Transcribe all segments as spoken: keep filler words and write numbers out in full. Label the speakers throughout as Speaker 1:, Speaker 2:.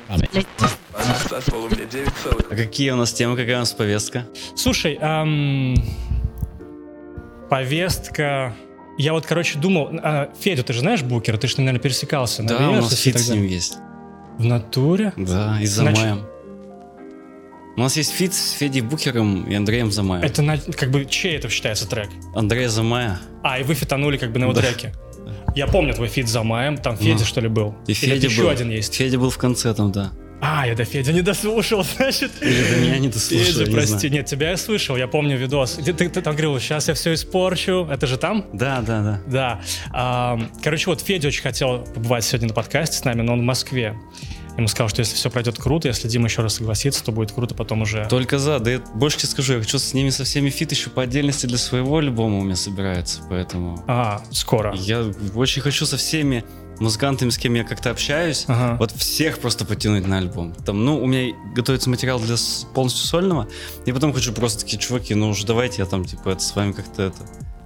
Speaker 1: А какие у нас темы, какая у нас повестка?
Speaker 2: Слушай, эм, повестка... Я вот, короче, думал... А, Федю, ты же знаешь Букера? Ты же, наверное, пересекался.
Speaker 1: Да,
Speaker 2: на
Speaker 1: у нас фит с ним есть.
Speaker 2: В натуре?
Speaker 1: Да, и с Замаем. У нас есть фит с Федей Букером и Андреем Замаем.
Speaker 2: Это на, как бы чей это считается трек?
Speaker 1: Андрея Замая.
Speaker 2: А, и вы фитанули как бы на его
Speaker 1: да.
Speaker 2: треке. Я помню твой фит с Замаем, там Федя, ну. что ли, был?
Speaker 1: И
Speaker 2: Федя
Speaker 1: Федя
Speaker 2: еще
Speaker 1: был.
Speaker 2: один есть.
Speaker 1: Федя был в конце там, да.
Speaker 2: А, я до Федя не дослушал, значит.
Speaker 1: Или до меня не дослушал,
Speaker 2: Федя,
Speaker 1: не
Speaker 2: прости.
Speaker 1: знаю.
Speaker 2: Нет, тебя я слышал, я помню видос. Ты, ты, ты там говорил, сейчас я все испорчу. Это же там?
Speaker 1: Да, да, да.
Speaker 2: Да. А, короче, вот Федя очень хотел побывать сегодня на подкасте с нами, но он в Москве. Ему сказал, что если все пройдет круто, если Дима еще раз согласится, то будет круто потом уже.
Speaker 1: Только за. Да я больше тебе скажу, я хочу с ними со всеми фит еще по отдельности для своего альбома у меня собирается, поэтому...
Speaker 2: А, скоро.
Speaker 1: Я очень хочу со всеми музыкантами, с кем я как-то общаюсь, ага. вот всех просто потянуть на альбом. Там, ну, у меня готовится материал для полностью сольного, и потом хочу просто такие, чуваки, ну уж давайте я там, типа, это с вами как-то это...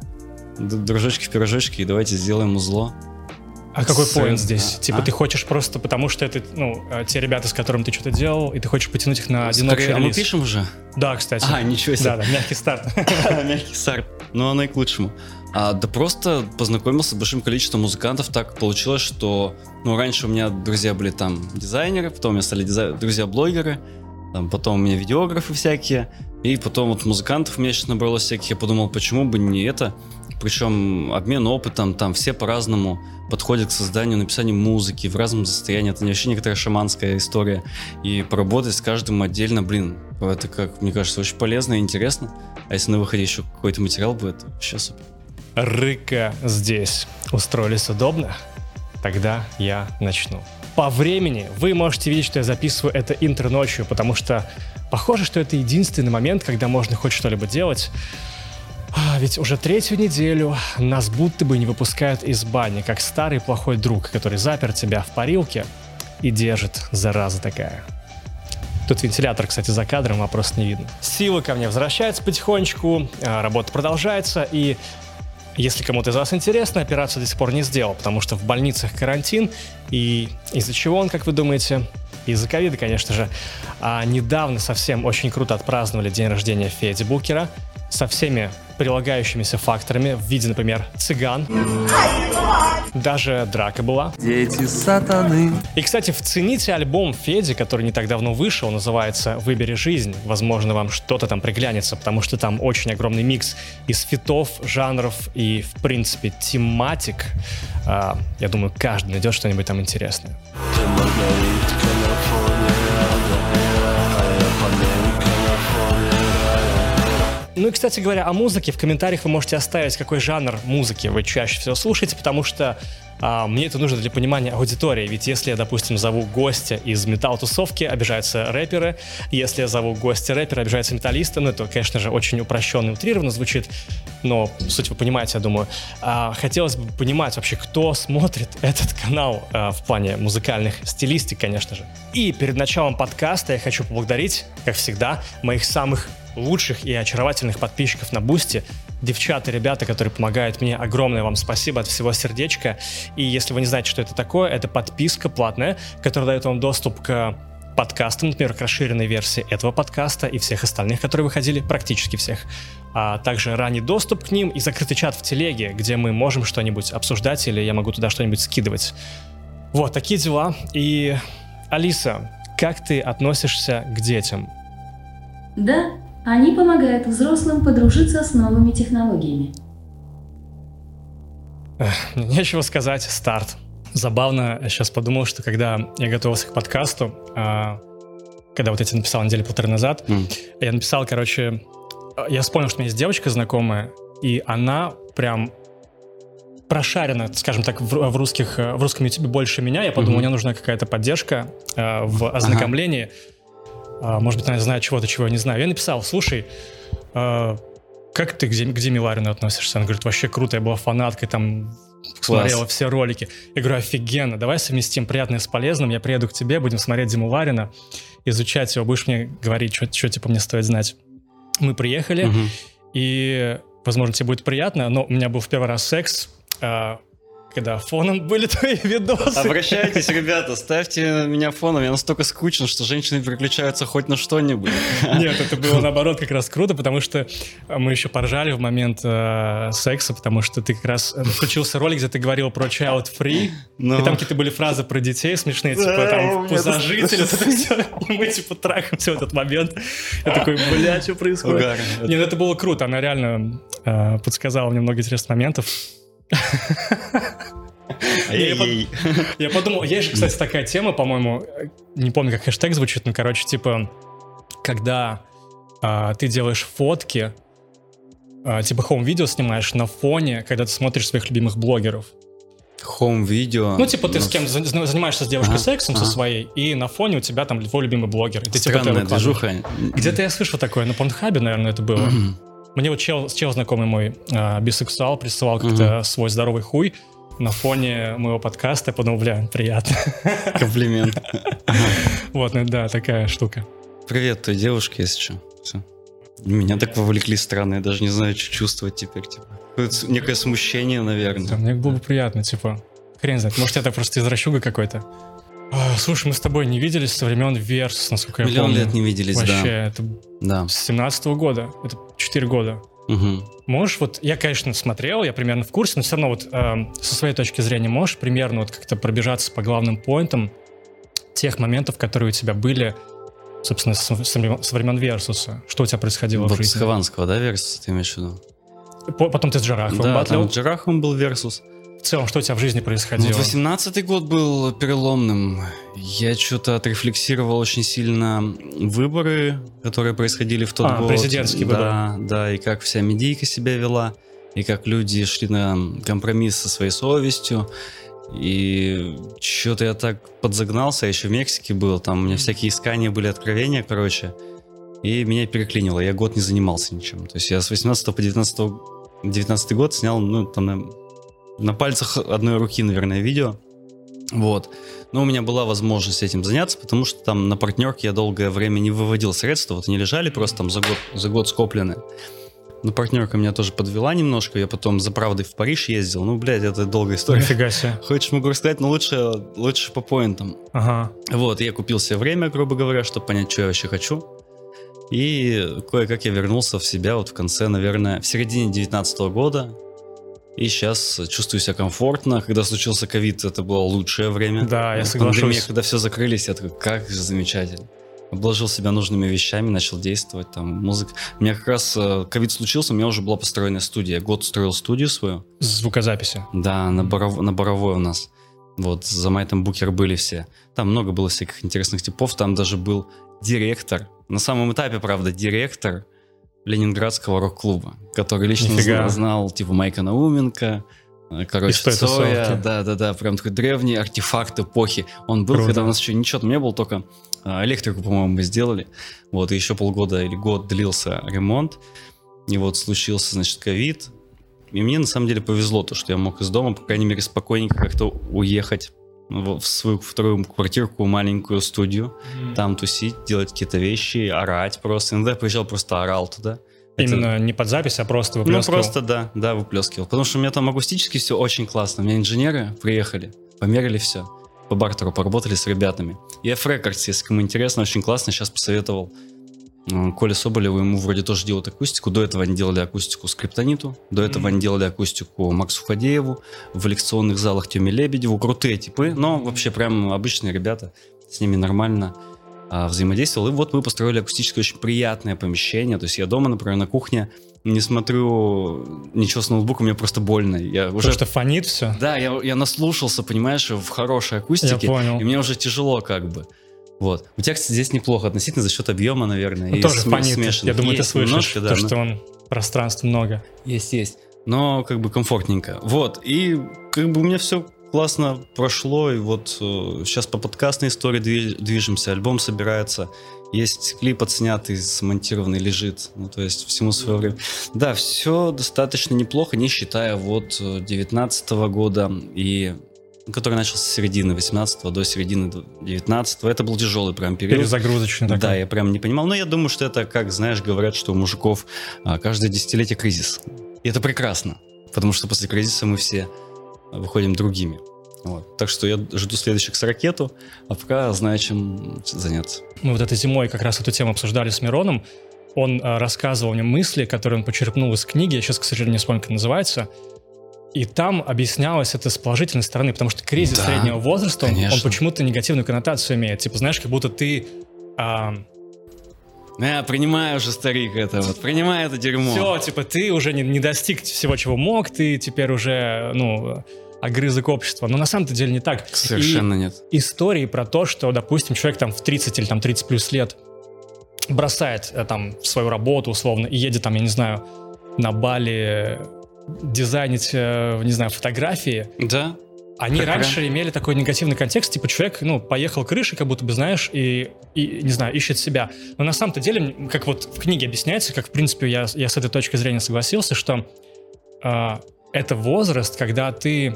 Speaker 1: Дружочки в пирожочки, и давайте сделаем узло.
Speaker 2: А какой поинт здесь?
Speaker 1: А?
Speaker 2: Типа
Speaker 1: а?
Speaker 2: ты хочешь просто потому, что это, ну, те ребята, с которыми ты что-то делал, и ты хочешь потянуть их на один общий релиз?
Speaker 1: А мы пишем уже?
Speaker 2: Да, кстати.
Speaker 1: А, ничего себе.
Speaker 2: Да, да, мягкий старт.
Speaker 1: Мягкий старт. Ну, оно и к лучшему. А, да просто познакомился с большим количеством музыкантов. Так получилось, что, ну, раньше у меня друзья были там дизайнеры, потом у меня стали дизай... друзья-блогеры, там, потом у меня видеографы всякие, и потом вот музыкантов у меня сейчас набралось всяких. Я подумал, почему бы не это? Причем обмен опытом, там все по-разному подходят к созданию, написанию музыки в разном состоянии. Это вообще некоторая шаманская история. И поработать с каждым отдельно, блин, это, как мне кажется, очень полезно и интересно. А если на выходе еще какой-то материал будет, вообще супер.
Speaker 2: Рыка здесь. Устроились удобно? Тогда я начну. По времени вы можете видеть, что я записываю это интро ночью, потому что похоже, что это единственный момент, когда можно хоть что-либо делать. А, ведь уже третью неделю нас будто бы не выпускают из бани, как старый плохой друг, который запер тебя в парилке и держит, зараза такая. Тут вентилятор, кстати, за кадром, а просто не видно. Сила ко мне возвращается потихонечку, работа продолжается, и если кому-то из вас интересно, операцию до сих пор не сделал, потому что в больницах карантин, и из-за чего он, как вы думаете? Из-за ковида, конечно же. А недавно совсем очень круто отпраздновали день рождения Феди Букера со всеми прилагающимися факторами в виде, например, цыган. Даже драка была.
Speaker 3: Дети сатаны.
Speaker 2: И, кстати, вцените альбом Феди, который не так давно вышел, называется «Выбери жизнь». Возможно, вам что-то там приглянется, потому что там очень огромный микс из фитов, жанров и, в принципе, тематик. А, я думаю, каждый найдет что-нибудь там интересное. Ну и, кстати говоря, о музыке. В комментариях вы можете оставить, какой жанр музыки вы чаще всего слушаете, потому что а, мне это нужно для понимания аудитории. Ведь если я, допустим, зову гостя из метал-тусовки, обижаются рэперы. Если я зову гостя рэпера, обижаются металлисты. Ну, это, конечно же, очень упрощенно и утрированно звучит, но суть вы понимаете, я думаю. А, хотелось бы понимать вообще, кто смотрит этот канал а, в плане музыкальных стилистик, конечно же. И перед началом подкаста я хочу поблагодарить, как всегда, моих самых лучших и очаровательных подписчиков на Бусти. Девчата, ребята, которые помогают мне, огромное вам спасибо от всего сердечка. И если вы не знаете, что это такое, это подписка платная, которая дает вам доступ к подкастам, например, к расширенной версии этого подкаста и всех остальных, которые выходили, практически всех. А также ранний доступ к ним и закрытый чат в телеге, где мы можем что-нибудь обсуждать или я могу туда что-нибудь скидывать. Вот, такие дела. И, Алиса, как ты относишься к детям?
Speaker 4: Да. Они помогают взрослым подружиться с новыми технологиями.
Speaker 2: Эх, нечего сказать, старт. Забавно, я сейчас подумал, что когда я готовился к подкасту, а, когда вот я тебе написал недели полторы назад, mm. я написал, короче, я вспомнил, что у меня есть девочка знакомая, и она прям прошарена, скажем так, в, в, русских, в русском ютубе больше меня. Я подумал, mm-hmm. мне нужна какая-то поддержка а, в ознакомлении. Ага. Может быть, она знает чего-то, чего я не знаю. Я написал, слушай, э, как ты к Диме Ларину относишься? Она говорит, вообще круто, я была фанаткой, там, смотрела все ролики. Я говорю, офигенно, давай совместим приятное с полезным, я приеду к тебе, будем смотреть Диму Ларина, изучать его, будешь мне говорить, что, что типа мне стоит знать. Мы приехали, угу. и, возможно, тебе будет приятно, но у меня был в первый раз секс, э, когда фоном были твои видосы.
Speaker 1: Обращайтесь, ребята, ставьте меня фоном. Я настолько скучен, что женщины переключаются хоть на что-нибудь.
Speaker 2: Нет, это было наоборот как раз круто, потому что мы еще поржали в момент э, секса, потому что ты как раз включился ролик, где ты говорил про child free,
Speaker 1: Но...
Speaker 2: и там какие-то были фразы про детей смешные, типа
Speaker 1: Да,
Speaker 2: там
Speaker 1: у меня
Speaker 2: пузожитель, вот это все, и мы типа трахаемся в этот момент. Я такой, бля, что происходит?
Speaker 1: Угар.
Speaker 2: Нет, это было круто, она реально э, подсказала мне много интересных моментов. Я, под... я подумал, есть же, кстати, такая тема, по-моему, не помню, как хэштег звучит, но, короче, типа, когда а, ты делаешь фотки, а, типа хоум-видео снимаешь на фоне, когда ты смотришь своих любимых блогеров.
Speaker 1: Хоум-видео?
Speaker 2: Ну, типа, ты
Speaker 1: ну,
Speaker 2: с кем занимаешься с девушкой
Speaker 1: ага,
Speaker 2: сексом
Speaker 1: ага.
Speaker 2: со своей, и на фоне у тебя там твой любимый блогер. И ты,
Speaker 1: Странная
Speaker 2: типа,
Speaker 1: движуха.
Speaker 2: Где-то я слышал такое, на Порнхабе, наверное, это было. Мне вот чел, чел знакомый мой, а, бисексуал, присылал как-то uh-huh. свой здоровый хуй на фоне моего подкаста. Я подумал, бля, приятно.
Speaker 1: Комплимент.
Speaker 2: Вот, ну да, такая штука.
Speaker 1: Привет той девушке, если что. Все. Меня так вовлекли странно, я даже не знаю, что чувствовать теперь. Типа. Некое смущение, наверное.
Speaker 2: Да, мне было бы приятно, типа. Хрен знает, может, я так просто извращуга какой-то. А, слушай, мы с тобой не виделись со времен Versus, насколько я
Speaker 1: Миллион
Speaker 2: помню.
Speaker 1: лет не виделись,
Speaker 2: Вообще,
Speaker 1: да.
Speaker 2: это
Speaker 1: да.
Speaker 2: с семнадцатого года, это четыре года.
Speaker 1: Угу.
Speaker 2: Можешь вот, я, конечно, смотрел, я примерно в курсе, но все равно вот э, со своей точки зрения можешь примерно вот как-то пробежаться по главным поинтам тех моментов, которые у тебя были, собственно, с, с, с времен Versus. Что у тебя происходило
Speaker 1: вот
Speaker 2: в жизни?
Speaker 1: с Хованского, да, Versus, ты имеешь в виду?
Speaker 2: По, потом ты с Джараховым
Speaker 1: да,
Speaker 2: батлил.
Speaker 1: там с Джараховым был Versus.
Speaker 2: В целом, что у тебя в жизни происходило?
Speaker 1: Ну, вот восемнадцатый год был переломным. Я что-то отрефлексировал очень сильно выборы, которые происходили в тот
Speaker 2: а,
Speaker 1: год.
Speaker 2: президентские выборы.
Speaker 1: Да, да, и как вся медийка себя вела, и как люди шли на компромисс со своей совестью. И что-то я так подзагнался, я еще в Мексике был, там у меня всякие искания были, откровения, короче. И меня переклинило, я год не занимался ничем. То есть я с восемнадцатого по девятнадцатый год снял, ну, там, на, на пальцах одной руки, наверное, видео. Вот. Но у меня была возможность этим заняться, потому что там на партнерке я долгое время не выводил средства, вот они лежали просто там за год, за год скоплены. Но партнерка меня тоже подвела немножко, я потом за правдой в Париж ездил. Ну, блядь, это долгая история.
Speaker 2: Нифига себе.
Speaker 1: Хочешь, могу рассказать, но лучше, лучше по поинтам.
Speaker 2: Ага.
Speaker 1: Вот, я купил себе время, грубо говоря, чтобы понять, что я вообще хочу. И кое-как я вернулся в себя вот в конце, наверное, в середине девятнадцатого года. И сейчас чувствую себя комфортно. Когда случился ковид, это было лучшее время.
Speaker 2: Да, я соглашусь.
Speaker 1: Пандемия, когда все закрылись, я такой, как же замечательно. Обложил себя нужными вещами, начал действовать, там, музыка. У меня как раз ковид случился, у меня уже была построенная студия. Я год строил студию свою.
Speaker 2: Звукозаписи.
Speaker 1: Да, на, Боров... на Боровой у нас. Вот, за Майтом Букер были все. Там много было всяких интересных типов. Там даже был директор. На самом этапе, правда, директор Ленинградского рок-клуба, который лично знал, знал, типа, Майка Науменко, короче, Цоя. Да-да-да, прям такой древний артефакт эпохи. Он был, Круто. Когда у нас еще ничего там не было, только электрику, по-моему, мы сделали. Вот, и еще полгода или год длился ремонт. И вот случился, значит, ковид. И мне, на самом деле, повезло, то, что я мог из дома, по крайней мере, спокойненько как-то уехать в свою вторую квартирку, маленькую студию, mm. там тусить, делать какие-то вещи, орать просто. Иногда я приезжал, просто орал туда.
Speaker 2: Именно Это... не под запись, а просто выплескивал?
Speaker 1: Ну, просто, да, да, выплескивал. Потому что у меня там акустически все очень классно. У меня инженеры приехали, померили все, по бартеру поработали с ребятами. И эф Records, если кому интересно, очень классно, сейчас посоветовал Коле Соболеву, ему вроде тоже делают акустику. До этого они делали акустику Скриптониту, до этого mm-hmm. они делали акустику Максу Фадееву, в лекционных залах Тёме Лебедеву. Крутые типы, но вообще прям обычные ребята, с ними нормально а, взаимодействовал. И вот мы построили акустическое очень приятное помещение. То есть я дома, например, на кухне не смотрю ничего с ноутбуком, мне просто больно. Я
Speaker 2: Потому
Speaker 1: уже...
Speaker 2: что фонит все?
Speaker 1: Да, я, я наслушался, понимаешь, в хорошей акустике.
Speaker 2: Я понял.
Speaker 1: И мне уже тяжело как бы. Вот. У тебя, кстати, здесь неплохо относительно за счет объема, наверное.
Speaker 2: Ну,
Speaker 1: и
Speaker 2: тоже
Speaker 1: см-
Speaker 2: фонит.
Speaker 1: смешанных.
Speaker 2: Я думаю,
Speaker 1: есть
Speaker 2: ты слышишь,
Speaker 1: немножко, да,
Speaker 2: то,
Speaker 1: но...
Speaker 2: что он пространства много.
Speaker 1: Есть, есть. Но как бы комфортненько. Вот. И как бы у меня все классно прошло. И вот э, сейчас по подкастной истории движемся. Альбом собирается. Есть клип отснятый, смонтированный, лежит. Ну, то есть всему свое время. Да, все достаточно неплохо, не считая вот девятнадцатого года и... который начался с середины восемнадцатого до середины девятнадцатого. Это был тяжелый прям период.
Speaker 2: Перезагрузочный такой.
Speaker 1: Да, я прям не понимал. Но я думаю, что это, как, знаешь, говорят, что у мужиков а, каждое десятилетие кризис. И это прекрасно. Потому что после кризиса мы все выходим другими. Вот. Так что я жду следующих с ракету, а пока знаю, чем заняться.
Speaker 2: Мы вот этой зимой как раз эту тему обсуждали с Мироном. Он э, рассказывал мне мысли, которые он почерпнул из книги, я сейчас, к сожалению, не вспомню, как называется. И там объяснялось это с положительной стороны, потому что кризис да, среднего возраста, он, он почему-то негативную коннотацию имеет. Типа, знаешь, как будто ты... Э,
Speaker 1: Я принимаю уже, старик, это вот, принимай это дерьмо.
Speaker 2: Все, типа, ты уже не, не достиг всего, чего мог, ты теперь уже, ну... огрызок общества. Но на самом-то деле не так.
Speaker 1: Совершенно
Speaker 2: и
Speaker 1: нет.
Speaker 2: Истории про то, что, допустим, человек там в тридцать или там тридцать плюс лет бросает там свою работу условно и едет там, я не знаю, на Бали дизайнить, не знаю, фотографии.
Speaker 1: Да.
Speaker 2: Они
Speaker 1: как
Speaker 2: раньше
Speaker 1: прям...
Speaker 2: имели такой негативный контекст, типа человек, ну, поехал крышей, как будто бы, знаешь, и, и, не знаю, ищет себя. Но на самом-то деле, как вот в книге объясняется, как, в принципе, я, я с этой точки зрения согласился, что э, это возраст, когда ты...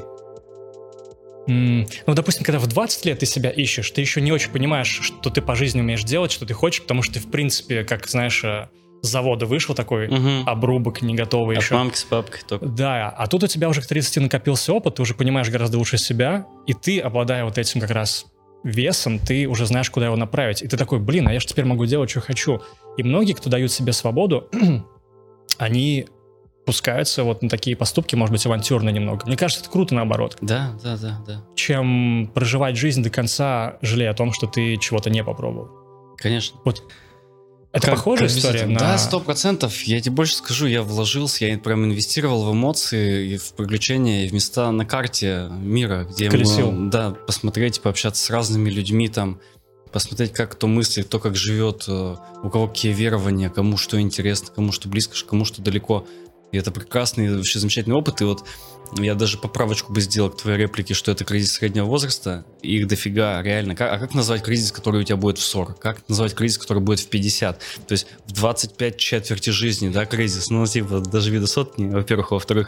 Speaker 2: Ну, допустим, когда в двадцать лет ты себя ищешь, ты еще не очень понимаешь, что ты по жизни умеешь делать, что ты хочешь, потому что ты, в принципе, как, знаешь, с завода вышел такой
Speaker 1: угу.
Speaker 2: обрубок, не готовый
Speaker 1: От
Speaker 2: еще.
Speaker 1: От мамки с папкой только.
Speaker 2: Да, а тут у тебя уже к тридцати накопился опыт, ты уже понимаешь гораздо лучше себя, и ты, обладая вот этим как раз весом, ты уже знаешь, куда его направить. И ты такой, блин, а я же теперь могу делать, что хочу. И многие, кто дают себе свободу, они... пускаются вот на такие поступки, может быть, авантюрные немного. Мне кажется, это круто наоборот.
Speaker 1: Да, да, да, да.
Speaker 2: Чем проживать жизнь до конца, жалея о том, что ты чего-то не попробовал.
Speaker 1: Конечно.
Speaker 2: Вот. Это как, похожая как история на...
Speaker 1: Да, сто процентов. Я тебе больше скажу, я вложился, я прям инвестировал в эмоции, и в приключения, и в места на карте мира, где
Speaker 2: Колесил.
Speaker 1: мы, да, посмотреть, пообщаться с разными людьми там, посмотреть, как кто мыслит, кто как живет, у кого какие верования, кому что интересно, кому что близко, кому что далеко. И это прекрасный, вообще замечательный опыт. И вот я даже поправочку бы сделал к твоей реплике, что это кризис среднего возраста. И их дофига, реально. А как назвать кризис, который у тебя будет в сорок? Как назвать кризис, который будет в пятьдесят? То есть в двадцать пять четверти жизни, да, кризис. Ну, типа, даже вида сотни, во-первых. А во-вторых,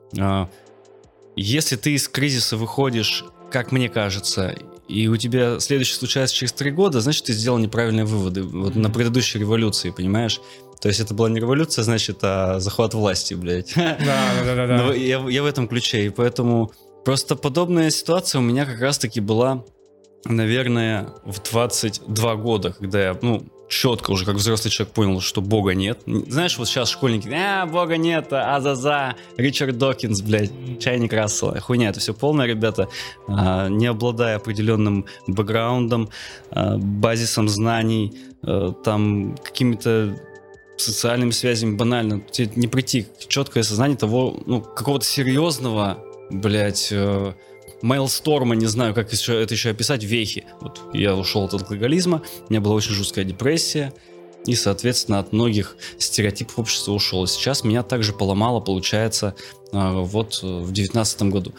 Speaker 1: если ты из кризиса выходишь, как мне кажется, и у тебя следующий случается через три года, значит, ты сделал неправильные выводы. Вот на предыдущей революции, понимаешь? То есть это была не революция, значит, а захват власти, блядь.
Speaker 2: Да, да, да, да.
Speaker 1: Я, я в этом ключе, и поэтому просто подобная ситуация у меня как раз-таки была, наверное, в двадцать два года, когда я, ну, четко уже как взрослый человек понял, что Бога нет. Знаешь, вот сейчас школьники, а, Бога нет, а-за-за, Ричард Докинс, блядь, чайник Рассела. Хуйня, это все полное, ребята. А, не обладая определенным бэкграундом, а, базисом знаний, а, там, какими-то социальными связями банально, тебе не прийти к четкое осознание того, ну, какого-то серьезного, блядь, э, мейлсторма, не знаю, как еще, это еще описать, вехи. Вот я ушел от алкоголизма, у меня была очень жесткая депрессия, и, соответственно, от многих стереотипов общества ушел. И сейчас меня также поломало, получается, э, вот в девятнадцатом году.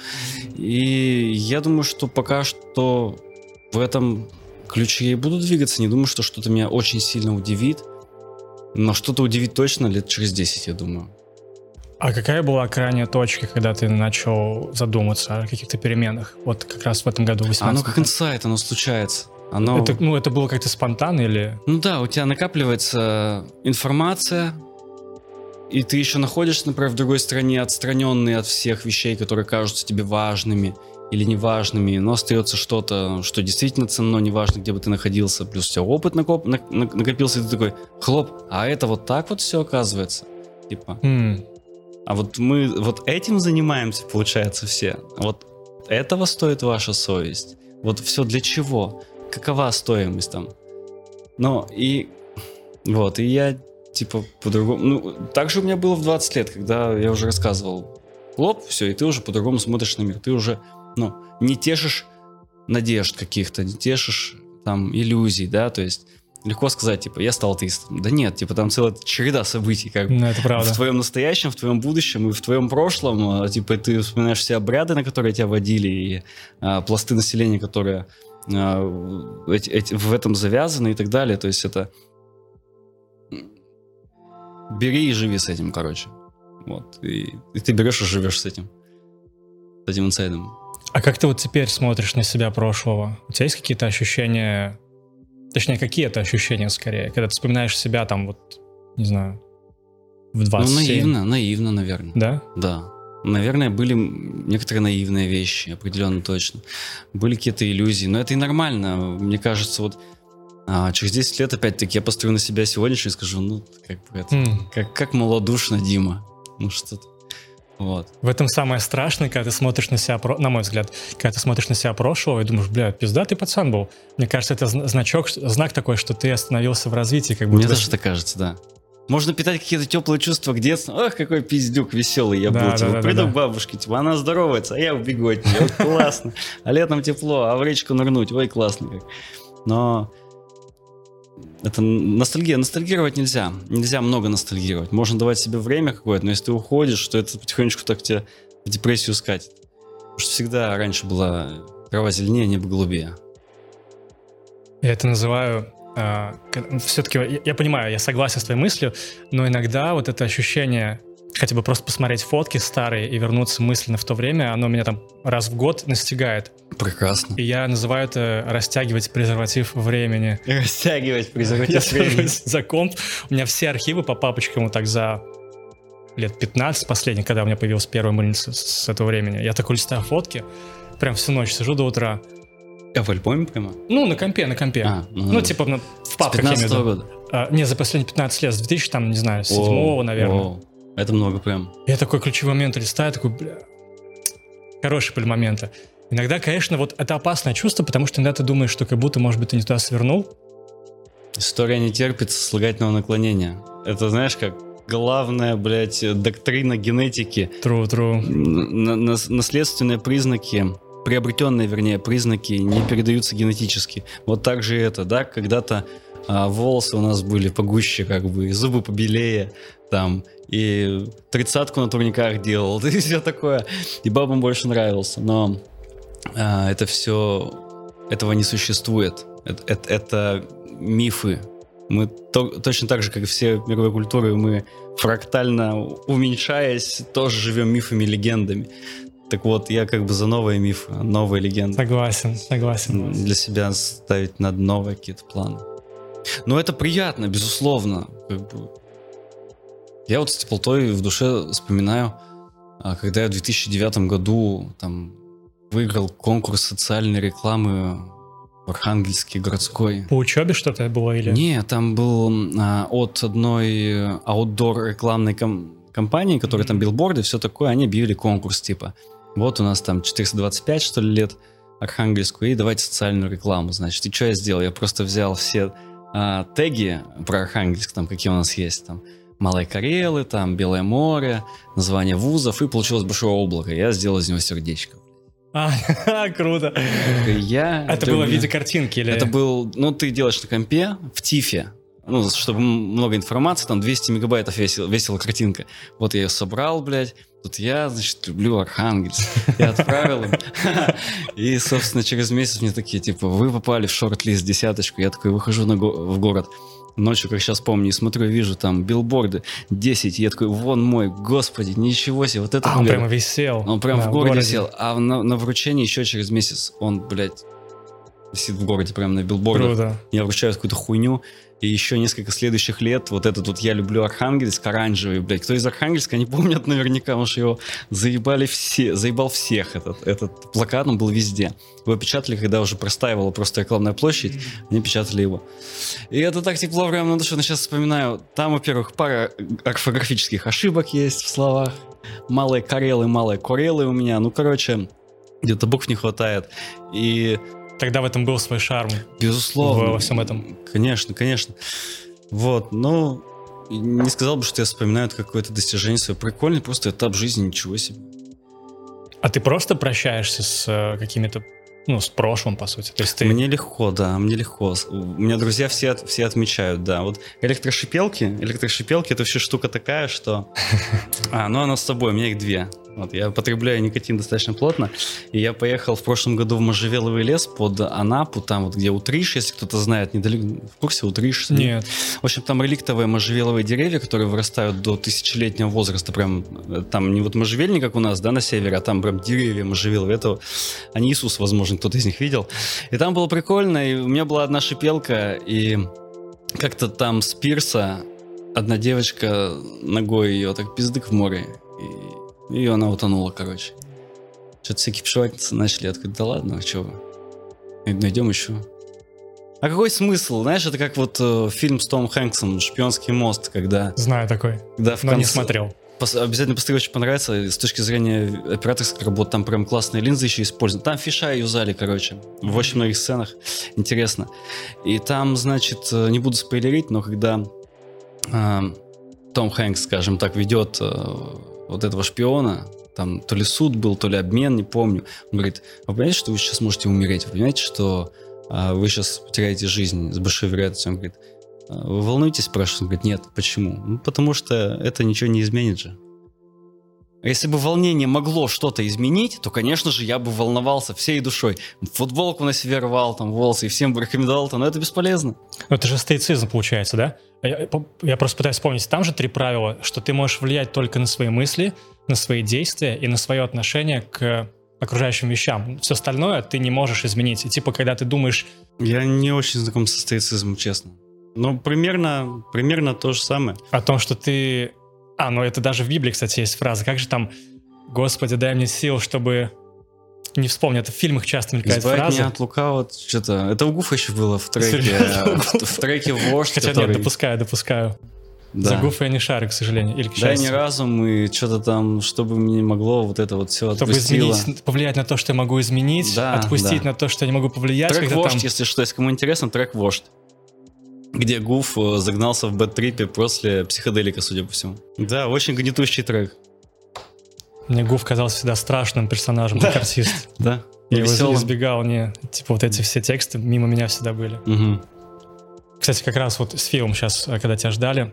Speaker 1: И я думаю, что пока что в этом ключе и буду двигаться, не думаю, что что-то меня очень сильно удивит. Но что-то удивит точно лет через десять, я думаю.
Speaker 2: А какая была крайняя точка, когда ты начал задуматься о каких-то переменах? Вот как раз в этом году, восемнадцатом.
Speaker 1: Оно как инсайт, оно случается. Оно...
Speaker 2: Это, ну, это было как-то спонтанно или...
Speaker 1: Ну да, у тебя накапливается информация, и ты еще находишься, например, в другой стране, отстраненный от всех вещей, которые кажутся тебе важными или неважными, но остается что-то, что действительно ценно, неважно, где бы ты находился, плюс у тебя опыт накоп, накопился, и ты такой, хлоп, а это вот так вот все оказывается, типа.
Speaker 2: Mm.
Speaker 1: А вот мы вот этим занимаемся, получается, все. Вот этого стоит ваша совесть. Вот все для чего? Какова стоимость там? Ну, и вот, и я, типа, по-другому... Ну, так же у меня было в двадцать лет, когда я уже рассказывал. Хлоп, все, и ты уже по-другому смотришь на мир. Ты уже, ну, не тешишь надежд каких-то, не тешишь там иллюзий, да, то есть легко сказать, типа, я стал атеистом. Да нет, типа, там целая череда событий, как бы.
Speaker 2: Ну, это правда.
Speaker 1: В твоем настоящем, в твоем будущем и в твоем прошлом, типа, ты вспоминаешь все обряды, на которые тебя водили, и а, пласты населения, которые а, эти, эти, в этом завязаны и так далее, то есть это... Бери и живи с этим, короче. Вот, и, и ты берешь и живешь с этим, с этим инсайдом.
Speaker 2: А как ты вот теперь смотришь на себя прошлого? У тебя есть какие-то ощущения, точнее, какие это ощущения скорее, когда ты вспоминаешь себя там вот, не знаю, в двадцать семь?
Speaker 1: Ну, наивно, наивно, наверное.
Speaker 2: Да?
Speaker 1: Да. Наверное, были некоторые наивные вещи, определенно точно. Были какие-то иллюзии, но это и нормально. Мне кажется, вот а, через десять лет, опять-таки, я посмотрю на себя сегодняшнего и скажу, ну, как бы это, mm. как, как малодушно, Дима. Ну, что-то. Вот.
Speaker 2: В этом самое страшное, когда ты смотришь на себя, на мой взгляд, когда ты смотришь на себя прошлого и думаешь, бля, пиздатый пацан был. Мне кажется, это значок, знак такой, что ты остановился в развитии. Как будто
Speaker 1: Мне тоже так кажется, да. Можно питать какие-то теплые чувства к детству. Ох, какой пиздюк веселый я был. Да, типа, да, приду да, к бабушке, типа, она здоровается, а я убегу от нее. Классно. А летом тепло, а в речку нырнуть. Ой, классно как. Но это ностальгия. Ностальгировать нельзя. Нельзя много ностальгировать. Можно давать себе время какое-то, но если ты уходишь, то это потихонечку так тебя в депрессию скатит. Потому что всегда раньше была трава зеленее, небо голубее.
Speaker 2: Я это называю... Uh, все-таки, я, я понимаю, я согласен с твоей мыслью, но иногда вот это ощущение, хотя бы просто посмотреть фотки старые и вернуться мысленно в то время, оно меня там раз в год настигает.
Speaker 1: Прекрасно.
Speaker 2: И я называю это растягивать презерватив времени.
Speaker 1: Растягивать презерватив времени.
Speaker 2: За комп. У меня все архивы по папочкам вот так за лет пятнадцать последних, когда у меня появилась первая мыльница с этого времени. Я такой листаю фотки, прям всю ночь сижу до утра.
Speaker 1: А в альбоме прямо?
Speaker 2: Ну, на компе, на компе. А, ну, ну, типа на, в папках. С
Speaker 1: пятнадцатого года?
Speaker 2: А, не, за последние пятнадцать лет, с две тысячи, там, не знаю, седьмого, наверное. О,
Speaker 1: это много прям.
Speaker 2: Я такой ключевой момент листаю, такой, бля, хорошие были моменты. Иногда, конечно, вот это опасное чувство, потому что иногда ты думаешь, что как будто, может быть, ты не туда свернул.
Speaker 1: История не терпит сослагательного наклонения. Это, знаешь, как главная, блядь, доктрина генетики.
Speaker 2: True, true.
Speaker 1: На- на- наследственные признаки... приобретенные, вернее, признаки не передаются генетически. Вот так же это, да, когда-то а, волосы у нас были погуще, как бы, и зубы побелее, там, и тридцатку на турниках делал, и все такое, и бабам больше нравился, но а, это все, этого не существует, это, это, это мифы. Мы то, точно так же, как и все мировые культуры, мы фрактально уменьшаясь, тоже живем мифами, легендами. Так вот, я как бы за новые мифы, новые легенды.
Speaker 2: Согласен, согласен.
Speaker 1: Для себя ставить над новые какие-то планы. Но это приятно, безусловно. Как бы. Я вот с теплотой в душе вспоминаю, когда я в две тысячи девятом году там выиграл конкурс социальной рекламы в Архангельске городской.
Speaker 2: По учебе что-то было или?
Speaker 1: Не, там был а, от одной аутдор рекламной ком- компании, которая mm-hmm. там билборды, все такое, они объявили конкурс типа. Вот у нас там четыреста двадцать пять, что ли, лет Архангельску, и давайте социальную рекламу, значит. И что я сделал? Я просто взял все а, теги про Архангельск, там, какие у нас есть, там, Малые Карелы, там, Белое море, название вузов, и получилось большое облако. Я сделал из него сердечко.
Speaker 2: А, круто.
Speaker 1: Я
Speaker 2: Это
Speaker 1: люблю...
Speaker 2: было в виде картинки? Или...
Speaker 1: Это был, ну, ты делаешь на компе, в тифе, ну, чтобы много информации, там двести мегабайтов весила, весила картинка. Вот я ее собрал, блядь. Тут я, значит, люблю Архангельск. Я отправил им. И, собственно, через месяц мне такие, типа, вы попали в шорт-лист десяточку. Я такой выхожу на го- в город. Ночью, как сейчас помню, и смотрю, вижу там билборды десять. И я такой, вон мой, господи, ничего себе. Вот это,
Speaker 2: а, он прямо висел.
Speaker 1: Он прямо
Speaker 2: да,
Speaker 1: в городе,
Speaker 2: городе
Speaker 1: сел. А на, на вручении еще через месяц он, блядь, висит в городе, прямо на билбордах.
Speaker 2: Круто.
Speaker 1: Я вручаю какую-то хуйню. И еще несколько следующих лет вот этот вот «Я люблю Архангельск» оранжевый, блядь. Кто из Архангельска, не помнят наверняка, потому что его заебали все, заебал всех этот, этот плакат, он был везде. Его печатали, когда уже простаивала просто рекламная площадь, они печатали его. И это так тепло прямо на душу, но сейчас вспоминаю. Там, во-первых, пара орфографических ошибок есть в словах. Малые Карелы, малые Курелы у меня. Ну, короче, где-то букв не хватает. И...
Speaker 2: Тогда в этом был свой шарм.
Speaker 1: Безусловно.
Speaker 2: Во всем этом.
Speaker 1: Конечно, конечно. Вот, ну, не сказал бы, что я вспоминаю какое-то достижение свое. Прикольный просто этап жизни, ничего себе.
Speaker 2: А ты просто прощаешься с э, какими-то, ну, с прошлым, по сути? То есть ты...
Speaker 1: Мне легко, да, мне легко. У меня друзья все, от, все отмечают, да. Вот электрошипелки, электрошипелки — это вообще штука такая, что... А, ну она с собой, у меня их две. Вот, я потребляю никотин достаточно плотно, и я поехал в прошлом году в Можжевеловый лес под Анапу, там вот где Утриш, если кто-то знает, недалеко, в курсе Утриш?
Speaker 2: Нет.
Speaker 1: В общем, там реликтовые можжевеловые деревья, которые вырастают до тысячелетнего возраста, прям там не вот можжевельник, как у нас, да, на севере, а там прям деревья можжевеловые, это они Иисус, возможно, кто-то из них видел, и там было прикольно, и у меня была одна шипелка, и как-то там с пирса одна девочка ногой ее так пиздык в море, и и она утонула, короче. Что-то все кипишевать начали. Я такой, да ладно, а что вы? Найдем еще. А какой смысл? Знаешь, это как вот э, фильм с Томом Хэнксом «Шпионский мост», когда...
Speaker 2: Знаю такой,
Speaker 1: когда в
Speaker 2: но
Speaker 1: конце...
Speaker 2: не смотрел.
Speaker 1: Пос... Обязательно посмотри, очень понравится. С точки зрения операторской работы, там прям классные линзы еще использованы. Там фишай юзали, короче, в очень многих сценах. Интересно. И там, значит, не буду спойлерить, но когда э, Том Хэнкс, скажем так, ведет э, вот этого шпиона, там то ли суд был, то ли обмен, не помню. Он говорит, вы понимаете, что вы сейчас можете умереть? Вы понимаете, что а, вы сейчас потеряете жизнь с большой вероятностью? Он говорит, вы волнуетесь, спрашивает? Он говорит, нет, почему? Ну, потому что это ничего не изменит же. А если бы волнение могло что-то изменить, то, конечно же, я бы волновался всей душой. Футболку на себе рвал, там, волосы, и всем бы рекомендовал, но это бесполезно.
Speaker 2: Ну, это же стоицизм получается, да? Я, я просто пытаюсь вспомнить, там же три правила, что ты можешь влиять только на свои мысли, на свои действия и на свое отношение к окружающим вещам. Все остальное ты не можешь изменить. И типа, когда ты думаешь...
Speaker 1: Я не очень знаком со стоицизмом, честно. Но примерно, примерно то же самое.
Speaker 2: О том, что ты... А, ну это даже в Библии, кстати, есть фраза. Как же там «Господи, дай мне сил, чтобы...» Не вспомню, это в фильмах часто мелькает
Speaker 1: Избавь
Speaker 2: фраза.
Speaker 1: меня от лукавого, что-то... Это у Гуфа еще было в треке. В, в треке «Вождь»,
Speaker 2: Хотя
Speaker 1: который...
Speaker 2: нет, допускаю, допускаю.
Speaker 1: Да.
Speaker 2: За Гуфа я не шарю, к сожалению. Или к
Speaker 1: Дай
Speaker 2: счастью.
Speaker 1: мне разум и что-то там, чтобы мне могло вот это вот все
Speaker 2: Чтобы
Speaker 1: отпустило.
Speaker 2: изменить, повлиять на то, что я могу изменить,
Speaker 1: Да,
Speaker 2: отпустить
Speaker 1: да.
Speaker 2: на то, что я не могу повлиять.
Speaker 1: Трек
Speaker 2: когда
Speaker 1: «Вождь»,
Speaker 2: там...
Speaker 1: если что, если кому интересно, трек «Вождь». Где Гуф э, загнался в бэд-трипе после психоделика, судя по всему. Да, очень гнетущий трек.
Speaker 2: Мне Гуф казался всегда страшным персонажем, как артист.
Speaker 1: Да.
Speaker 2: Я его
Speaker 1: Весёлым.
Speaker 2: избегал, не... Типа вот эти все тексты мимо меня всегда были.
Speaker 1: Мгм.
Speaker 2: Кстати, как раз вот с Филом сейчас, когда тебя ждали,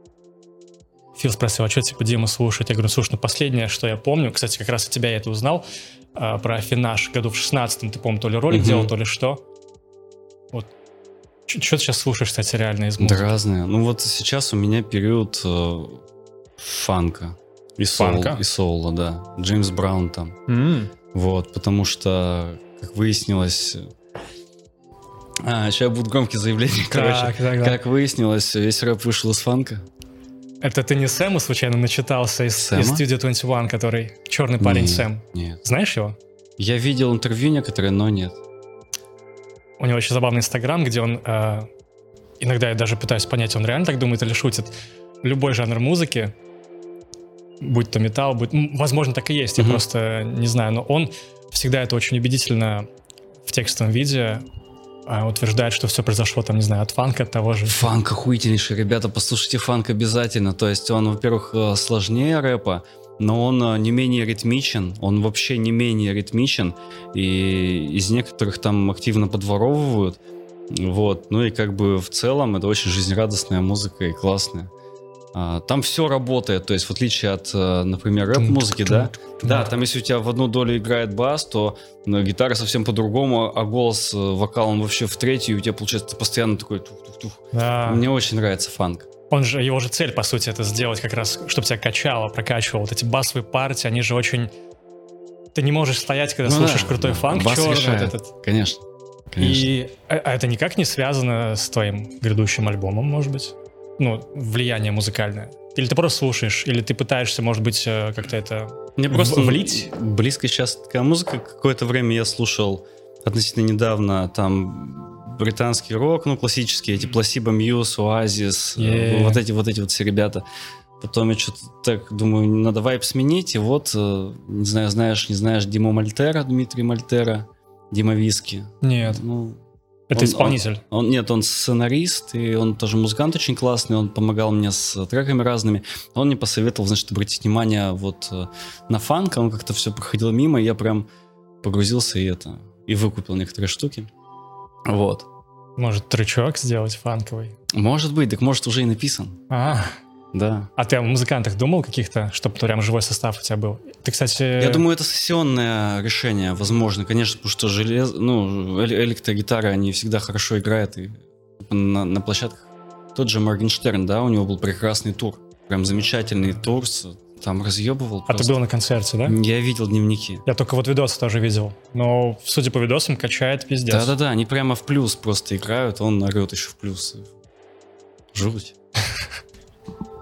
Speaker 2: Фил спросил, а что типа Дима слушает? Я говорю, слушай, ну последнее, что я помню, кстати, как раз от тебя я это узнал, а, про Афинаж году в шестнадцатом, ты, по-моему, то ли ролик
Speaker 1: Мгм.
Speaker 2: делал, то ли что. Вот. Что ты сейчас слушаешь, кстати, реально из
Speaker 1: Да
Speaker 2: музыки?
Speaker 1: разные. Ну вот сейчас у меня период э, фанка. И соул,
Speaker 2: Фанка?
Speaker 1: и соула, да. Джеймс Браун там.
Speaker 2: М.
Speaker 1: Вот, потому что, как выяснилось... А, сейчас будут громкие заявления, короче.
Speaker 2: Так, так, так.
Speaker 1: Как выяснилось, весь рэп вышел из фанка.
Speaker 2: Это ты не Сэма случайно начитался из,
Speaker 1: Сэма?
Speaker 2: из Studio двадцать один, который черный парень
Speaker 1: Нет,
Speaker 2: Сэм?
Speaker 1: Нет.
Speaker 2: Знаешь его?
Speaker 1: Я видел интервью некоторые, но нет.
Speaker 2: У него очень забавный инстаграм, где он... э, иногда я даже пытаюсь понять, он реально так думает или шутит. Любой жанр музыки, будь то металл, будь... м, возможно, так и есть, я
Speaker 1: Мгм.
Speaker 2: просто не знаю. Но он всегда это очень убедительно в текстовом виде э, утверждает, что все произошло, там, не знаю, от фанка, от того же.
Speaker 1: Фанк охуительнейший, ребята, послушайте фанк обязательно. То есть он, во-первых, э, сложнее рэпа, но он э, не менее ритмичен, он вообще не менее ритмичен, и из некоторых там активно подворовывают. Вот, ну и как бы в целом это очень жизнерадостная музыка и классная. А, там все работает, то есть в отличие от, э, например, рэп-музыки, да, да, там если у тебя в одну долю играет бас, то ну, гитара совсем по-другому, а голос, э, вокал, он вообще в третью, и у тебя получается ты постоянно такой тух-тух-тух.
Speaker 2: Да.
Speaker 1: Мне очень нравится фанк.
Speaker 2: Он же, его же цель, по сути, это сделать как раз, чтобы тебя качало, прокачивало. Вот эти басовые партии, они же очень... Ты не можешь стоять, когда
Speaker 1: Ну
Speaker 2: слушаешь
Speaker 1: да,
Speaker 2: крутой
Speaker 1: да,
Speaker 2: фанк
Speaker 1: бас
Speaker 2: черный.
Speaker 1: решает.
Speaker 2: Вот этот.
Speaker 1: Конечно. Конечно.
Speaker 2: И а, а это никак не связано с твоим грядущим альбомом, может быть? Ну, влияние музыкальное. Или ты просто слушаешь, или ты пытаешься, может быть, э, как-то это
Speaker 1: Мне просто
Speaker 2: в- влить?
Speaker 1: близко сейчас такая музыка. Какое-то время я слушал относительно недавно там британский рок, ну, классический, эти Placebo Muse, Oasis,
Speaker 2: Yeah.
Speaker 1: вот эти вот эти вот все ребята. Потом я что-то так думаю, надо вайб сменить, и вот, э, не знаю, знаешь, не знаешь, Дима Мальтера, Дмитрий Мальтера, Дима Виски.
Speaker 2: Нет,
Speaker 1: Ну,
Speaker 2: это
Speaker 1: он-
Speaker 2: исполнитель.
Speaker 1: Он, нет, он сценарист, и он тоже музыкант очень классный, он помогал мне с треками разными. Он мне посоветовал, значит, обратить внимание вот э, на фанк, он как-то все проходил мимо, и я прям погрузился и это, и выкупил некоторые штуки. Вот.
Speaker 2: Может, трючок сделать фанковый?
Speaker 1: Может быть, так может уже и написан.
Speaker 2: А,
Speaker 1: Да.
Speaker 2: а ты о музыкантах думал каких-то, чтобы прям живой состав у тебя был? Ты, кстати...
Speaker 1: Я думаю, это сессионное решение, возможно, конечно, потому что желез... ну, эль- электрогитары, они всегда хорошо играют и на, на площадках. Тот же Моргенштерн, да, у него был прекрасный тур, прям замечательный тур, с- там разъебывал
Speaker 2: А ты
Speaker 1: просто.
Speaker 2: был на концерте, да?
Speaker 1: Я видел дневники.
Speaker 2: Я только вот видосы тоже видел. Но, судя по видосам, качает пиздец.
Speaker 1: Да-да-да, они прямо в плюс просто играют, он орет еще в плюс. Жуть.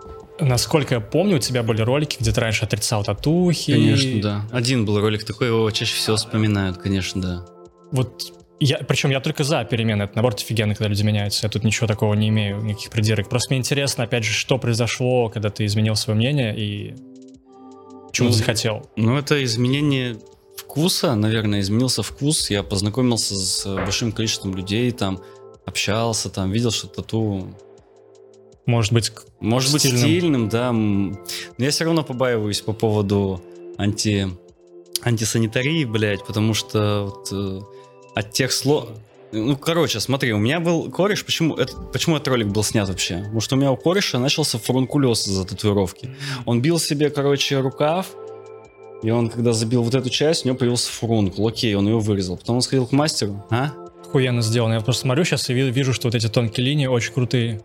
Speaker 2: Насколько я помню, у тебя были ролики, где ты раньше отрицал татухи.
Speaker 1: Конечно, да. Один был ролик такой, его чаще всего вспоминают, конечно, да.
Speaker 2: Вот я, причем я только за перемены. Это, наоборот, офигенно, когда люди меняются. Я тут ничего такого не имею, никаких придирок. Просто мне интересно, опять же, что произошло, когда ты изменил свое мнение и чего
Speaker 1: ну,
Speaker 2: ты захотел.
Speaker 1: Ну, это изменение вкуса, наверное, изменился вкус. Я познакомился с большим количеством людей, там, общался, там, видел, что тату...
Speaker 2: Может быть,
Speaker 1: Может
Speaker 2: стильным.
Speaker 1: быть стильным, да. Но я все равно побаиваюсь по поводу анти... антисанитарии, блядь, потому что вот, э, от тех слов... Ну, короче, смотри, у меня был кореш, почему, это, почему этот ролик был снят вообще? Потому что у меня у кореша начался фурункулез из-за татуировки. Он бил себе, короче, рукав, и он, когда забил вот эту часть, у него появился фурункул. Окей, он ее вырезал. Потом он сходил к мастеру. А?
Speaker 2: Охуенно сделано. Я просто смотрю сейчас и вижу, что вот эти тонкие линии очень крутые.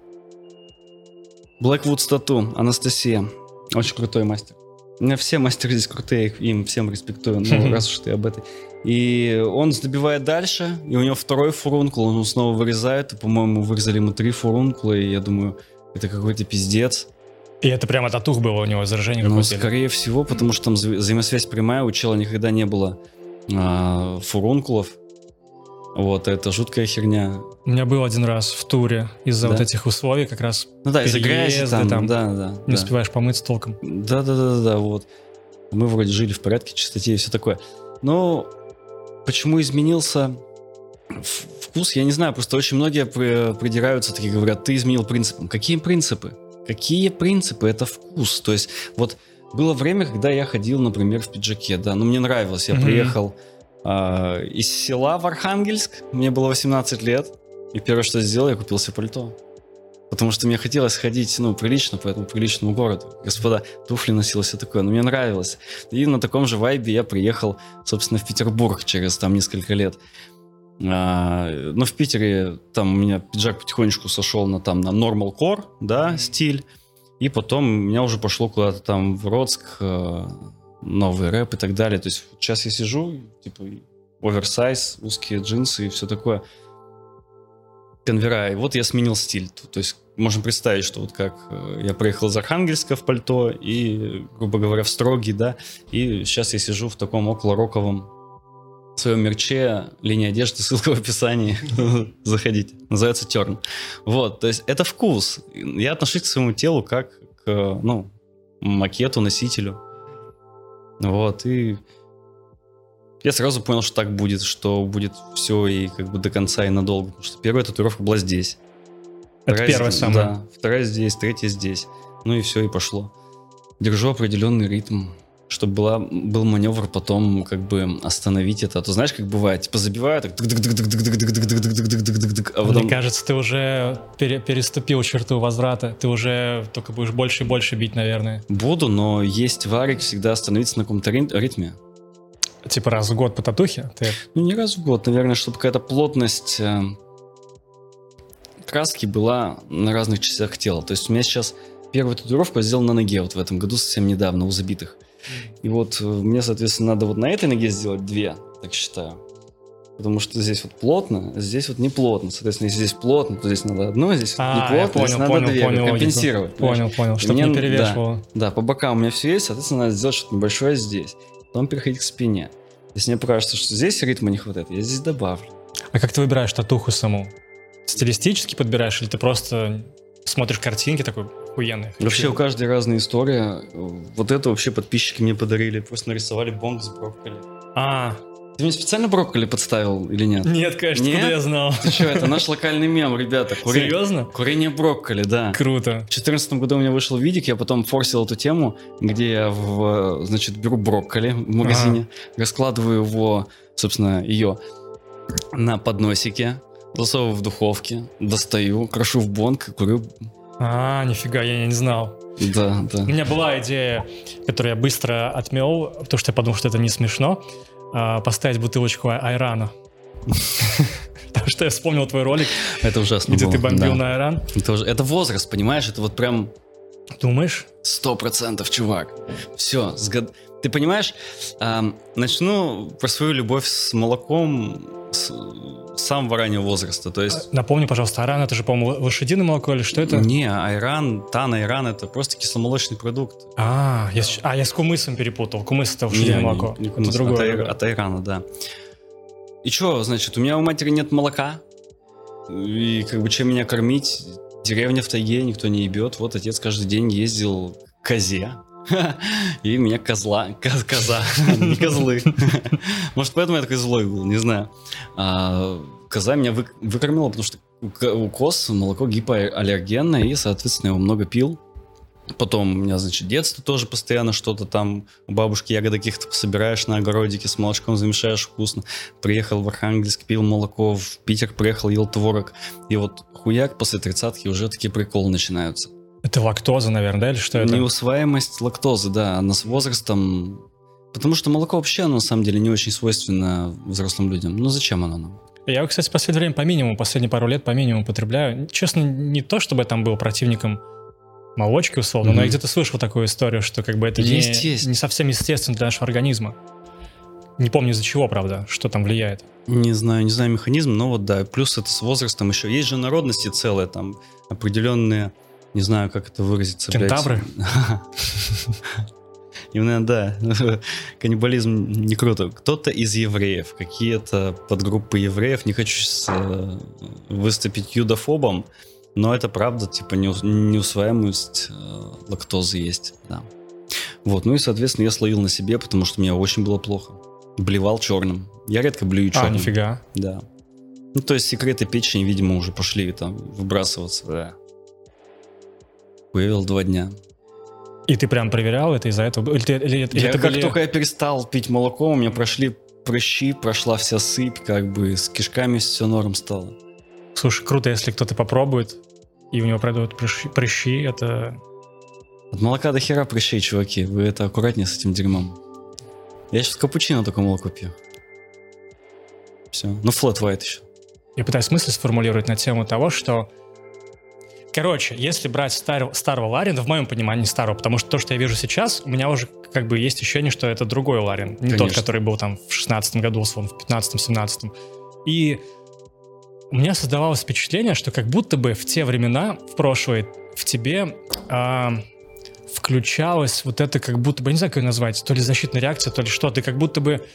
Speaker 1: Blackwood Tattoo, Анастасия. Очень крутой мастер. У меня все мастеры здесь крутые, им всем респектую, ну, раз уж ты об этой. И он добивает дальше, и у него второй фурункул, он снова вырезает, и, по-моему, вырезали ему три фурункула, и я думаю, это какой-то пиздец.
Speaker 2: И это прямо татух было у него, заражение
Speaker 1: Ну,
Speaker 2: какое-то?
Speaker 1: скорее всего, потому что там вза- взаимосвязь прямая, у чела никогда не было а, фурункулов. Вот, это жуткая херня.
Speaker 2: У меня был один раз в туре из-за
Speaker 1: Да?
Speaker 2: вот этих условий как раз
Speaker 1: Ну да, из-за грязи
Speaker 2: переезды
Speaker 1: там,
Speaker 2: там,
Speaker 1: да, да.
Speaker 2: не
Speaker 1: да.
Speaker 2: успеваешь помыться толком.
Speaker 1: Да-да-да-да, вот. Мы вроде жили в порядке, чистоте и все такое. Но почему изменился в- вкус, я не знаю. Просто очень многие при- придираются, такие говорят, ты изменил принципы. Какие принципы? Какие принципы? Это вкус. То есть вот было время, когда я ходил, например, в пиджаке, да, ну мне нравилось. Я
Speaker 2: Мгм.
Speaker 1: приехал а, из села в Архангельск, мне было восемнадцать лет, и первое, что я сделал, я купил себе пальто. Потому что мне хотелось ходить, ну, прилично по этому приличному городу. Господа, туфли носил, все такое. Но мне нравилось. И на таком же вайбе я приехал, собственно, в Петербург через там несколько лет. А, но в Питере там у меня пиджак потихонечку сошел на, там, на normal core, да, стиль. И потом у меня уже пошло куда-то там в Роцк, э, новый рэп и так далее. То есть сейчас я сижу, типа, оверсайз, узкие джинсы и все такое. Конвера. И вот я сменил стиль. То есть можно представить, что вот как э, я приехал из Архангельска в пальто и, грубо говоря, в строгий, да, и сейчас я сижу в таком около-роковом в своем мерче, линия одежды, ссылка в описании, заходите, называется Терн. Вот, то есть это вкус. Я отношусь к своему телу как к, ну, макету, носителю. Вот, и я сразу понял, что так будет, что будет все и как бы до конца и надолго. Потому что первая татуировка была здесь.
Speaker 2: Это
Speaker 1: Вторая
Speaker 2: первая
Speaker 1: здесь,
Speaker 2: самая.
Speaker 1: Да, вторая здесь, третья здесь. Ну и все, и пошло. Держу определенный ритм, чтобы была, был маневр потом как бы остановить это. А то знаешь, как бывает, типа забиваю, так... А потом...
Speaker 2: Мне кажется, ты уже пере- переступил черту возврата. Ты уже только будешь больше и больше бить, наверное.
Speaker 1: Буду, но есть варик всегда остановиться на каком-то рит- ритме.
Speaker 2: Типа раз в год по татухе? Ты...
Speaker 1: Ну, не раз в год, наверное, чтобы какая-то плотность э, краски была на разных частях тела. То есть у меня сейчас первую татуировку я сделал на ноге вот в этом году, совсем недавно, у забитых. И вот э, мне, соответственно, надо вот на этой ноге сделать две, так считаю. Потому что здесь вот плотно, а здесь вот не плотно. Соответственно, если здесь плотно, то здесь надо одно, а здесь
Speaker 2: А,
Speaker 1: не
Speaker 2: я
Speaker 1: плотно, здесь
Speaker 2: понял,
Speaker 1: надо
Speaker 2: понял,
Speaker 1: две,
Speaker 2: понял
Speaker 1: компенсировать.
Speaker 2: логику. Понял, понял,
Speaker 1: И
Speaker 2: чтобы
Speaker 1: мне-
Speaker 2: не перевешивало.
Speaker 1: Да, по бокам у меня все есть, соответственно, надо сделать что-то небольшое здесь. Потом переходить к спине. Если мне покажется, что здесь ритма не хватает, я здесь добавлю.
Speaker 2: А как ты выбираешь татуху саму? Стилистически подбираешь или ты просто смотришь картинки такой охуенный?
Speaker 1: Вообще у каждой разная история. Вот это вообще подписчики мне подарили. Просто нарисовали бонг с брокколи.
Speaker 2: А,
Speaker 1: Ты мне специально брокколи подставил или нет?
Speaker 2: нет, конечно,
Speaker 1: Нет?
Speaker 2: куда я знал?
Speaker 1: Ты что, это наш локальный мем, ребята. Кури-
Speaker 2: Серьезно?
Speaker 1: Курение брокколи, да.
Speaker 2: Круто.
Speaker 1: В две тысячи четырнадцатом году у меня вышел видик, я потом форсил эту тему, где я, в, значит, беру брокколи в магазине, раскладываю его, собственно, ее на подносике, засовываю в духовке, достаю, крошу в бонг и курю.
Speaker 2: А, нифига, я не знал.
Speaker 1: Да, да.
Speaker 2: У меня была идея, которую я быстро отмел, потому что я подумал, что это не смешно, а, поставить бутылочку ай- айрана. Потому что я вспомнил твой ролик,
Speaker 1: Это ужасно
Speaker 2: где
Speaker 1: было,
Speaker 2: ты бомбил
Speaker 1: да.
Speaker 2: на айран.
Speaker 1: Это, уже- это возраст, понимаешь? Это вот прям
Speaker 2: Думаешь?
Speaker 1: сто процентов, чувак. Все, Ты понимаешь, ам, начну про свою любовь с молоком с самого раннего возраста. То есть...
Speaker 2: Напомни, пожалуйста, айран это же, по-моему, лошадиное молоко или что это?
Speaker 1: Не, айран, тан, айран это просто кисломолочный продукт.
Speaker 2: А, я, а, я с кумысом перепутал. Кумыс это лошадиное
Speaker 1: не,
Speaker 2: молоко.
Speaker 1: Не, не
Speaker 2: это другое.
Speaker 1: От, ай, от айрана, да. И что, значит, у меня у матери нет молока. И как бы чем меня кормить? Деревня в тайге, никто не ебет. Вот отец каждый день ездил к козе. И меня козла, коз, коза, не козлы. Может, поэтому я такой злой был, не знаю. А, коза меня вы, выкормила, потому что у коз молоко гипоаллергенное, и, соответственно, я его много пил. Потом у меня, значит, детство тоже постоянно что-то там у бабушки ягоды каких-то пособираешь на огородике, с молочком замешаешь вкусно. Приехал в Архангельск, пил молоко, в Питер приехал, ел творог. И вот хуяк после тридцатки уже такие приколы начинаются. Это
Speaker 2: лактоза, наверное, да, или что это?
Speaker 1: Неусвояемость лактозы, да, она с возрастом... Потому что молоко вообще, оно, на самом деле, не очень свойственно взрослым людям. Ну, зачем оно нам?
Speaker 2: Я, кстати, в последнее время по минимуму, последние пару лет по минимуму потребляю. Честно, не то, чтобы я там был противником молочки, условно, mm-hmm. но я где-то слышал такую историю, что как бы это
Speaker 1: есть,
Speaker 2: не,
Speaker 1: есть.
Speaker 2: не совсем естественно для нашего организма. Не помню из-за чего, правда, что там влияет.
Speaker 1: Не знаю, не знаю механизм, но вот да, плюс это с возрастом еще. Есть же народности целые, там, определенные... Не знаю, как это выразиться.
Speaker 2: Кентавры?
Speaker 1: Именно, да. Каннибализм не круто. Кто-то из евреев, какие-то подгруппы евреев. Не хочу э, выступить юдофобом, но это правда, типа, неусвояемость э, лактозы есть. Да. Вот, ну и, соответственно, я словил на себе, потому что мне очень было плохо. Блевал черным. Я редко блюю черным.
Speaker 2: А, нифига.
Speaker 1: Да. Ну, то есть секреты печени, видимо, уже пошли там выбрасываться, да. Вывел два дня.
Speaker 2: И ты прям проверял это из-за этого? Или, или, или
Speaker 1: я,
Speaker 2: это
Speaker 1: как
Speaker 2: были...
Speaker 1: только я перестал пить молоко, у меня прошли прыщи, прошла вся сыпь, как бы с кишками все норм стало.
Speaker 2: Слушай, круто, если кто-то попробует, и у него пройдут прыщи, прыщи, это...
Speaker 1: От молока до хера прыщей, чуваки. Вы это аккуратнее с этим дерьмом. Я сейчас капучино только молоко пью. Все. Ну, флэт white еще.
Speaker 2: Я пытаюсь мысли сформулировать на тему того, что... Короче, если брать стар, старого Ларина, в моем понимании старого, потому что то, что я вижу сейчас, у меня уже как бы есть ощущение, что это другой Ларин. Не
Speaker 1: Конечно.
Speaker 2: Тот, который был там в шестнадцатом году, условно, в пятнадцатом-семнадцатом. И у меня создавалось впечатление, что как будто бы в те времена, в прошлые, в тебе а, включалась вот это как будто бы, я не знаю, как ее назвать, то ли защитная реакция, то ли что. Ты как будто бы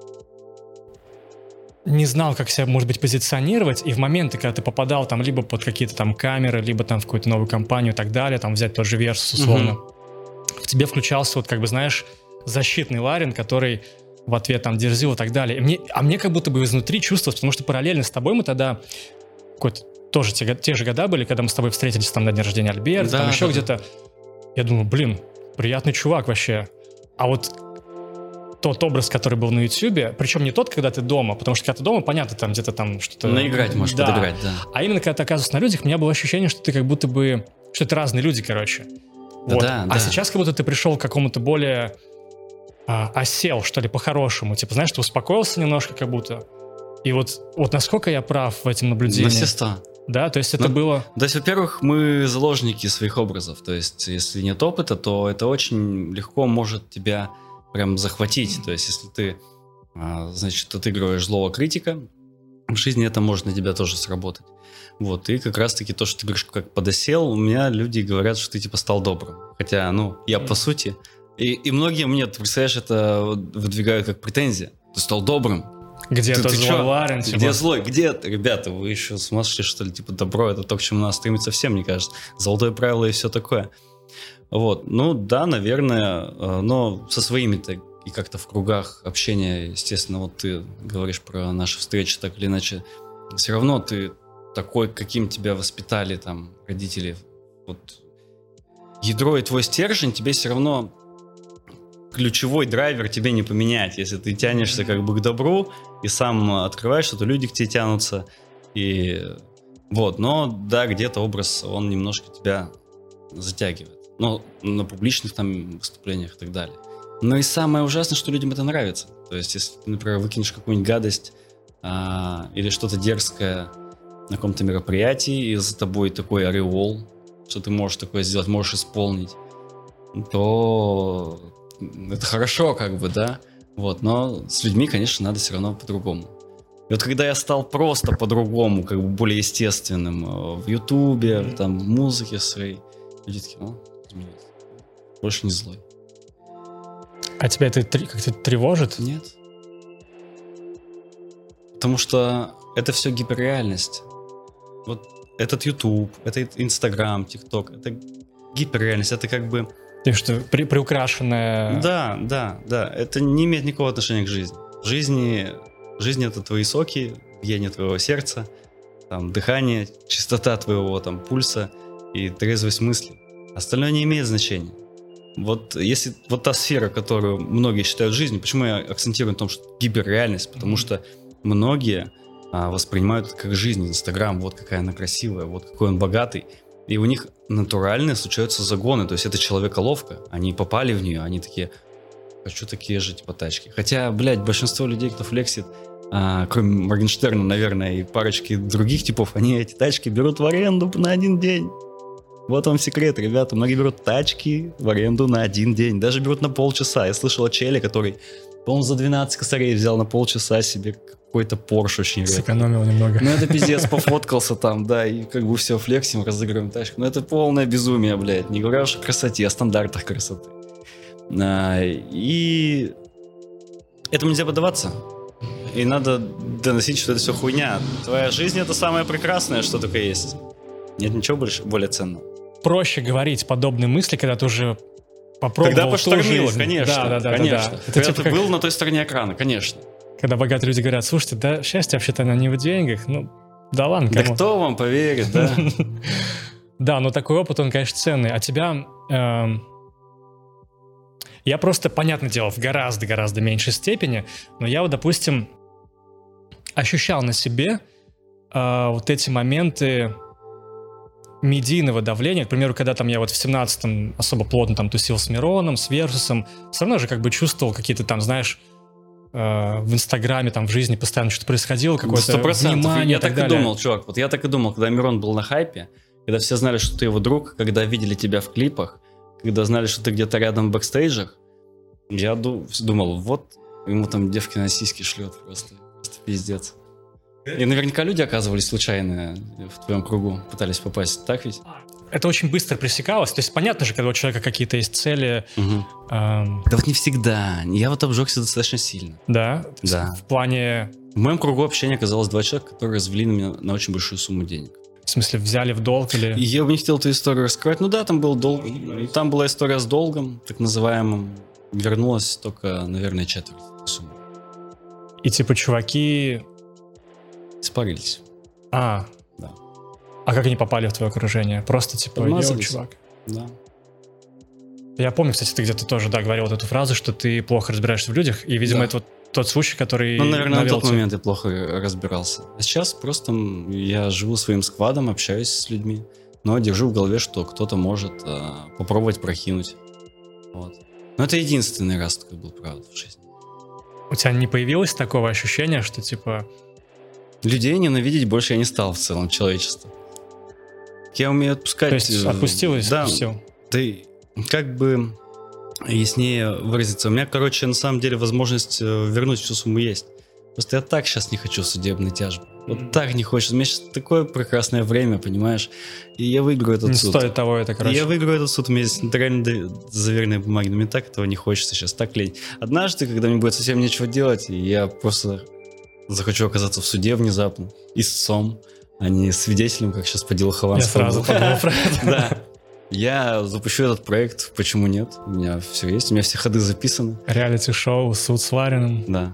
Speaker 2: не знал, как себя, может быть, позиционировать, и в моменты, когда ты попадал там либо под какие-то там камеры, либо там в какую-то новую компанию и так далее, там взять тот же Versus условно, mm-hmm. в тебе включался вот, как бы, знаешь, защитный Ларин, который в ответ там дерзил и так далее. И мне, а мне как будто бы изнутри чувствовалось, потому что параллельно с тобой мы тогда, какой-то, тоже те, те же года были, когда мы с тобой встретились там на день рождения Альберта, да, там еще да, где-то. Да. Я думаю, блин, приятный чувак вообще. А вот тот образ, который был на Ютубе, причем не тот, когда ты дома, потому что когда ты дома, понятно, там где-то там что-то...
Speaker 1: Наиграть можешь,
Speaker 2: да.
Speaker 1: подыграть, да.
Speaker 2: А именно, когда ты оказываешься на людях, у меня было ощущение, что ты как будто бы... Что это разные люди, короче.
Speaker 1: Да,
Speaker 2: вот.
Speaker 1: да,
Speaker 2: а
Speaker 1: да.
Speaker 2: сейчас как будто ты пришел к какому-то более... А, осел, что ли, по-хорошему. Типа, знаешь, ты успокоился немножко как будто. И вот, вот насколько я прав в этом наблюдении.
Speaker 1: На все сто.
Speaker 2: Да, то есть это
Speaker 1: Но,
Speaker 2: было...
Speaker 1: То есть, во-первых, мы заложники своих образов. То есть, если нет опыта, то это очень легко может тебя прям захватить. То есть, если ты, значит, отыгрываешь злого критика, в жизни это может на тебя тоже сработать. Вот, и как раз-таки то, что ты говоришь, как подосел, у меня люди говорят, что ты типа стал добрым. Хотя, ну, я по сути... И, и многие мне, ты представляешь, это выдвигают как претензия. Ты стал добрым.
Speaker 2: Где ты, ты злой чё? Ларин?
Speaker 1: Где типа? Злой? Где ты? Ребята, вы еще с ума сошли, что ли? Типа добро, это то, к чему надо стремиться всем, мне кажется. Золотое правило и все такое. Вот, ну да, наверное, но со своими-то и как-то в кругах общения, естественно, вот ты говоришь про наши встречи, так или иначе, все равно ты такой, каким тебя воспитали там родители. Вот ядро и твой стержень тебе все равно... Ключевой драйвер тебе не поменять. Если ты тянешься как бы к добру и сам открываешь, что люди к тебе тянутся. И вот, но да, где-то образ, он немножко тебя затягивает. Но на публичных там выступлениях и так далее. Но и самое ужасное, что людям это нравится. То есть, если ты, например, выкинешь какую-нибудь гадость а, или что-то дерзкое на каком-то мероприятии, и за тобой такой ореол, что ты можешь такое сделать, можешь исполнить, то... Это хорошо, как бы, да. Вот, но с людьми, конечно, надо все равно по-другому. И вот когда я стал просто по-другому, как бы более естественным э, в Ютубе, там, в музыке своей, люди такие, о, изменился. Больше не злой.
Speaker 2: А тебя это тр- как-то тревожит?
Speaker 1: Нет. Потому что это все гиперреальность. Вот этот YouTube, это Инстаграм, ТикТок, это гиперреальность, это как бы...
Speaker 2: Ты что, при- приукрашенная...
Speaker 1: Да, да, да, это не имеет никакого отношения к жизни. В жизни, жизнь — это твои соки, биение твоего сердца, там, дыхание, частота твоего там, пульса и трезвость мысли. Остальное не имеет значения. Вот если вот та сфера, которую многие считают жизнью, почему я акцентирую на том, что гиперреальность, потому что многие а, воспринимают это как жизнь. Инстаграм, вот какая она красивая, вот какой он богатый. И у них натурально случаются загоны. То есть это человеколовка. Они попали в нее, они такие, хочу такие же типа тачки. Хотя, блядь, большинство людей, кто флексит, а, кроме Моргенштерна, наверное, и парочки других типов, они эти тачки берут в аренду на один день. Вот вам секрет, ребята. Многие берут тачки в аренду на один день. Даже берут на полчаса. Я слышал о челе, который, по-моему, за двенадцать косарей взял на полчаса себе какой-то Порш очень редкий.
Speaker 2: Сэкономил немного.
Speaker 1: Ну это пиздец, пофоткался там, да, и как бы все, флексим, разыгрываем тачку. Ну это полное безумие, блядь. Не говоря уж о красоте, о стандартах красоты. А, и этому нельзя поддаваться. И надо доносить, что это все хуйня. Твоя жизнь — это самое прекрасное, что только есть. Нет ничего больше, более ценного.
Speaker 2: Проще говорить подобные мысли, когда ты уже попробовал
Speaker 1: Когда
Speaker 2: ту
Speaker 1: поштормило,
Speaker 2: жизнь.
Speaker 1: конечно,
Speaker 2: Да, да, да,
Speaker 1: конечно.
Speaker 2: да, да. Это
Speaker 1: Когда
Speaker 2: типа
Speaker 1: ты
Speaker 2: как,
Speaker 1: был на той стороне экрана, конечно.
Speaker 2: когда богатые люди говорят, слушайте, да, счастье вообще-то оно не в деньгах. Ну, да ладно,
Speaker 1: Да
Speaker 2: кому?
Speaker 1: кто вам поверит, да?
Speaker 2: Да, но такой опыт, он, конечно, ценный. А тебя... эм, Я просто, понятное дело, в гораздо-гораздо меньшей степени, но я вот, допустим, ощущал на себе э, вот эти моменты медийного давления. К примеру, когда там я вот в семнадцатом особо плотно там тусил с Мироном, с Версусом, все равно же как бы чувствовал какие-то там, знаешь, э, в Инстаграме, там в жизни постоянно что-то происходило, какое-то
Speaker 1: Сто процентов.
Speaker 2: внимание
Speaker 1: Я
Speaker 2: и так
Speaker 1: так и
Speaker 2: далее.
Speaker 1: думал, чувак. Вот я так и думал, когда Мирон был на хайпе, когда все знали, что ты его друг, когда видели тебя в клипах, когда знали, что ты где-то рядом в бэкстейджах, я ду- думал, вот ему там девки на сиськи шлет просто. Просто пиздец. И наверняка люди оказывались случайно в твоем кругу, пытались попасть, так ведь?
Speaker 2: Это очень быстро пресекалось. То есть понятно же, когда у человека какие-то есть цели,
Speaker 1: Угу.
Speaker 2: эм,
Speaker 1: Да вот не всегда. Я вот обжегся достаточно сильно.
Speaker 2: да, то есть
Speaker 1: Да.
Speaker 2: в плане,
Speaker 1: В моем кругу общения оказалось два человека, которые развели на меня на очень большую сумму денег.
Speaker 2: в смысле, взяли в долг или...
Speaker 1: И я бы не хотел эту историю раскрывать. Ну да, там был долг. Там была история с долгом, так называемым. Вернулась только, наверное, четверть суммы.
Speaker 2: И типа чуваки...
Speaker 1: Испарились.
Speaker 2: А,
Speaker 1: Да.
Speaker 2: а как они попали в твое окружение? Просто типа, йоу,
Speaker 1: Подмазались.
Speaker 2: чувак.
Speaker 1: Да.
Speaker 2: Я помню, кстати, ты где-то тоже, да, говорил вот эту фразу, что ты плохо разбираешься в людях, и, видимо,
Speaker 1: Да.
Speaker 2: это вот тот случай, который
Speaker 1: Ну, наверное, на
Speaker 2: навел
Speaker 1: тот
Speaker 2: тебя.
Speaker 1: момент я плохо разбирался. А сейчас просто м, я живу своим сквадом, общаюсь с людьми, но держу в голове, что кто-то может а, попробовать прокинуть. Вот. Но это единственный раз такой был, правда, в жизни.
Speaker 2: У тебя не появилось такого ощущения, что типа...
Speaker 1: Людей ненавидеть больше я не стал в целом, человечество. Я умею отпускать.
Speaker 2: То есть
Speaker 1: э,
Speaker 2: отпустилось
Speaker 1: да,
Speaker 2: все.
Speaker 1: Да и как бы яснее выразиться. У меня, короче, на самом деле возможность э, вернуть всю сумму есть. Просто я так сейчас не хочу судебной тяжбы. Вот так не хочется. У меня сейчас такое прекрасное время, понимаешь? И я выиграю этот
Speaker 2: Не
Speaker 1: суд.
Speaker 2: стоит того это,
Speaker 1: И
Speaker 2: короче.
Speaker 1: я выиграю этот суд, у меня есть нотариально дов- заверенные бумаги, но мне так этого не хочется сейчас, так лень. Однажды, когда мне будет совсем нечего делать, и я просто захочу оказаться в суде внезапно, истцом, а не свидетелем, как сейчас по делу
Speaker 2: Я
Speaker 1: Хованского.
Speaker 2: сразу подумал про это.
Speaker 1: Да. Я запущу этот проект, почему нет? У меня все есть, у меня все ходы записаны.
Speaker 2: Реалити-шоу, суд с Вариным.
Speaker 1: Да.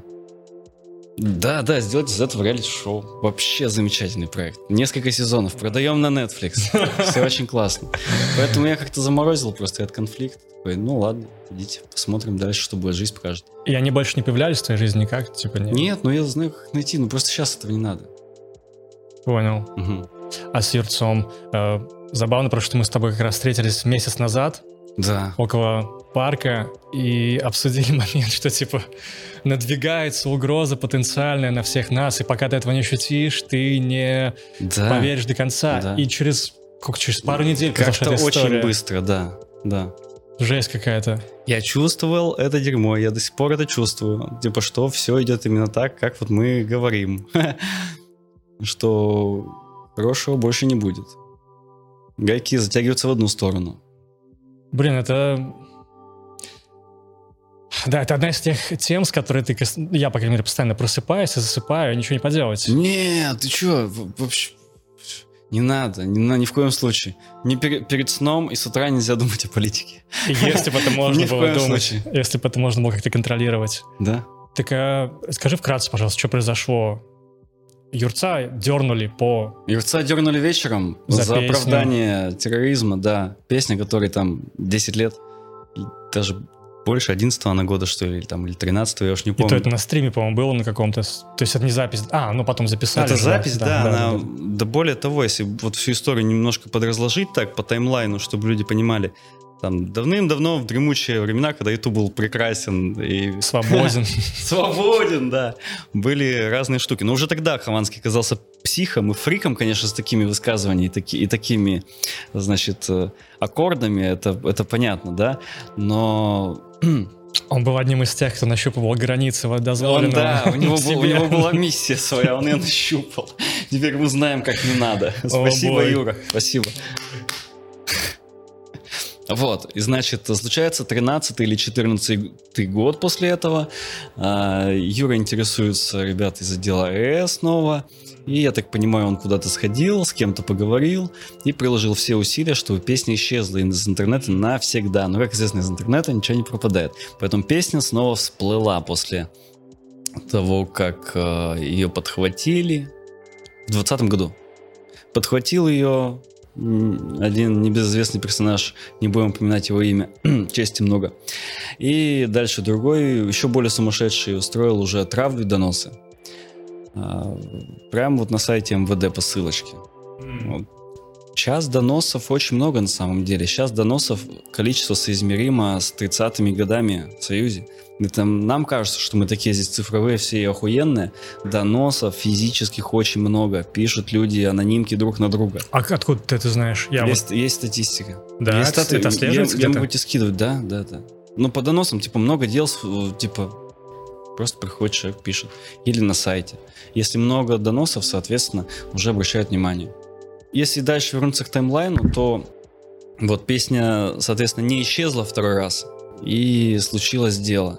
Speaker 1: Да, да, сделать из этого реалити-шоу. Вообще замечательный проект. Несколько сезонов. Продаем на Netflix. Все очень классно. Поэтому я как-то заморозил просто этот конфликт. Такой, ну ладно, идите, посмотрим дальше, что будет, жизнь покажет.
Speaker 2: И они больше не появлялись в твоей жизни никак? Типа, нет?
Speaker 1: Нет, ну я знаю, как их найти, ну просто сейчас этого не надо.
Speaker 2: Понял.
Speaker 1: Мгм.
Speaker 2: А с Юрцом? Э, забавно, потому что мы с тобой как раз встретились месяц назад
Speaker 1: Да.
Speaker 2: около парка и обсудили момент, что типа надвигается угроза потенциальная на всех нас, и пока ты этого не ощутишь, ты не
Speaker 1: Да.
Speaker 2: поверишь до конца.
Speaker 1: Да.
Speaker 2: И через, сколько, через пару недель
Speaker 1: Как-то
Speaker 2: произошла эта
Speaker 1: очень
Speaker 2: история.
Speaker 1: быстро, да. Да.
Speaker 2: Жесть какая-то.
Speaker 1: Я чувствовал это дерьмо, я до сих пор это чувствую. Типа, что все идет именно так, как вот мы говорим. Что хорошего больше не будет. Гайки затягиваются в одну сторону.
Speaker 2: Блин, это... Да, это одна из тех тем, с которой ты, я, по крайней мере, постоянно просыпаюсь и засыпаю, и ничего не поделать.
Speaker 1: Нет, ты чё? Вообще... Не надо, ни, ни в коем случае. Не пер, перед сном и с утра нельзя думать о политике.
Speaker 2: Если бы это можно было думать.
Speaker 1: Случае.
Speaker 2: Если бы это можно было как-то контролировать.
Speaker 1: Да.
Speaker 2: Так а, скажи вкратце, пожалуйста, что произошло? Юрца дернули по...
Speaker 1: Юрца дернули вечером за, за оправдание терроризма, да. Песня, которой там десять лет, даже больше, одиннадцатого на года, что ли, или, там, или тринадцатого, я уж не помню.
Speaker 2: И то это на стриме, по-моему, было на каком-то... То есть это не запись... А, ну потом записали.
Speaker 1: Это
Speaker 2: же,
Speaker 1: запись, да, да, да, она...
Speaker 2: да, да.
Speaker 1: Да более того, если вот всю историю немножко подразложить так по таймлайну, чтобы люди понимали, там давным-давно в дремучие времена, когда YouTube был прекрасен и...
Speaker 2: Свободен.
Speaker 1: Свободен, да. Были разные штуки. Но уже тогда Хованский казался психом и фриком, конечно, с такими высказываниями и, таки, и такими, значит, аккордами. Это, это понятно, да? Но...
Speaker 2: Он был одним из тех, кто нащупывал границы дозволенного.
Speaker 1: Он, да, у него, был, у него была миссия своя, он ее нащупал. Теперь мы знаем, как не надо. Спасибо, О, Юра, спасибо. Вот, и значит, случается тринадцатый или четырнадцатый год после этого. Юра интересуется, ребята, из отдела РС снова. И, я так понимаю, он куда-то сходил, с кем-то поговорил и приложил все усилия, чтобы песня исчезла из интернета навсегда. Но, как известно, из интернета ничего не пропадает. Поэтому песня снова всплыла после того, как э, ее подхватили в двадцатом году. Подхватил ее один небезызвестный персонаж, не будем упоминать его имя, чести много. И дальше другой, еще более сумасшедший, устроил уже травлю и доносы. Прямо вот на сайте МВД по ссылочке. Вот. Сейчас доносов очень много на самом деле. Сейчас доносов количество соизмеримо с тридцатыми годами в Союзе. Это нам кажется, что мы такие здесь цифровые все и охуенные. Доносов физических очень много. Пишут люди анонимки друг на друга.
Speaker 2: А откуда ты это знаешь? Я
Speaker 1: есть,
Speaker 2: вот...
Speaker 1: есть статистика.
Speaker 2: Да,
Speaker 1: есть стати...
Speaker 2: это отслеживается где-то?
Speaker 1: Я могу тебе скидывать, да, да, да. Но по доносам, типа, много дел, типа... Просто приходит человек, пишет. Или на сайте. Если много доносов, соответственно, уже обращают внимание. Если дальше вернуться к таймлайну, то вот песня, соответственно, не исчезла второй раз. И случилось дело.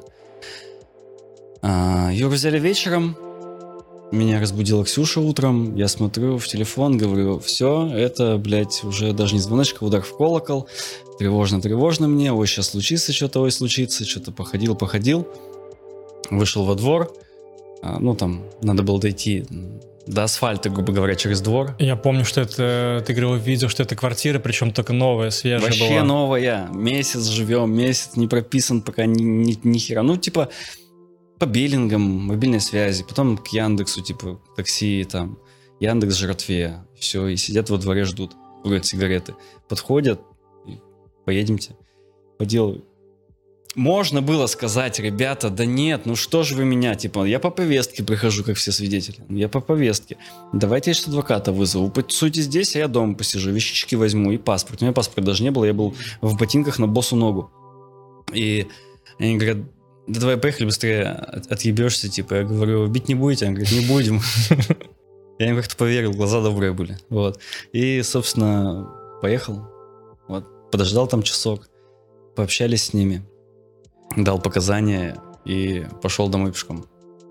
Speaker 1: Ее взяли вечером. Меня разбудила Ксюша утром. Я смотрю в телефон, говорю, все, это, блядь, уже даже не звоночка, удар в колокол. Тревожно-тревожно мне. Ой, сейчас случится что-то, ой, случится. Что-то походил-походил. Вышел во двор, ну там надо было дойти до асфальта, грубо говоря, через двор.
Speaker 2: Я помню, что это, ты говорил в видео, что это квартира, причем только новая, свежая
Speaker 1: Вообще
Speaker 2: была.
Speaker 1: Вообще новая, месяц живем, месяц не прописан пока ни, ни, ни хера. Ну типа по биллингам, мобильной связи, потом к Яндексу, типа такси, там, Яндекс жратве, все, и сидят во дворе, ждут, курят сигареты. Подходят, поедемте, поделаю. Можно было сказать, ребята, да нет, ну что же вы меня, типа, я по повестке прихожу, как все свидетели, я по повестке, давайте я сейчас адвоката вызову, посуйте здесь, а я дома посижу, вещички возьму и паспорт. У меня паспорта даже не было, я был в ботинках на босу ногу. И они говорят, да давай поехали быстрее, от, отъебешься, типа, я говорю, бить не будете? Они говорят, не будем. Я им как-то поверил, глаза добрые были, вот. И, собственно, поехал, вот, подождал там часок, пообщались с ними. Дал показания и пошел домой пешком.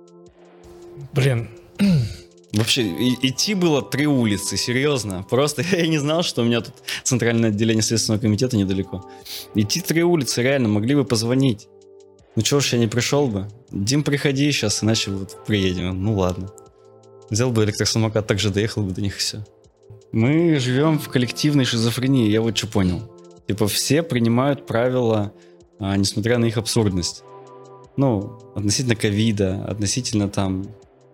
Speaker 2: Блин.
Speaker 1: Вообще, и, идти было три улицы, серьезно. Просто я не знал, что у меня тут центральное отделение Следственного комитета недалеко. Идти три улицы, реально, могли бы позвонить. Ну чего ж я не пришел бы? Дим, приходи сейчас, иначе вот приедем. Ну ладно. Взял бы электросамокат, так же доехал бы до них и все. Мы живем в коллективной шизофрении, я вот что понял. Типа все принимают правила... А, несмотря на их абсурдность. Ну, относительно ковида, относительно там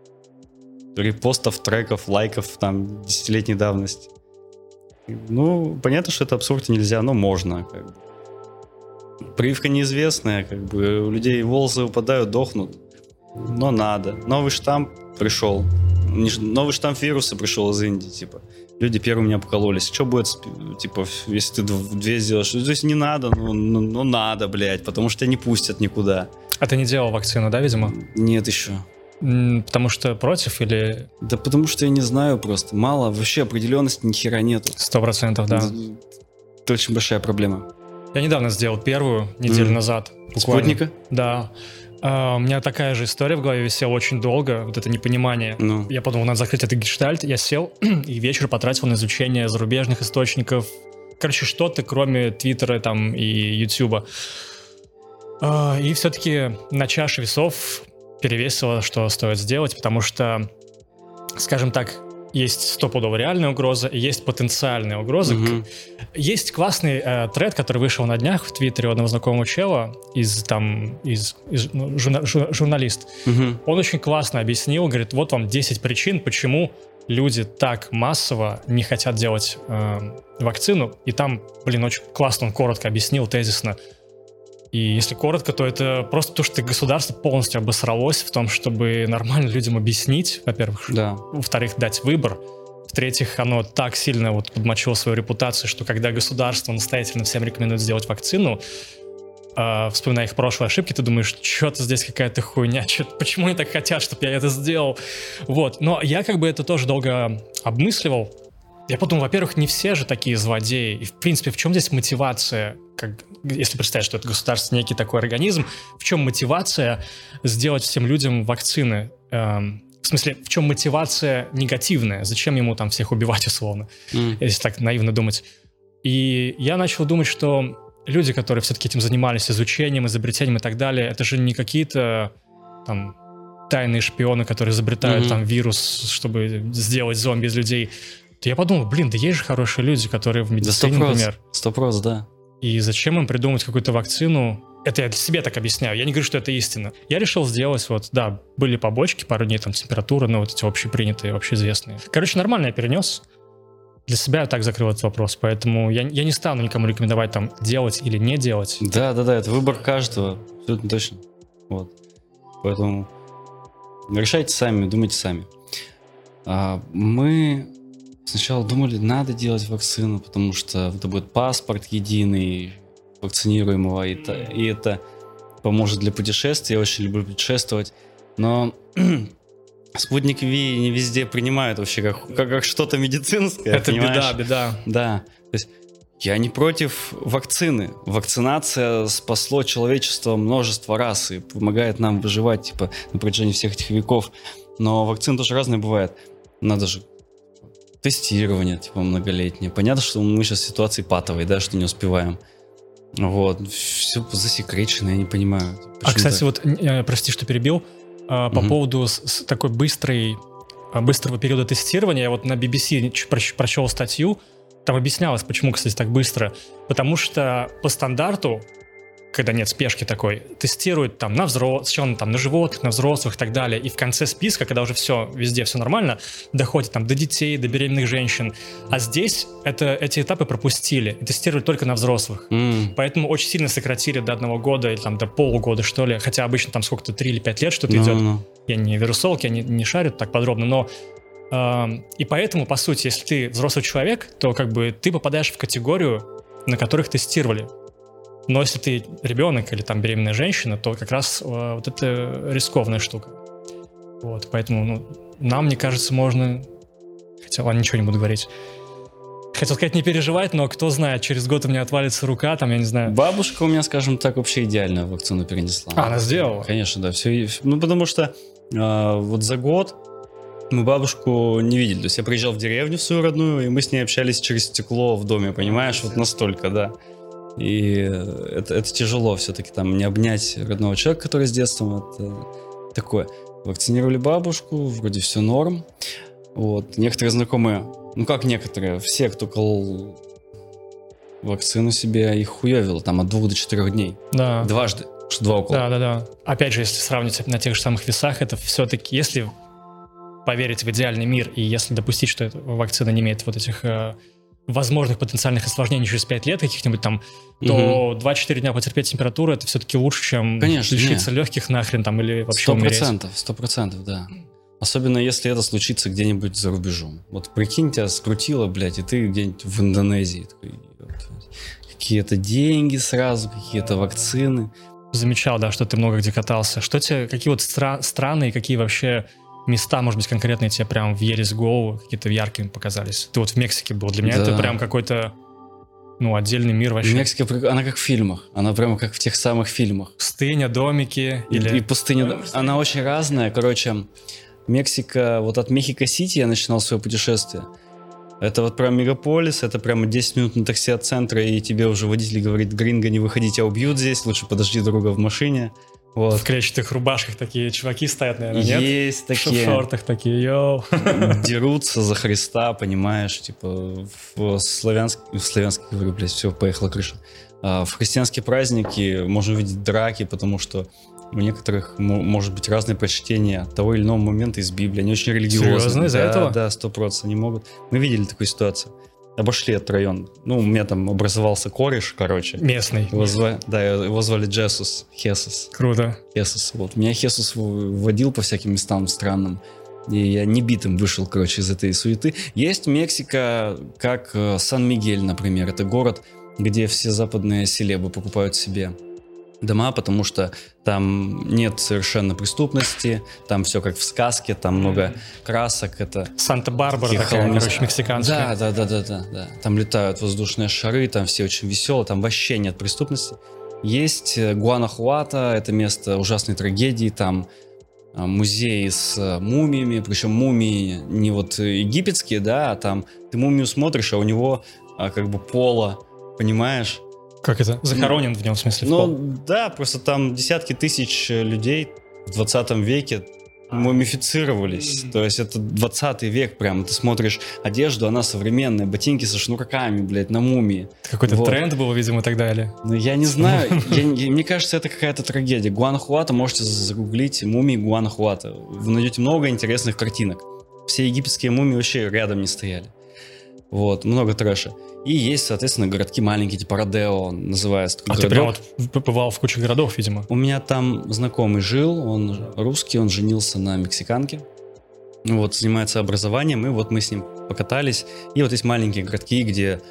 Speaker 1: репостов, треков, лайков там десятилетней давности. Ну, понятно, что это абсурд и нельзя, но можно. Как бы. Прививка неизвестная, как бы у людей волосы упадают, дохнут. Но надо. Новый штамп пришел. новый штамм вируса пришел из Индии, типа. Люди первыми не обкололись. Что будет, типа, если ты две сделаешь? То есть не надо, ну, ну, ну надо, блядь, потому что тебя не пустят никуда.
Speaker 2: А ты не делал вакцину, да, видимо?
Speaker 1: Нет еще.
Speaker 2: Потому что против или...
Speaker 1: Да потому что я не знаю просто. Мало, вообще определенности ни хера нету.
Speaker 2: Сто процентов, да.
Speaker 1: Это очень большая проблема.
Speaker 2: Я недавно сделал первую, неделю mm. назад. Буквально.
Speaker 1: Спутника?
Speaker 2: Да. Uh, у меня такая же история в голове висела очень долго, вот это непонимание. Ну. Я подумал, надо закрыть этот гештальт. Я сел и вечер потратил на изучение зарубежных источников. Короче, что-то, кроме Твиттера там и Ютуба. Uh, и все-таки на чаше весов перевесило, что стоит сделать, потому что, скажем так, есть стопудово реальная угроза и есть потенциальная угроза. Mm-hmm. Есть классный э, тред, который вышел на днях в Твиттере у одного знакомого чела, из, там, из, из, ну, журна, журналист. Mm-hmm. Он очень классно объяснил, говорит, вот вам десять причин, почему люди так массово не хотят делать э, вакцину. И там, блин, очень классно он коротко объяснил, тезисно. И если коротко, то это просто то, что государство полностью обосралось в том, чтобы нормально людям объяснить, во-первых, да. Во-вторых, дать выбор, в-третьих, оно так сильно вот подмочило свою репутацию, что когда государство настоятельно всем рекомендует сделать вакцину, э, вспоминая их прошлые ошибки, ты думаешь, что-то здесь какая-то хуйня, что-то, почему они так хотят, чтобы я это сделал? Вот, но я как бы это тоже долго обмысливал. Я подумал, во-первых, не все же такие злодеи. И, в принципе, в чем здесь мотивация? Как, если представить, что это государство некий такой организм, в чем мотивация сделать всем людям вакцины? Эм, в смысле, в чем мотивация негативная? Зачем ему там всех убивать условно? Mm. Если так наивно думать. И я начал думать, что люди, которые все-таки этим занимались, изучением, изобретением и так далее, это же не какие-то там тайные шпионы, которые изобретают mm-hmm. там вирус, чтобы сделать зомби из людей. То я подумал, блин, да есть же хорошие люди, которые в медицине, да, например.
Speaker 1: Сто процентов, да.
Speaker 2: И зачем им придумать какую-то вакцину? Это я для себя так объясняю. Я не говорю, что это истина. Я решил сделать вот, да, были побочки, пару дней там температура, но вот эти общепринятые, общеизвестные. Короче, нормально я перенес. Для себя я так закрыл этот вопрос, поэтому я, я не стану никому рекомендовать там делать или не делать.
Speaker 1: Да, да, да, это выбор каждого, абсолютно точно. Вот. Поэтому решайте сами, думайте сами. А, мы сначала думали, надо делать вакцину, потому что это будет паспорт единый вакцинируемого, и это, и это поможет для путешествий. Я очень люблю путешествовать, но спутник Ви не везде принимают вообще как, как, как что-то медицинское.
Speaker 2: Это
Speaker 1: понимаешь?
Speaker 2: беда, беда.
Speaker 1: Да, то есть я не против вакцины. Вакцинация спасло человечество множество раз и помогает нам выживать типа на протяжении всех этих веков. Но вакцины тоже разные бывают. Надо же тестирование типа многолетнее. Понятно, что мы сейчас в ситуации патовой, да, что не успеваем. Вот, все засекречено, я не понимаю.
Speaker 2: А, кстати, так? вот, э, прости, что перебил, э, по угу. поводу с, с такой быстрой, быстрого периода тестирования, я вот на би би си прочел статью, там объяснялось, почему, кстати, так быстро. Потому что по стандарту, когда нет спешки такой, тестируют там на взрослых, сначала там на животных, на взрослых и так далее. И в конце списка, когда уже все, везде все нормально, доходит там до детей, до беременных женщин. А здесь это, эти этапы пропустили и тестируют только на взрослых. Mm. Поэтому очень сильно сократили до одного года или там до полугода, что ли. Хотя обычно там сколько-то, три или пять лет что-то no, идет. No. Я не вирусолог, я не, не шарю так подробно, но э, и поэтому, по сути, если ты взрослый человек, то как бы ты попадаешь в категорию, на которых тестировали. Но если ты ребенок или там беременная женщина, то как раз э, вот это рискованная штука. Вот, поэтому ну, нам, мне кажется, можно... Хотя, ладно, ничего не буду говорить. Хотел сказать, не переживать, но кто знает, через год у меня отвалится рука, там, я не знаю.
Speaker 1: Бабушка у меня, скажем так, вообще идеально вакцину перенесла.
Speaker 2: А, она сделала?
Speaker 1: Конечно, да. Все, ну, потому что э, вот за год мы бабушку не видели. То есть я приезжал в деревню в свою родную, и мы с ней общались через стекло в доме, понимаешь? Вот настолько, да. И это, это тяжело все-таки там не обнять родного человека, который с детства, это такое. Вакцинировали бабушку, вроде все норм. Вот. Некоторые знакомые, ну как некоторые, все, кто колол вакцину себе, их хуевило там от двух до четырех дней.
Speaker 2: Да.
Speaker 1: Дважды, что два укола.
Speaker 2: Да, да, да. Опять же, если сравнить на тех же самых весах, это все-таки, если поверить в идеальный мир, и если допустить, что эта вакцина не имеет вот этих... возможных потенциальных осложнений через пять лет каких-нибудь там, то угу. два-четыре дня потерпеть температуру, это все-таки лучше, чем
Speaker 1: Конечно,
Speaker 2: лишиться
Speaker 1: нет.
Speaker 2: легких нахрен там или вообще умереть.
Speaker 1: Сто процентов, сто процентов, да. Особенно если это случится где-нибудь за рубежом. Вот прикинь, тебя скрутило, блядь, и ты где-нибудь в Индонезии. Такой, какие-то деньги сразу, какие-то вакцины.
Speaker 2: Замечал, да, что ты много где катался. Что тебе, какие вот стра- страны и какие вообще места, может быть, конкретные тебе прям въелись в голову, какие-то яркими показались? Ты вот в Мексике был. Для меня
Speaker 1: Да.
Speaker 2: это прям какой-то, ну, отдельный мир вообще.
Speaker 1: Мексика, она как в фильмах. Она прямо как в тех самых фильмах.
Speaker 2: Пустыня, домики.
Speaker 1: И,
Speaker 2: или...
Speaker 1: и пустыня, она очень разная. Короче, Мексика, вот от Мехико-Сити я начинал свое путешествие. Это вот прям мегаполис, это прямо десять минут на такси от центра, и тебе уже водитель говорит: гринго, не выходи, тебя убьют здесь, лучше подожди друга в машине. Вот.
Speaker 2: В клетчатых рубашках такие чуваки стоят, наверное, нет?
Speaker 1: Есть такие.
Speaker 2: В шортах такие, йоу.
Speaker 1: Дерутся за Христа, понимаешь, типа в славянских, в славянских, говорю, блядь, все, поехала крыша. А в христианские праздники можно увидеть драки, потому что у некоторых м- может быть разные прочтения того или иного момента из Библии. Они очень религиозные.
Speaker 2: Серьезно? Из-за
Speaker 1: да,
Speaker 2: этого?
Speaker 1: Да, сто процентов они могут. Мы видели такую ситуацию. Обошли этот район. Ну, у меня там образовался кореш, короче.
Speaker 2: Местный.
Speaker 1: Его звали, да, его звали Джесус, Хесус.
Speaker 2: Круто.
Speaker 1: Хесус. Вот. Меня Хесус водил по всяким местам странным. И я не битым вышел, короче, из этой суеты. Есть Мексика, как э, Сан-Мигель, например. Это город, где все западные селебы покупают себе дома, потому что там нет совершенно преступности, там все как в сказке, там много красок. Это
Speaker 2: Санта-Барбара
Speaker 1: таких
Speaker 2: такая,
Speaker 1: холмистых-
Speaker 2: короче, мексиканская.
Speaker 1: Да, да, да, да, да, да. Там летают воздушные шары, там все очень веселые, там вообще нет преступности. Есть э, Гуанахуато, это место ужасной трагедии, там э, музей с э, мумиями, причем мумии не вот египетские, да, а там ты мумию смотришь, а у него а, как бы поло, понимаешь?
Speaker 2: Как это? Захоронен в нем, в смысле, в
Speaker 1: Ну
Speaker 2: пол?
Speaker 1: да, просто там десятки тысяч людей в двадцатом веке мумифицировались. То есть это двадцатый век прям. Ты смотришь одежду, она современная, ботинки со шнурками, блядь, на мумии.
Speaker 2: Какой-то
Speaker 1: вот.
Speaker 2: тренд был, видимо, и так далее.
Speaker 1: Ну я не знаю, я, я- мне кажется, это какая-то трагедия. Гуанахуато, можете загуглить мумии Гуанахуато. Вы найдете много интересных картинок. Все египетские мумии вообще рядом не стояли. Вот, много трэша. И есть, соответственно, городки маленькие, типа Родео называется такой
Speaker 2: А ты прям
Speaker 1: городок.
Speaker 2: вот побывал в куче городов, видимо.
Speaker 1: У меня там знакомый жил, он русский, он женился на мексиканке. Вот, занимается образованием, и вот мы с ним покатались. И вот есть маленькие городки, где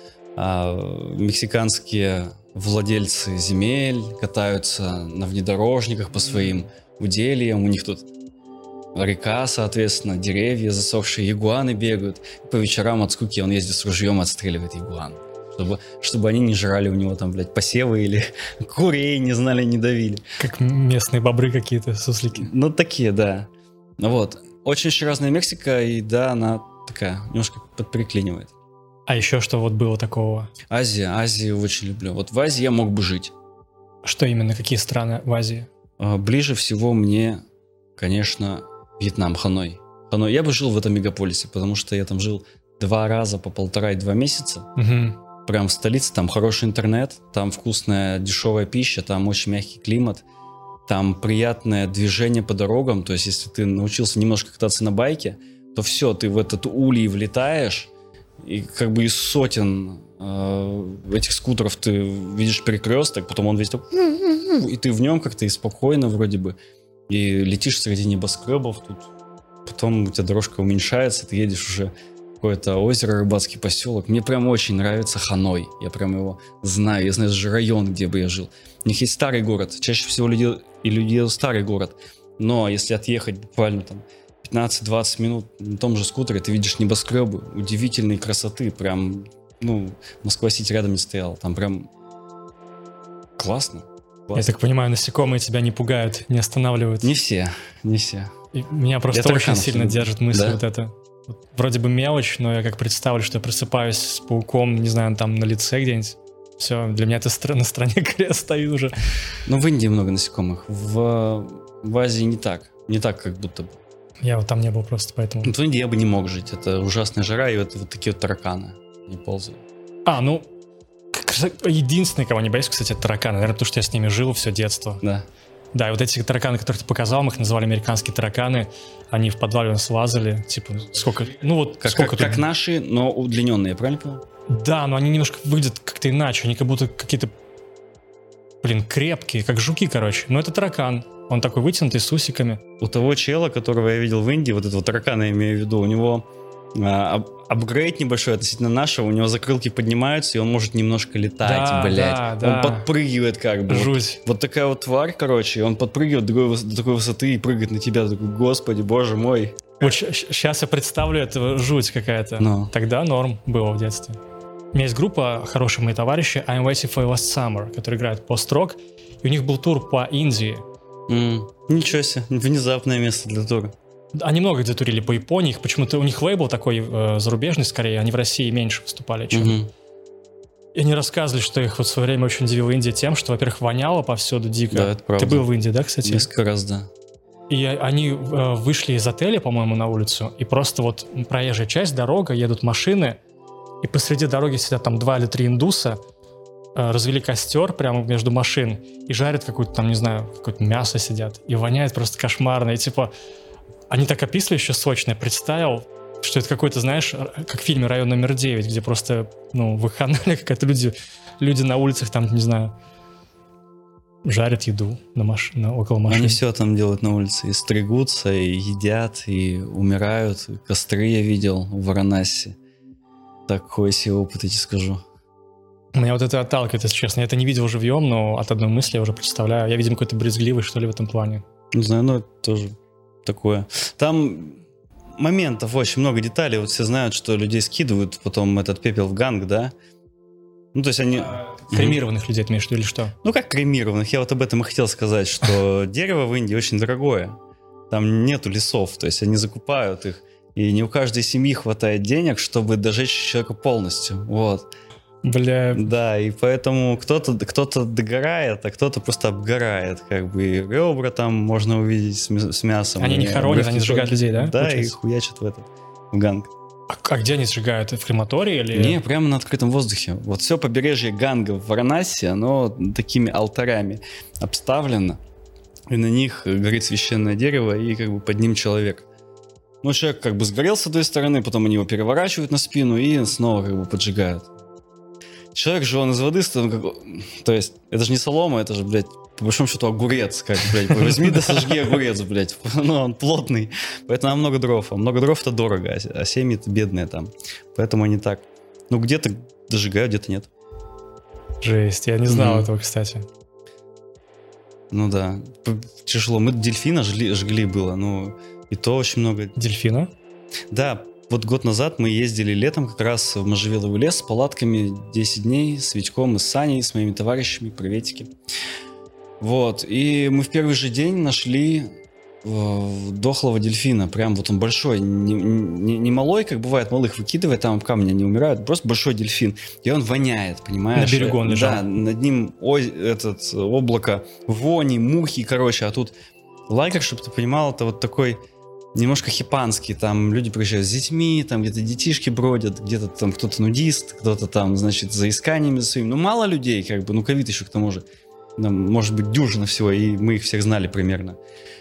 Speaker 1: а, мексиканские владельцы земель катаются на внедорожниках по своим удельям. У них тут река, соответственно, деревья засохшие, игуаны бегают. По вечерам от скуки он ездит с ружьем, отстреливает игуан. Чтобы, чтобы они не жрали у него там, блядь, посевы или курей, не знали, не давили.
Speaker 2: Как местные бобры какие-то, суслики.
Speaker 1: Ну, такие, да. Вот. Очень-очень разная Мексика, и да, она такая, немножко подпереклинивает.
Speaker 2: А еще что вот было такого?
Speaker 1: Азия, Азию очень люблю. Вот в Азии я мог бы жить.
Speaker 2: Что именно, какие страны в Азии?
Speaker 1: А, Ближе всего мне, конечно, Вьетнам, Ханой. Ханой. Я бы жил в этом мегаполисе, потому что я там жил два раза по полтора и два месяца.
Speaker 2: Угу.
Speaker 1: Прям в столице, там хороший интернет, там вкусная дешевая пища, там очень мягкий климат, там приятное движение по дорогам. То есть, если ты научился немножко кататься на байке, то все, ты в этот улей влетаешь, и как бы из сотен э, этих скутеров ты видишь перекресток, потом он весь такой, и ты в нем как-то и спокойно вроде бы, и летишь среди небоскребов тут. Потом у тебя дорожка уменьшается, ты едешь уже в какое-то озеро, рыбацкий поселок. Мне прям очень нравится Ханой. Я прям его знаю. Я знаю даже район, где бы я жил. У них есть старый город. Чаще всего люди и люди старый город. Но если отъехать буквально там пятнадцать-двадцать минут на том же скутере, ты видишь небоскребы удивительной красоты. Прям, ну, Москва-Сити рядом не стояла. Там прям классно.
Speaker 2: Я так понимаю, насекомые тебя не пугают, не останавливают.
Speaker 1: Не все, не все.
Speaker 2: И меня просто
Speaker 1: Я
Speaker 2: очень
Speaker 1: тараканов
Speaker 2: сильно
Speaker 1: люблю.
Speaker 2: держит мысль
Speaker 1: Да?
Speaker 2: вот эта. Вот вроде бы мелочь, но я как представлю, что я просыпаюсь с пауком, не знаю, там на лице где-нибудь. Все, для меня это стра- на стороне крест стоит уже.
Speaker 1: Ну, в Индии много насекомых. В, в Азии не так. Не так, как будто бы.
Speaker 2: Я вот там не был просто, поэтому...
Speaker 1: Вот в Индии я бы не мог жить. Это ужасная жара, и вот, вот такие вот тараканы. Не ползают.
Speaker 2: А, ну... к- Единственный, кого не боюсь, кстати, это тараканы. Наверное, потому что я с ними жил все детство.
Speaker 1: Да.
Speaker 2: Да, и вот эти тараканы, которые ты показал, мы их называли американские тараканы. Они в подвале у нас лазали. Типа, сколько... Ну вот
Speaker 1: Как,
Speaker 2: сколько
Speaker 1: как,
Speaker 2: тут...
Speaker 1: как наши, но удлиненные, я правильно понял?
Speaker 2: Да, но они немножко выглядят как-то иначе. Они как будто какие-то блин, крепкие, как жуки, короче. Но это таракан. Он такой вытянутый, с усиками.
Speaker 1: У того чела, которого я видел в Индии, вот этого таракана я имею в виду, у него а, ап- апгрейд небольшой относительно нашего, у него закрылки поднимаются, и он может немножко летать,
Speaker 2: Да,
Speaker 1: блядь.
Speaker 2: да,
Speaker 1: Он
Speaker 2: да.
Speaker 1: подпрыгивает как бы. Вот,
Speaker 2: Жуть.
Speaker 1: вот такая вот тварь, короче, и он подпрыгивает до такой, выс- до такой высоты и прыгает на тебя. Ты такой, господи, боже мой.
Speaker 2: Вот сейчас я представлю, это жуть какая-то.
Speaker 1: Ну.
Speaker 2: Тогда норм было в детстве. У меня есть группа, хорошие мои товарищи, I'm Waiting for Last Summer, которые играют пост-рок, и у них был тур по Индии.
Speaker 1: М, Ничего себе, внезапное место для тура.
Speaker 2: Они много где турили по Японии, их почему-то у них лейбл такой э, зарубежный скорее, они в России меньше выступали, чем...
Speaker 1: Мгм.
Speaker 2: И они рассказывали, что их вот в свое время очень удивила Индия тем, что, во-первых, воняло повсюду дико.
Speaker 1: Да, это правда.
Speaker 2: Ты был в Индии, да, кстати?
Speaker 1: Несколько раз, да.
Speaker 2: И они э, вышли из отеля, по-моему, на улицу, и просто вот проезжая часть, дорога, едут машины, и посреди дороги сидят там два или три индуса, э, развели костер прямо между машин и жарят какое-то там, не знаю, какое-то мясо сидят. И воняет просто кошмарно. И типа, они так описывали еще сочно, я представил, что это какой-то, знаешь, как в фильме «Район номер девять», где просто, ну, выханаля какая-то люди, люди на улицах там, не знаю, жарят еду на маш... на, около машин.
Speaker 1: Они все там делают на улице. И стригутся, и едят, и умирают. И костры я видел в Варанаси. Такой себе опыт, я тебе скажу.
Speaker 2: Меня вот это отталкивает, если честно. Я это не видел живьем, но от одной мысли я уже представляю. Я, видимо, какой-то брезгливый, что ли, в этом плане.
Speaker 1: Не знаю, но это тоже такое. Там моментов очень много деталей. Вот все знают, что людей скидывают потом этот пепел в ганг, да? Ну, то есть они...
Speaker 2: Кремированных людей ты имеешь в виду или что?
Speaker 1: Ну, как кремированных? Я вот об этом и хотел сказать, что дерево в Индии очень дорогое. Там нету лесов, то есть они закупают их. И не у каждой семьи хватает денег, чтобы дожечь человека полностью. Вот.
Speaker 2: Бля,
Speaker 1: Да, и поэтому кто-то, кто-то догорает, а кто-то просто обгорает. Как бы и ребра там можно увидеть с, мя- с мясом.
Speaker 2: Они не
Speaker 1: И
Speaker 2: хоронят,
Speaker 1: обрывки
Speaker 2: они сжигают
Speaker 1: тоже.
Speaker 2: людей, да,
Speaker 1: Да, и
Speaker 2: получается?
Speaker 1: хуячат в этот, в ганг.
Speaker 2: а, а где они сжигают? В крематории или...
Speaker 1: Не, прямо на открытом воздухе. Вот все побережье Ганга в Варанаси, оно такими алтарями обставлено. И на них горит священное дерево, и как бы под ним человек. Ну, человек как бы сгорел с одной стороны, потом они его переворачивают на спину и снова как бы поджигают. Человек же он из воды, ну, как... то есть это же не солома, это же, блядь, по большому счету огурец, как, блядь, возьми да сожги огурец, блядь, ну, он плотный, поэтому нам много дров, а много дров это дорого, а семьи это бедные там, поэтому они так, ну, где-то дожигают, где-то нет.
Speaker 2: Жесть, я не знал
Speaker 1: Мгм.
Speaker 2: этого, кстати.
Speaker 1: Ну да, П- тяжело, мы дельфина жгли, жгли было, ну, и то очень много.
Speaker 2: Дельфина?
Speaker 1: Да, вот год назад мы ездили летом как раз в Можжевеловый лес с палатками десять дней, с Витьком и с Саней, с моими товарищами, приветики. Вот, и мы в первый же день нашли э, дохлого дельфина, прям вот он большой, не, не, не малой, как бывает, малых выкидывает, там об камни они умирают, просто большой дельфин, и он воняет, понимаешь?
Speaker 2: На берегу он лежал.
Speaker 1: Да, над ним ой, этот, облако вони, мухи, короче, а тут лагерь, чтобы ты понимал, это вот такой немножко хипанский, там люди приезжают с детьми, там где-то детишки бродят, где-то там кто-то нудист, кто-то там, значит, за исканиями за своими, ну мало людей, как бы, ну ковид еще к тому же. Нам, может быть, дюжина всего, и мы их всех знали примерно.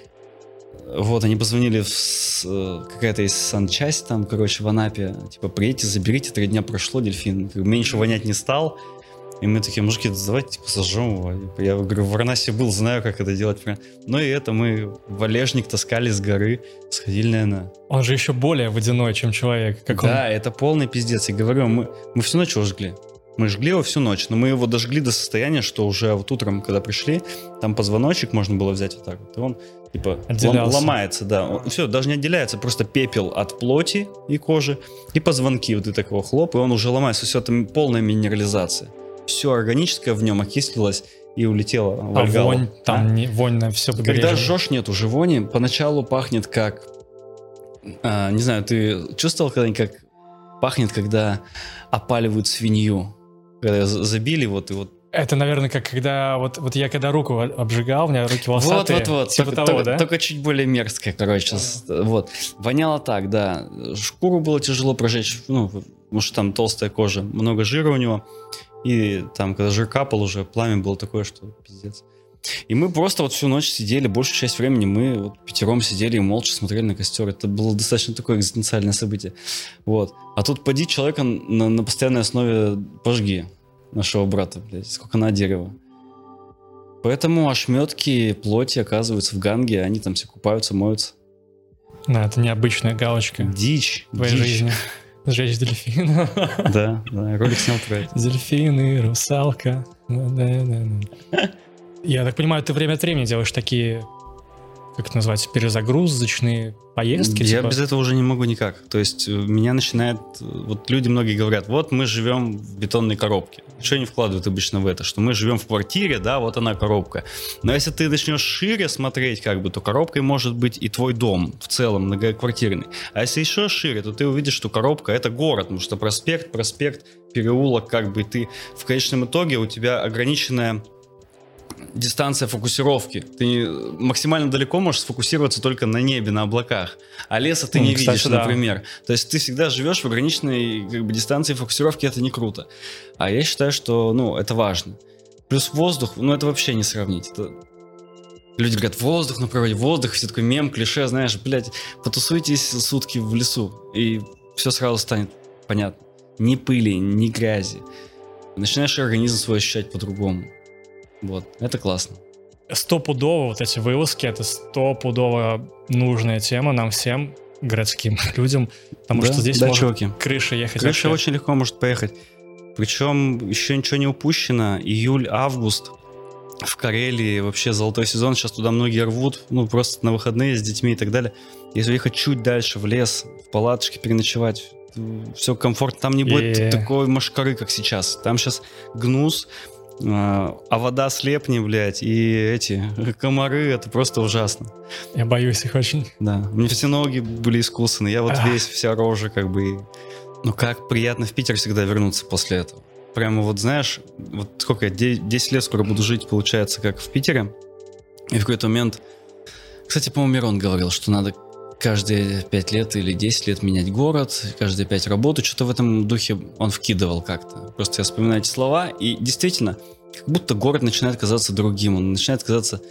Speaker 1: Вот, они позвонили в с- э, какая-то есть санчасть там, короче, в Анапе. Типа, приедьте, заберите, три дня прошло, дельфин. Как бы меньше вонять не стал. И мы такие, мужики, давайте, типа, сожжем его. Я говорю, в Варанаси был, знаю, как это делать. Ну и это, мы валежник таскали с горы, сходили, наверное.
Speaker 2: Он же еще более водяной, чем человек. Как он...
Speaker 1: Да, это полный пиздец. Я говорю, мы, мы всю ночь его жгли. Мы жгли его всю ночь, но мы его дожгли до состояния, что уже вот утром, когда пришли, там позвоночник можно было взять вот так вот, и он типа лом-
Speaker 2: Отделялся.
Speaker 1: ломается, да. Он, все, даже не отделяется, просто пепел от плоти и кожи, и позвонки вот и такого хлоп, и он уже ломается. Все, это полная минерализация. Все органическое в нем окислилось и улетело в
Speaker 2: А
Speaker 1: Альгалу.
Speaker 2: вонь, там
Speaker 1: А?
Speaker 2: не, вонь на все побережье.
Speaker 1: Когда жжешь, нет уже вони. Поначалу пахнет как... а, не знаю, ты чувствовал когда-нибудь, как пахнет, когда опаливают свинью? Когда за- забили вот и вот.
Speaker 2: Это, наверное, как когда... Вот, вот я когда руку обжигал, у меня руки
Speaker 1: Вот,
Speaker 2: волосатые.
Speaker 1: вот, вот.
Speaker 2: Типа
Speaker 1: только,
Speaker 2: того,
Speaker 1: только-
Speaker 2: да?
Speaker 1: только чуть более мерзкое, короче. с- Вот. Воняло так, да. Шкуру было тяжело прожечь, ну, потому что там толстая кожа, много жира у него. И там, когда жир капал уже, пламя было такое, что пиздец. И мы просто вот всю ночь сидели, большую часть времени мы вот пятером сидели и молча смотрели на костер. Это было достаточно такое экзистенциальное событие. Вот. А тут поди человека на, на постоянной основе пожги нашего брата, блядь. Сколько на дерево. Поэтому ошметки плоти оказываются в Ганге, они там все купаются, моются.
Speaker 2: Да, это необычная галочка.
Speaker 1: Дичь.
Speaker 2: В твоей
Speaker 1: дичь.
Speaker 2: жизни. Сжечь дельфина.
Speaker 1: Да, да, ролик снял про это.
Speaker 2: Дельфины, русалка. Я так понимаю, ты время от времени делаешь такие, как это называется, перезагрузочные поездки?
Speaker 1: Я
Speaker 2: типа?
Speaker 1: без этого уже не могу никак. То есть меня начинает... Вот люди многие говорят, вот мы живем в бетонной коробке. Что они вкладывают обычно в это? Что мы живем в квартире, да, вот она коробка. Но если ты начнешь шире смотреть, как бы, то коробкой может быть и твой дом в целом многоквартирный. А если еще шире, то ты увидишь, что коробка — это город, потому что проспект, проспект, переулок, как бы ты в конечном итоге у тебя ограниченная дистанция фокусировки. Ты максимально далеко можешь сфокусироваться только на небе, на облаках. А леса ты
Speaker 2: Mm,
Speaker 1: не
Speaker 2: кстати,
Speaker 1: видишь,
Speaker 2: да.
Speaker 1: например. То есть ты всегда живешь в ограниченной как бы, дистанции фокусировки, это не круто. А я считаю, что ну, это важно. Плюс воздух, ну это вообще не сравнить. Это... Люди говорят, воздух на природе, воздух, все такой мем, клише, знаешь, блядь, потусуйтесь сутки в лесу, и все сразу станет понятно. Ни пыли, ни грязи. Начинаешь организм свой ощущать по-другому. Вот, это классно.
Speaker 2: Стопудово вот эти вылазки, это стопудово нужная тема нам всем, городским людям, потому
Speaker 1: Да,
Speaker 2: что здесь
Speaker 1: да,
Speaker 2: может
Speaker 1: чуваки.
Speaker 2: крыша ехать.
Speaker 1: Крыша
Speaker 2: вообще.
Speaker 1: очень легко может поехать. Причем еще ничего не упущено. Июль-август в Карелии вообще золотой сезон. Сейчас туда многие рвут, ну просто на выходные с детьми и так далее. Если ехать чуть дальше в лес, в палаточке переночевать, все комфортно. Там не будет
Speaker 2: И-
Speaker 1: такой машкары, как сейчас. Там сейчас гнус, а вода слепни, блядь, и эти комары, это просто ужасно.
Speaker 2: Я боюсь их очень.
Speaker 1: Да, у меня все ноги были искусаны, я вот
Speaker 2: Ах.
Speaker 1: весь, вся рожа как бы... и- Ну как приятно в Питер всегда вернуться после этого. Прямо вот знаешь, вот сколько я, де- десять лет скоро буду жить, получается, как в Питере. И в какой-то момент... Кстати, по-моему, Мирон говорил, что надо каждые пять лет или десять лет менять город, каждые пять работу. Что-то в этом духе он вкидывал как-то. Просто я вспоминаю эти слова, и действительно, как будто город начинает казаться другим. Он начинает казаться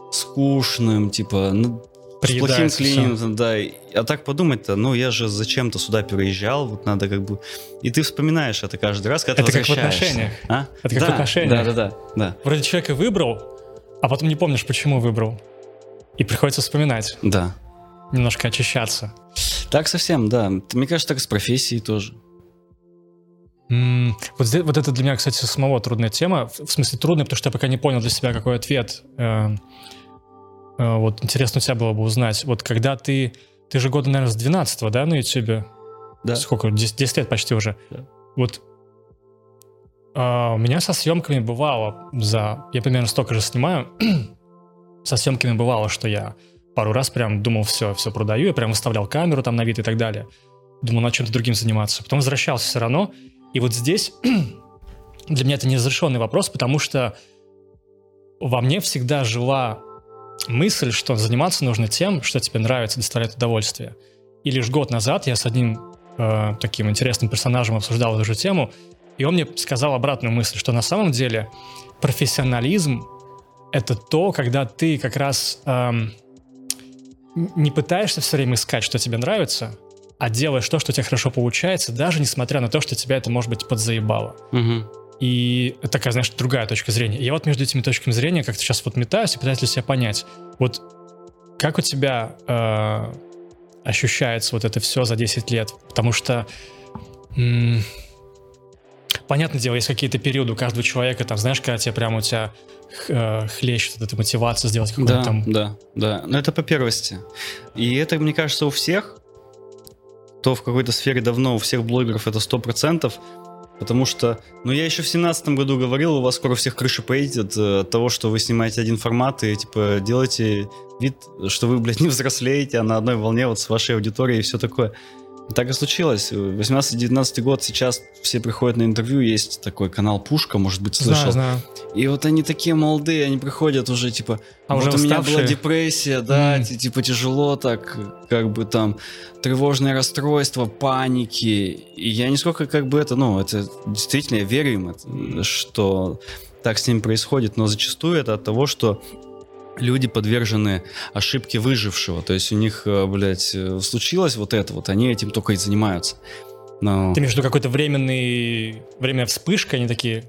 Speaker 1: скучным, типа, ну, с плохим
Speaker 2: Приедается
Speaker 1: клиентом, да. И- А так подумать-то, ну, я же зачем-то сюда переезжал, вот надо как бы... И ты вспоминаешь это каждый раз, когда
Speaker 2: Это
Speaker 1: ты
Speaker 2: как в
Speaker 1: возвращаешься.
Speaker 2: отношениях.
Speaker 1: А?
Speaker 2: Это как в
Speaker 1: Да,
Speaker 2: отношениях.
Speaker 1: Да, да, да, да.
Speaker 2: Вроде человека выбрал, а потом не помнишь, почему выбрал. И приходится вспоминать,
Speaker 1: Да.
Speaker 2: немножко очищаться.
Speaker 1: Так совсем, да. Мне кажется, так и с профессией тоже.
Speaker 2: М, Вот, здесь- вот это для меня, кстати, самого трудная тема. В в смысле трудная, потому что я пока не понял для себя, какой ответ. Э, э, Вот интересно у тебя было бы узнать. Вот когда ты... Ты же года, наверное, с двенадцатого, да, на Ютубе?
Speaker 1: Да.
Speaker 2: Сколько? десять, десять лет почти уже.
Speaker 1: Да.
Speaker 2: Вот а, у меня со съемками бывало за... Я примерно столько же снимаю. Со съемками бывало, что я пару раз прям думал, все, все продаю. Я прям выставлял камеру там на вид и так далее. Думал, надо чем-то другим заниматься. Потом возвращался все равно. И вот здесь для меня это неразрешенный вопрос, потому что во мне всегда жила мысль, что заниматься нужно тем, что тебе нравится, доставляет удовольствие. И лишь год назад я с одним э, таким интересным персонажем обсуждал эту же тему, и он мне сказал обратную мысль, что на самом деле профессионализм — это то, когда ты как раз эм, не пытаешься все время искать, что тебе нравится, а делаешь то, что у тебя хорошо получается, даже несмотря на то, что тебя это, может быть, подзаебало.
Speaker 1: Угу.
Speaker 2: И это такая, знаешь, другая точка зрения. И я вот между этими точками зрения как-то сейчас вот метаюсь и пытаюсь для себя понять, вот как у тебя э, ощущается вот это все за десять лет? Потому что, м, понятное дело, есть какие-то периоды у каждого человека, там, знаешь, когда тебе прямо у тебя э, хлещет вот эта мотивация сделать какой-то
Speaker 1: Да,
Speaker 2: там...
Speaker 1: да, да. Но это по первости. И это, мне кажется, у всех, кто в какой-то сфере давно, у всех блогеров это сто процентов. Потому что, ну, я еще в семнадцатом году говорил, у вас скоро всех крыша поедет э, от того, что вы снимаете один формат и, типа, делаете вид, что вы, блядь, не взрослеете, а на одной волне вот с вашей аудиторией и все такое. Так и случилось. восемнадцатый-девятнадцатый год, сейчас все приходят на интервью, есть такой канал «Пушка», может быть, слышал.
Speaker 2: Знаю, знаю.
Speaker 1: И вот они такие молодые, они приходят уже, типа,
Speaker 2: А
Speaker 1: вот
Speaker 2: уже
Speaker 1: у меня
Speaker 2: уставшие?
Speaker 1: была депрессия, да,
Speaker 2: М.
Speaker 1: ти- типа тяжело так, как бы там, тревожное расстройство, паники. И я нисколько как бы это, ну, это действительно, я верю им, это, что так с ними происходит, но зачастую это от того, что люди подвержены ошибке выжившего, то есть у них, э, блядь, э, случилось вот это вот, они этим только и занимаются. Но...
Speaker 2: Ты имеешь в виду какой-то временный... Временная вспышка, они такие...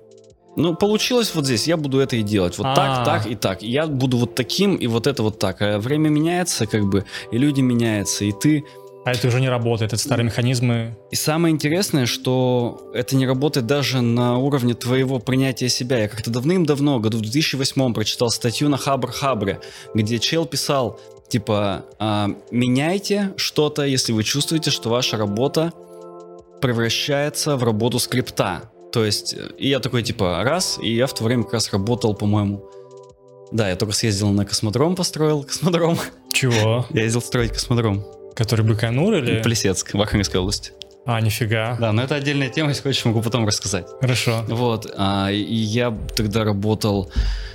Speaker 1: ну, получилось вот здесь, я буду это и делать. Вот так,
Speaker 2: А.
Speaker 1: так и так. Я буду вот таким, и вот это вот так. А время меняется, как бы, и люди меняются, и ты...
Speaker 2: А это уже не работает, это старые механизмы.
Speaker 1: И самое интересное, что это не работает даже на уровне твоего принятия себя. Я как-то давным-давно, году в две тысячи восьмом, прочитал статью на Хабр-Хабре, где чел писал, типа, а, меняйте что-то, если вы чувствуете, что ваша работа превращается в работу скрипта. То есть, и я такой, типа, раз, и я в то время как раз работал, по-моему... Да, я только съездил на космодром, построил космодром.
Speaker 2: Чего?
Speaker 1: Я ездил строить космодром.
Speaker 2: Который Байконур или...
Speaker 1: Плесецк, в Архангельской области.
Speaker 2: А, нифига.
Speaker 1: Да, но это отдельная тема, если хочешь, могу потом рассказать.
Speaker 2: Хорошо.
Speaker 1: Вот, а, и я тогда работал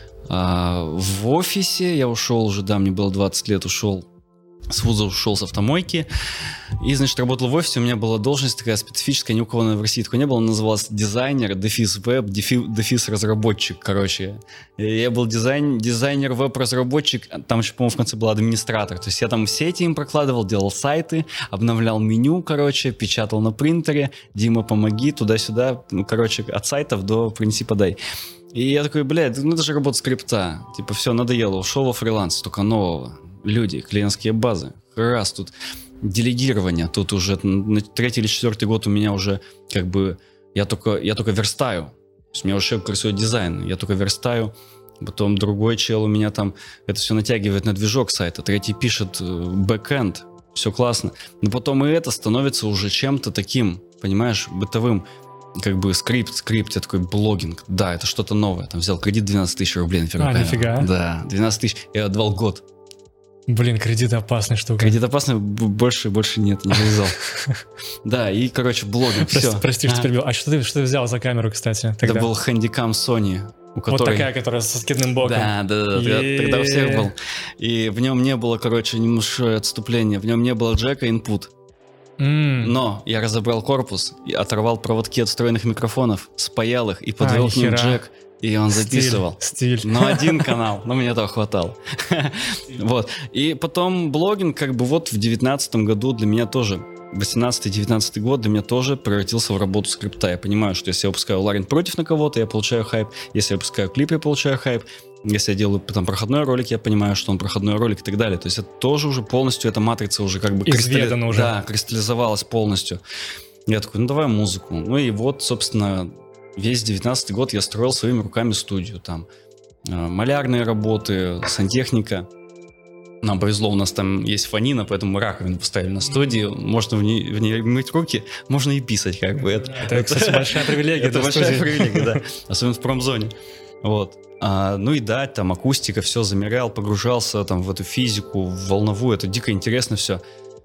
Speaker 1: а, в офисе, я ушел уже, да, мне было двадцать лет, ушел с вуза, ушел с автомойки, и, значит, работал в офисе, у меня была должность такая специфическая, ни у кого в России такой не было, она называлась дизайнер, дефис веб, дефис разработчик, короче. И я был дизайн, дизайнер, веб-разработчик, там еще, по-моему, в конце был администратор, то есть я там сети им прокладывал, делал сайты, обновлял меню, короче, печатал на принтере, Дима, помоги, туда-сюда, ну, короче, от сайтов до принеси, подай. И я такой, блядь, ну это же работа скрипта, типа, все, надоело, ушел во фриланс, только нового. Люди, клиентские базы, раз тут делегирование, тут уже на третий или четвертый год у меня уже как бы, я только, я только верстаю, то есть у меня уже человек рисует дизайн, я только верстаю, потом другой чел у меня там это все натягивает на движок сайта, третий пишет бэкэнд, все классно, но потом и это становится уже чем-то таким, понимаешь, бытовым, как бы скрипт, скрипт, я такой блогинг, да, это что-то новое, там взял кредит двенадцать тысяч рублей на первую
Speaker 2: А,
Speaker 1: камеру.
Speaker 2: нифига.
Speaker 1: Да, двенадцать тысяч, я отдавал год.
Speaker 2: Блин, кредит опасная штука.
Speaker 1: Кредит опасный, больше, больше нет, не завязал. Да, и, короче, блогинг, все.
Speaker 2: Прости, что перебил. А что ты, что ты взял за камеру, кстати?
Speaker 1: Это был хэндикам Sony, у которой...
Speaker 2: Вот такая, которая со скидным боком.
Speaker 1: Да, да, да, тогда, тогда у всех был. И в нем не было, короче, небольшое отступление, в нем не было джека input.
Speaker 2: Mm.
Speaker 1: Но я разобрал корпус, и оторвал проводки от встроенных микрофонов, спаял их и подвел
Speaker 2: А,
Speaker 1: к ним
Speaker 2: нихера.
Speaker 1: джек. И он записывал.
Speaker 2: Стиль. стиль.
Speaker 1: Ну, один канал, но мне этого хватало. Вот. И потом блогинг, как бы вот в девятнадцатом году для меня тоже, восемнадцатый-девятнадцатый год для меня тоже превратился в работу скрипта. Я понимаю, что если я выпускаю Ларин против на кого-то, я получаю хайп. Если я выпускаю клип, я получаю хайп. Если я делаю там проходной ролик, я понимаю, что он проходной ролик и так далее. То есть это тоже уже полностью, эта матрица уже как бы
Speaker 2: Изведана уже.
Speaker 1: Да, кристаллизовалась полностью. Я такой, ну давай музыку. Ну и вот, собственно, весь девятнадцатый год я строил своими руками студию. Там э, малярные работы, сантехника. Нам повезло, у нас там есть фанина, поэтому мы раковину поставили на студии. Можно в ней, в ней мыть руки, можно и писать, как бы. Это,
Speaker 2: Это, кстати, большая привилегия.
Speaker 1: это
Speaker 2: для
Speaker 1: большая
Speaker 2: студии.
Speaker 1: привилегия, да. Особенно в промзоне. Вот. А, ну и да, там акустика, все замерял, погружался там в эту физику, в волновую. Это дико интересно все.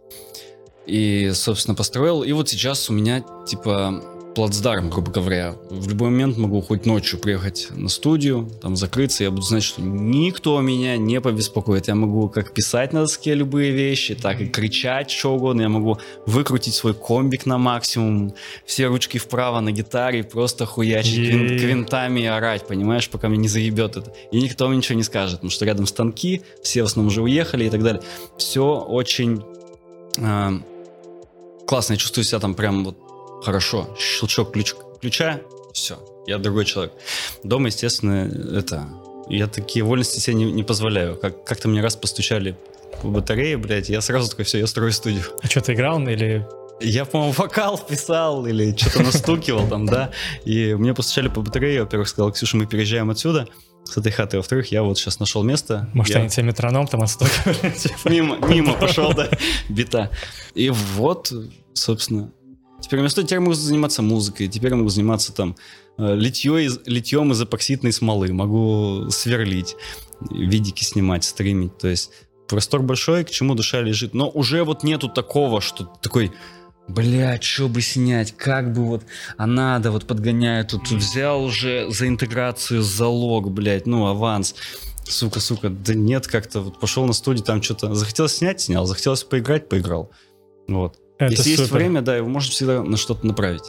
Speaker 1: И, собственно, построил. И вот сейчас у меня, типа, плацдарм, грубо говоря. В любой момент могу хоть ночью приехать на студию, там закрыться, я буду знать, что никто меня не побеспокоит. Я могу как писать на доске любые вещи, так и кричать, что угодно. Я могу выкрутить свой комбик на максимум, все ручки вправо на гитаре, просто хуячить квин- квинтами и орать, понимаешь, пока мне не заебет это. И никто мне ничего не скажет, потому что рядом станки, все в основном уже уехали и так далее. Все очень э, классно, я чувствую себя там прям вот хорошо, щелчок ключ, ключа, все, я другой человек. Дома, естественно, это, я такие вольности себе не, не позволяю. Как, как-то мне раз постучали по батарее, блядь, я сразу такой, все, я строю студию.
Speaker 2: А что, ты играл или...
Speaker 1: Я, по-моему, вокал писал или что-то настукивал там, да, и мне постучали по батарее, во-первых, сказал, Ксюша, мы переезжаем отсюда, с этой хаты, во-вторых, я вот сейчас нашел место.
Speaker 2: Может,
Speaker 1: я...
Speaker 2: они тебе метроном там отстукивали?
Speaker 1: Мимо, мимо пошел, да, бита. И вот, собственно... Теперь вместо теперь могу заниматься музыкой, теперь могу заниматься там литьё из, литьем из эпоксидной смолы, могу сверлить, видики снимать, стримить. То есть простор большой, к чему душа лежит. Но уже вот нету такого, что такой, блядь, что бы снять, как бы вот, а надо, вот подгоняю, тут, тут взял уже за интеграцию залог, блядь, ну, аванс. Сука, сука, да нет, как-то вот пошел на студию, там что-то захотелось снять, снял, захотелось поиграть, поиграл. Вот.
Speaker 2: Это
Speaker 1: Если
Speaker 2: супер.
Speaker 1: есть время, да, его можно всегда на что-то направить.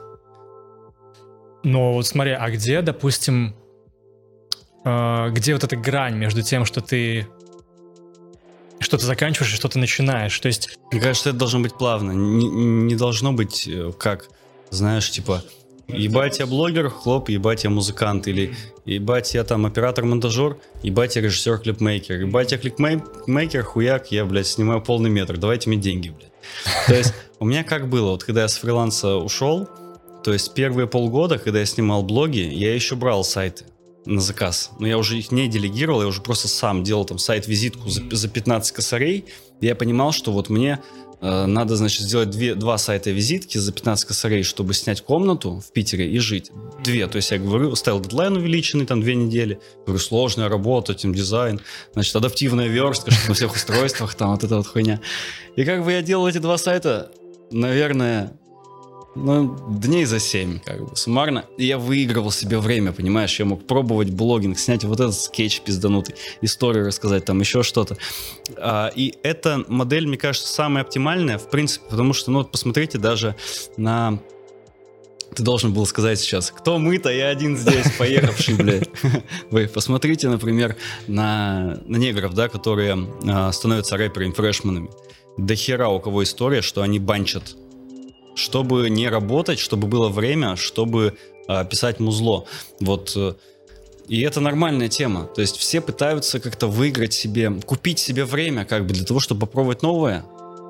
Speaker 2: Но вот смотри, а где, допустим, э, где вот эта грань между тем, что ты что-то заканчиваешь и что-то начинаешь? То есть...
Speaker 1: Мне кажется, это должно быть плавно. Не, не должно быть как, знаешь, типа, Ебать я блогер, хлоп, ебать я музыкант. Или ебать я там оператор-монтажер, ебать я режиссер-клипмейкер. Ебать я клипмейкер, хуяк, я, блядь, снимаю полный метр. Давайте мне деньги, блядь. То есть у меня как было, вот когда я с фриланса ушел, то есть первые полгода, когда я снимал блоги, я еще брал сайты на заказ. Но я уже их не делегировал, я уже просто сам делал там сайт-визитку за, за пятнадцать косарей. И я понимал, что вот мне э, надо, значит, сделать две, два сайта-визитки за пятнадцать косарей, чтобы снять комнату в Питере и жить. Две, то есть я говорю, ставил дедлайн увеличенный, там две недели. Говорю, сложная работа, тем дизайн, значит, адаптивная верстка, чтобы на всех устройствах, там вот эта вот хуйня. И как бы я делал эти два сайта, наверное... Ну, дней за семь, как бы, суммарно. И я выигрывал себе время, понимаешь? Я мог пробовать блогинг, снять вот этот скетч пизданутый, историю рассказать, там еще что-то. А, и эта модель, мне кажется, самая оптимальная, в принципе, потому что, ну, вот посмотрите даже на... Ты должен был сказать сейчас, кто мы-то, я один здесь, поехавший, блядь. Вы посмотрите, например, на, на негров, да, которые а, становятся рэперами, фрешманами. До хера у кого история, что они банчат. Чтобы не работать, чтобы было время, чтобы э, писать музло. Вот. Э, и это нормальная тема. То есть все пытаются как-то выиграть себе, купить себе время, как бы для того, чтобы попробовать новое.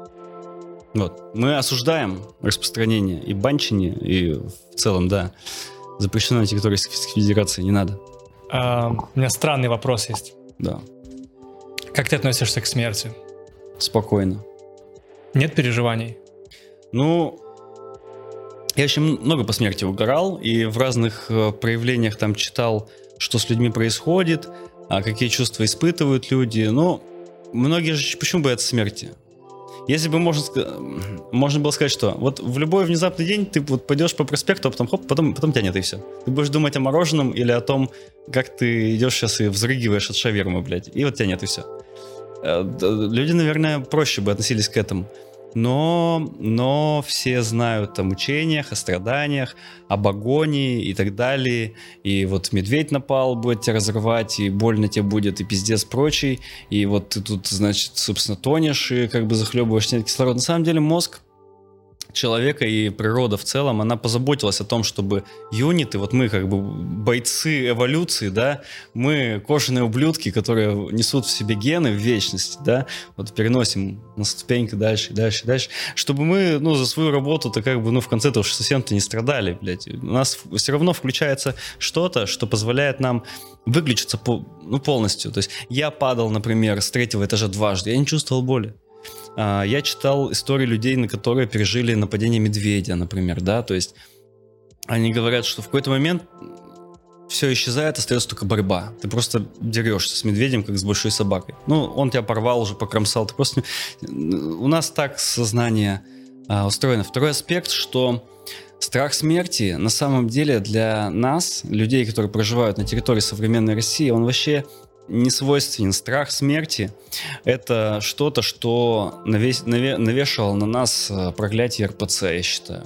Speaker 1: Вот. Мы осуждаем распространение и банчение, и в целом, да, запрещено на территории Российской Федерации, не надо.
Speaker 2: А, у меня странный вопрос есть.
Speaker 1: Да.
Speaker 2: Как ты относишься к смерти?
Speaker 1: Спокойно.
Speaker 2: Нет переживаний?
Speaker 1: Ну... Я очень много по смерти угорал, и в разных э, проявлениях там читал, что с людьми происходит, а какие чувства испытывают люди. Но многие же почему боятся смерти? Если бы можно, можно было сказать, что вот в любой внезапный день ты вот пойдешь по проспекту, а потом хоп, потом, потом тебя нет, и все. Ты будешь думать о мороженом или о том, как ты идешь сейчас и взрыгиваешь от шавермы, блядь, и вот тебя нет, и все. Люди, наверное, проще бы относились к этому. Но, но все знают о мучениях, о страданиях, об агонии и так далее. И вот медведь напал, будет тебя разрывать, и больно тебе будет, и пиздец прочий. И вот ты тут, значит, собственно, тонешь и как бы захлебываешься нет кислорода. На самом деле мозг человека и природа в целом, она позаботилась о том, чтобы юниты, вот мы как бы бойцы эволюции, да, мы кожаные ублюдки, которые несут в себе гены в вечности, да, вот переносим на ступеньку дальше, дальше, дальше, чтобы мы, ну, за свою работу-то как бы, ну, в конце-то уж совсем-то не страдали, блядь. У нас все равно включается что-то, что позволяет нам выключиться по, ну, полностью. То есть я падал, например, с третьего этажа дважды, я не чувствовал боли. Я читал истории людей, на которые пережили нападение медведя, например, да, то есть они говорят, что в какой-то момент все исчезает, остается только борьба. Ты просто дерешься с медведем, как с большой собакой. Ну, он тебя порвал уже, покромсал, ты просто... У нас так сознание а, устроено. Второй аспект, что страх смерти на самом деле для нас, людей, которые проживают на территории современной России, он вообще... не свойственен. Страх смерти — это что-то, что навес, наве, навешало на нас проклятие эр пэ цэ, я считаю.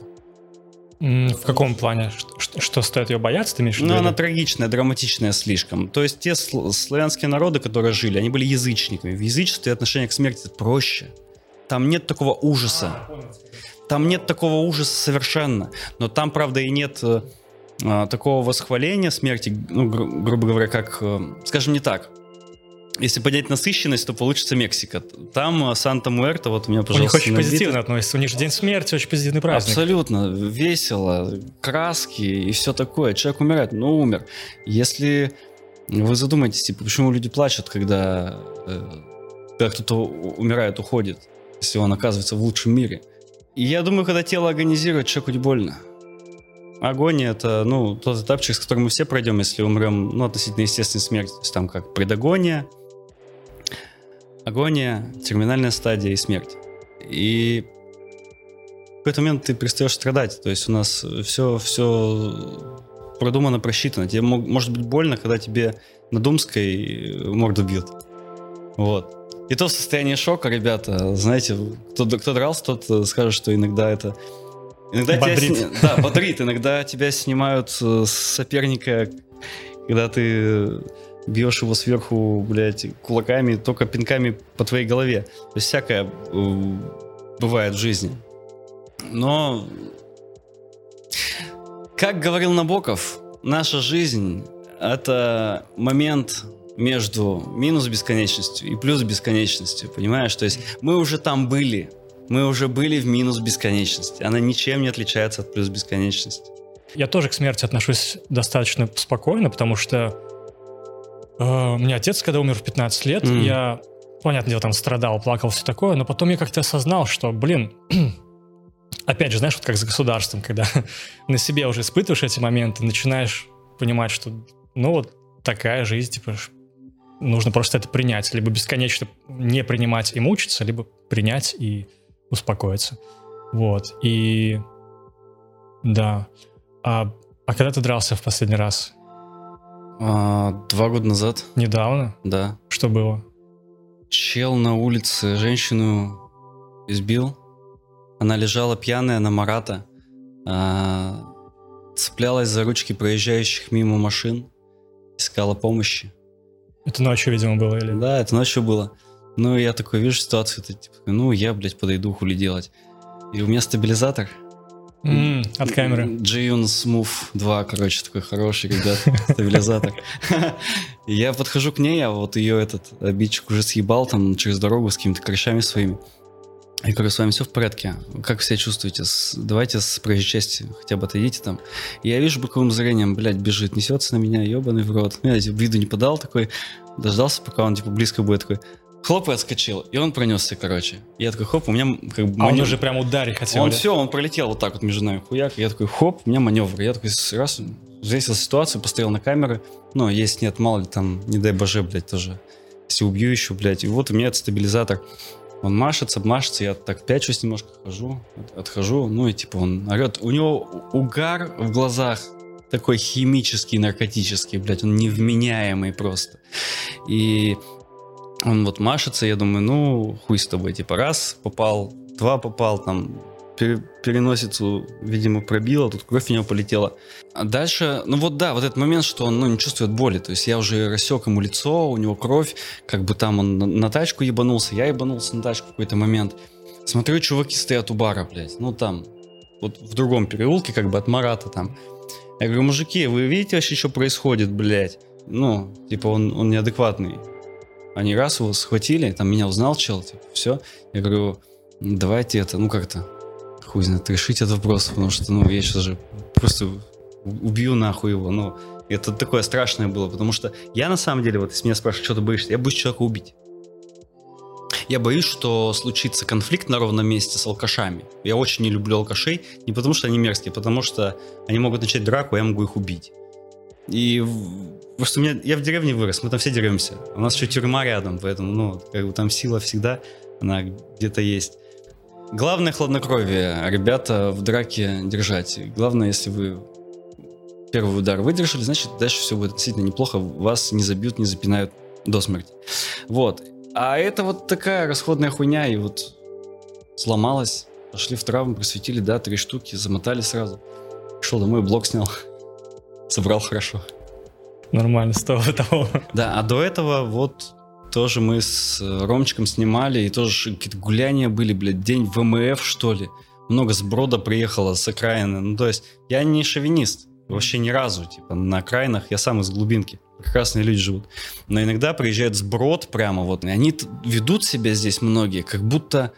Speaker 2: В каком плане? Что, что стоит ее бояться, ты имеешь в виду?
Speaker 1: Ну, она трагичная, драматичная слишком. То есть те сл- славянские народы, которые жили, они были язычниками. В язычестве отношение к смерти проще. Там нет такого ужаса. Там нет такого ужаса совершенно. Но там, правда, и нет... такого восхваления смерти, ну, гру- грубо говоря, как, скажем, не так. Если поднять насыщенность, то получится Мексика. Там Санта-Муэрто, вот у меня, пожалуйста,
Speaker 2: у них очень
Speaker 1: набито.
Speaker 2: позитивно относится. У них же День смерти, очень позитивный праздник.
Speaker 1: Абсолютно. Весело, краски и все такое. Человек умирает, ну, умер. Если вы задумаетесь, типа, почему люди плачут, когда, когда кто-то умирает, уходит, если он оказывается в лучшем мире. И я думаю, когда тело агонизирует, человеку не больно. Агония — это, ну, тот этапчик, с которым мы все пройдем, если умрем, ну, относительно естественной смерти. То есть там как предагония, агония, терминальная стадия и смерть. И в какой-то момент ты перестаешь страдать. То есть у нас все, все продумано, просчитано. Тебе мог, может быть больно, когда тебе на Думской морду бьют. Вот. И то в состоянии шока, ребята, знаете, кто, кто дрался, тот скажет, что иногда это... Иногда
Speaker 2: бодрит.
Speaker 1: Тебя, да, бодрит. Иногда тебя снимают с соперника, когда ты бьешь его сверху, блядь, кулаками, только пинками по твоей голове. То есть всякое бывает в жизни. Но Как говорил Набоков, наша жизнь — это момент между минус бесконечностью и плюс бесконечностью, понимаешь? То есть мы уже там были, мы уже были в минус бесконечности. Она ничем не отличается от плюс бесконечности.
Speaker 2: Я тоже к смерти отношусь достаточно спокойно, потому что э, у меня отец, когда умер в пятнадцать лет, mm. я, понятное дело, там страдал, плакал, все такое, но потом я как-то осознал, что, блин, опять же, знаешь, вот как с государством, когда на себе уже испытываешь эти моменты, начинаешь понимать, что, ну, вот такая жизнь, типа, нужно просто это принять. Либо бесконечно не принимать и мучиться, либо принять и успокоиться. Вот. И да. А, а когда ты дрался в последний раз?
Speaker 1: А, два года назад.
Speaker 2: Недавно?
Speaker 1: Да.
Speaker 2: Что было?
Speaker 1: Чел на улице женщину избил. Она лежала пьяная на Марата, а, цеплялась за ручки проезжающих мимо машин, искала помощи.
Speaker 2: Это ночью, видимо, было, или?
Speaker 1: Да, это ночью было. Ну, я такой вижу ситуацию, ты, типа, ну, я, блядь, подойду, хули делать. И у меня стабилизатор.
Speaker 2: Mm, от камеры.
Speaker 1: G-Uno Smooth два, короче, такой хороший, ребят, стабилизатор. Я подхожу к ней, а вот ее этот обидчик уже съебал там через дорогу с какими-то корешами своими. Я говорю, с вами все в порядке? Как вы себя чувствуете? С... Давайте с проезжей части хотя бы отойдите там. И я вижу боковым зрением, блядь, бежит, несется на меня, ебаный в рот. Я типа, виду не подал такой, дождался, пока он типа близко будет такой. Хлоп, и отскочил. И он пронесся, короче. Я такой, хоп, у меня как бы...
Speaker 2: А
Speaker 1: маневр...
Speaker 2: он уже прям ударить хотел,
Speaker 1: Он
Speaker 2: да?
Speaker 1: все, он пролетел вот так вот между нами, хуяк. Я такой, хоп, у меня маневр. Я такой раз взвесил ситуацию, посмотрел на камеры. Ну, есть, нет, мало ли там, не дай боже, блядь, тоже. Если убью еще, блядь. И вот у меня этот стабилизатор. Он машется, машется, я так пячусь немножко, хожу, отхожу, ну и типа он орет. У него угар в глазах такой химический, наркотический, блядь, он невменяемый просто. И он вот машется, я думаю, ну, хуй с тобой, типа раз попал, два попал, там, переносицу, видимо, пробило, тут кровь у него полетела. А дальше, ну вот да, вот этот момент, что он ну, не чувствует боли, то есть я уже рассек ему лицо, у него кровь, как бы там он на, на тачку ебанулся, я ебанулся на тачку в какой-то момент. Смотрю, чуваки стоят у бара, блядь, ну там, вот в другом переулке, как бы от Марата там. Я говорю, мужики, вы видите вообще, что происходит, блядь? Ну, типа он, он неадекватный. Они раз его схватили, там меня узнал чел, типа, все. Я говорю, давайте это, ну как-то, хуй знает, решить этот вопрос, потому что, ну, я сейчас же просто убью нахуй его, ну, это такое страшное было, потому что я на самом деле, вот если меня спрашивают, что ты боишься, я боюсь человека убить. Я боюсь, что случится конфликт на ровном месте с алкашами. Я очень не люблю алкашей, не потому что они мерзкие, а потому что они могут начать драку, а я могу их убить. И просто у меня, я в деревне вырос, мы там все деремся. У нас еще тюрьма рядом, поэтому, ну, как бы там сила всегда, она где-то есть. Главное хладнокровие, ребята, в драке держать. Главное, если вы первый удар выдержали, значит, дальше все будет действительно неплохо, вас не забьют, не запинают до смерти. Вот. А это вот такая расходная хуйня, и вот сломалась, пошли в травму, просветили, да, три штуки, замотали сразу. Пришел домой, блок снял, собрал хорошо.
Speaker 2: Нормально, стоило того.
Speaker 1: Да, а до этого вот тоже мы с Ромчиком снимали, и тоже какие-то гуляния были, блядь, день вэ эм эф, что ли. Много сброда приехало с окраины. Ну, то есть, я не шовинист, вообще ни разу, типа, на окраинах, я сам из глубинки. Прекрасные люди живут. Но иногда приезжает сброд прямо вот, и они ведут себя здесь многие, как будто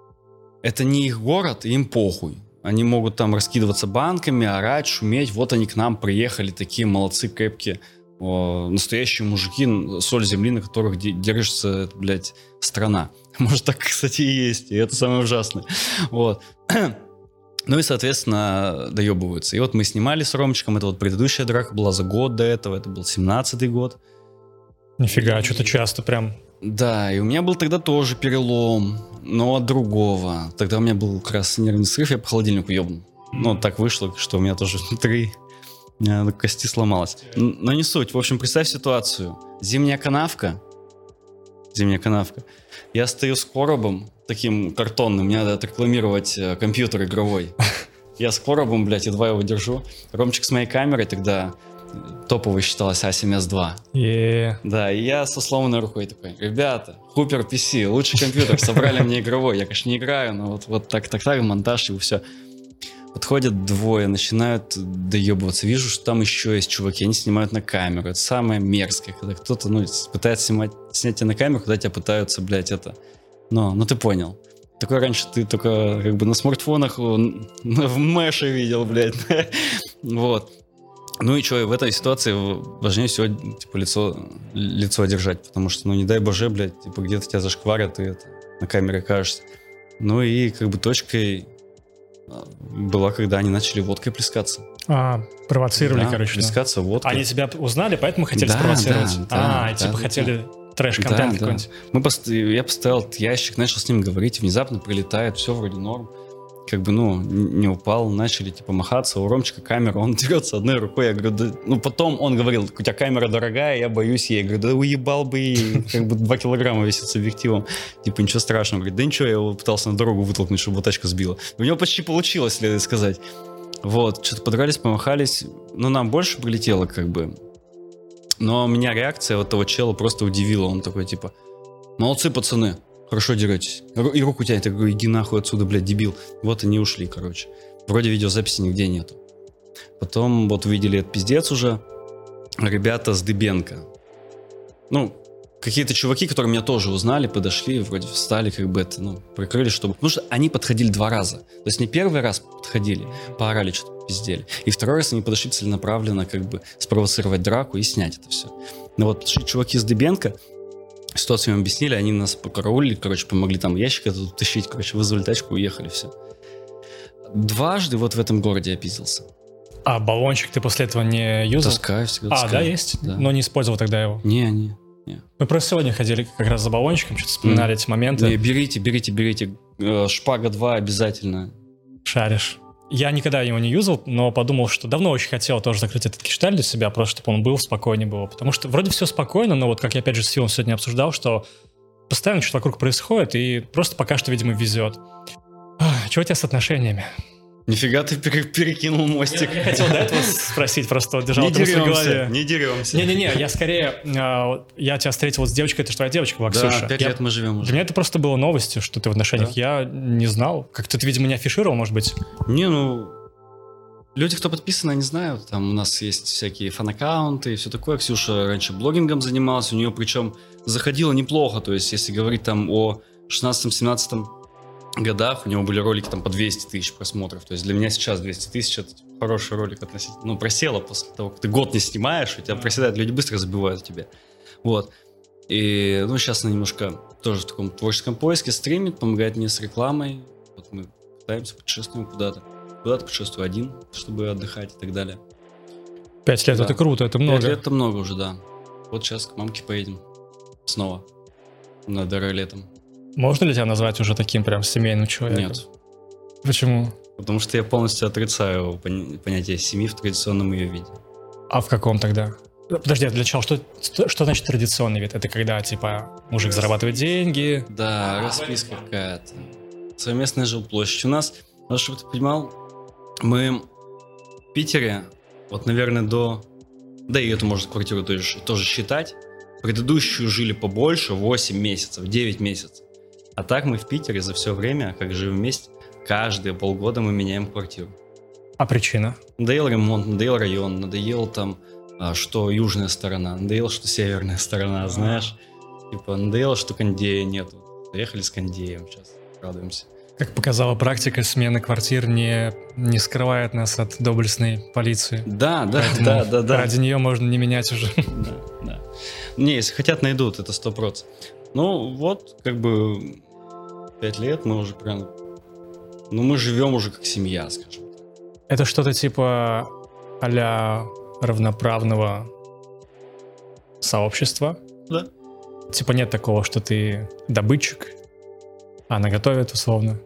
Speaker 1: это не их город, и им похуй. Они могут там раскидываться банками, орать, шуметь. Вот они к нам приехали, такие молодцы, крепкие. О, настоящие мужики, соль земли, на которых держится, блядь, страна. Может, так, кстати, и есть, и это самое ужасное. Вот. Ну и, соответственно, доебываются. И вот мы снимали с Ромчиком, это вот предыдущая драка была за год до этого, это был семнадцатый год.
Speaker 2: Нифига, что-то часто прям.
Speaker 1: Да, и у меня был тогда тоже перелом, но от другого. Тогда у меня был как раз нервный срыв, я по холодильнику ебнул. Ну, так вышло, что у меня тоже внутри кости сломалось. Но не суть. В общем, представь ситуацию. Зимняя канавка. Зимняя канавка. Я стою с коробом, таким картонным, мне надо отрекламировать компьютер игровой. Я с коробом, блядь, едва его держу. Ромчик с моей камерой тогда топовой считалась а семь эс два.
Speaker 2: Yeah.
Speaker 1: Да, и я со сломанной рукой такой, ребята, Хупер пи си, лучший компьютер, собрали мне игровой. Я, конечно, не играю, но вот, вот так, так, так, монтаж и все. Подходят двое, начинают доебываться. Вижу, что там еще есть чуваки, они снимают на камеру. Это самое мерзкое, когда кто-то, ну, пытается снимать, снять тебя на камеру, когда тебя пытаются, блядь, это... Ну, ну ты понял. Такое раньше ты только как бы на смартфонах в мэше видел, блядь. Вот. Ну и что, в этой ситуации важнее всего, типа, лицо, лицо держать, потому что, ну, не дай боже, блядь, типа, где-то тебя зашкварят, и это, на камере окажешься. Ну и как бы точкой была, когда они начали водкой плескаться.
Speaker 2: А, провоцировали,
Speaker 1: да,
Speaker 2: короче.
Speaker 1: плескаться водкой.
Speaker 2: Они тебя узнали, поэтому хотели
Speaker 1: да,
Speaker 2: спровоцировать?
Speaker 1: Да,
Speaker 2: а,
Speaker 1: да,
Speaker 2: и типа
Speaker 1: да,
Speaker 2: хотели
Speaker 1: да.
Speaker 2: трэш-контент
Speaker 1: да,
Speaker 2: какой-нибудь?
Speaker 1: Да. Мы пост... Я поставил этот ящик, начал с ним говорить, внезапно прилетает, все вроде норм. Как бы, ну, не упал, начали, типа, махаться. У Ромчика камера, он дерется одной рукой. Я говорю, да... Ну, потом он говорил, у тебя камера дорогая, я боюсь ей. Я говорю, да уебал бы ей, как бы два килограмма весит с объективом. Типа, ничего страшного. Говорит, да ничего, я его пытался на дорогу вытолкнуть, чтобы его тачка сбила. У него почти получилось, следует сказать. Вот, что-то подрались, помахались. Ну, нам больше прилетело, как бы. Но меня реакция вот того чела просто удивила. Он такой, типа, молодцы, пацаны. Хорошо деретесь. И руку тянет. Я говорю, иди нахуй отсюда, блядь, дебил. Вот они ушли, короче. Вроде видеозаписи нигде нету. Потом вот увидели этот пиздец уже. Ребята с Дыбенко. Ну, какие-то чуваки, которые меня тоже узнали, подошли, вроде встали, как бы это, ну, прикрыли, чтобы... Потому что они подходили два раза. То есть не первый раз подходили, поорали, что-то пиздели. И второй раз они подошли целенаправленно, как бы, спровоцировать драку и снять это все. Но вот подошли чуваки с Дыбенко, ситуацию им объяснили, они нас покараулили, короче, помогли там ящик этот тащить, короче, вызвали тачку, уехали, все. Дважды вот в этом городе я пиздился.
Speaker 2: А баллончик ты после этого не юзал?
Speaker 1: Таскаю всегда,
Speaker 2: А,
Speaker 1: таскаю.
Speaker 2: да, есть?
Speaker 1: Да.
Speaker 2: Но не использовал тогда его?
Speaker 1: Не, не, не.
Speaker 2: Мы просто сегодня ходили как раз за баллончиком, что-то вспоминали mm. эти моменты.
Speaker 1: Не, берите, берите, берите. Шпага два обязательно.
Speaker 2: Шаришь. Я никогда его не юзал, но подумал, что давно очень хотел тоже закрыть этот гештальт для себя, просто чтобы он был, спокойнее было. Потому что вроде все спокойно, но вот как я опять же с Силом сегодня обсуждал, что постоянно что-то вокруг происходит, и просто пока что, видимо, везет. Ах, чего у тебя с отношениями?
Speaker 1: Нифига ты пере- перекинул мостик.
Speaker 2: Я, я хотел до этого спросить, просто вот держал
Speaker 1: не
Speaker 2: это мысль в голове.
Speaker 1: деремся, не деремся.
Speaker 2: Не-не-не, я скорее... Э, я тебя встретил с девочкой, это же твоя девочка была, Ксюша.
Speaker 1: Да, пять
Speaker 2: я,
Speaker 1: лет мы живем уже.
Speaker 2: Для меня это просто было новостью, что ты в отношениях. Да. Я не знал. Как-то ты, видимо, не афишировал, может быть?
Speaker 1: Не, ну... Люди, кто подписан, они знают. Там у нас есть всякие фан-аккаунты и все такое. Ксюша раньше блогингом занималась. У нее причем заходило неплохо. То есть, если говорить там о шестнадцатом-семнадцатом годах, у него были ролики там по двести тысяч просмотров. То есть, для меня сейчас двести тысяч — это хороший ролик относительно. Ну, просело после того, как ты год не снимаешь, у тебя проседает, люди быстро забивают о тебе. Вот. И, ну, сейчас она немножко тоже в таком творческом поиске стримит, помогает мне с рекламой. Вот мы пытаемся, путешествуем куда-то. Куда-то путешествую один, чтобы отдыхать и так далее.
Speaker 2: Пять лет, да. Это круто, это много.
Speaker 1: Пять лет это много уже, да. Вот сейчас к мамке поедем снова на Дары летом.
Speaker 2: Можно ли тебя назвать уже таким прям семейным человеком?
Speaker 1: Нет.
Speaker 2: Почему?
Speaker 1: Потому что я полностью отрицаю понятие семьи в традиционном ее виде.
Speaker 2: А в каком тогда? Подожди, для начала, что, что значит традиционный вид? Это когда, типа, мужик зарабатывает деньги?
Speaker 1: Да, расписка какая-то. Совместная жилплощадь. У нас, чтобы ты понимал, мы в Питере, вот, наверное, до... Да и эту, может, квартиру тоже, тоже считать. Предыдущую жили побольше, восемь месяцев, девять месяцев. А так мы в Питере за все время, как живем вместе, каждые полгода мы меняем квартиру.
Speaker 2: А причина?
Speaker 1: Надоел ремонт, надоел район, надоел там, что южная сторона, надоело, что северная сторона, знаешь. Типа, надоело, что кондея нету. Доехали с кондеем, сейчас радуемся.
Speaker 2: Как показала практика, смена квартир не, не скрывает нас от доблестной полиции.
Speaker 1: Да, да,
Speaker 2: Поэтому
Speaker 1: да, да, да.
Speaker 2: ради нее можно не менять уже.
Speaker 1: Да, да. Не, если хотят, найдут, это сто процентов. Ну, вот, как бы, пять лет мы уже прям... Ну, мы живем уже как семья, скажем.
Speaker 2: Это что-то типа а-ля равноправного сообщества?
Speaker 1: Да.
Speaker 2: Типа нет такого, что ты добытчик, а она готовит, условно.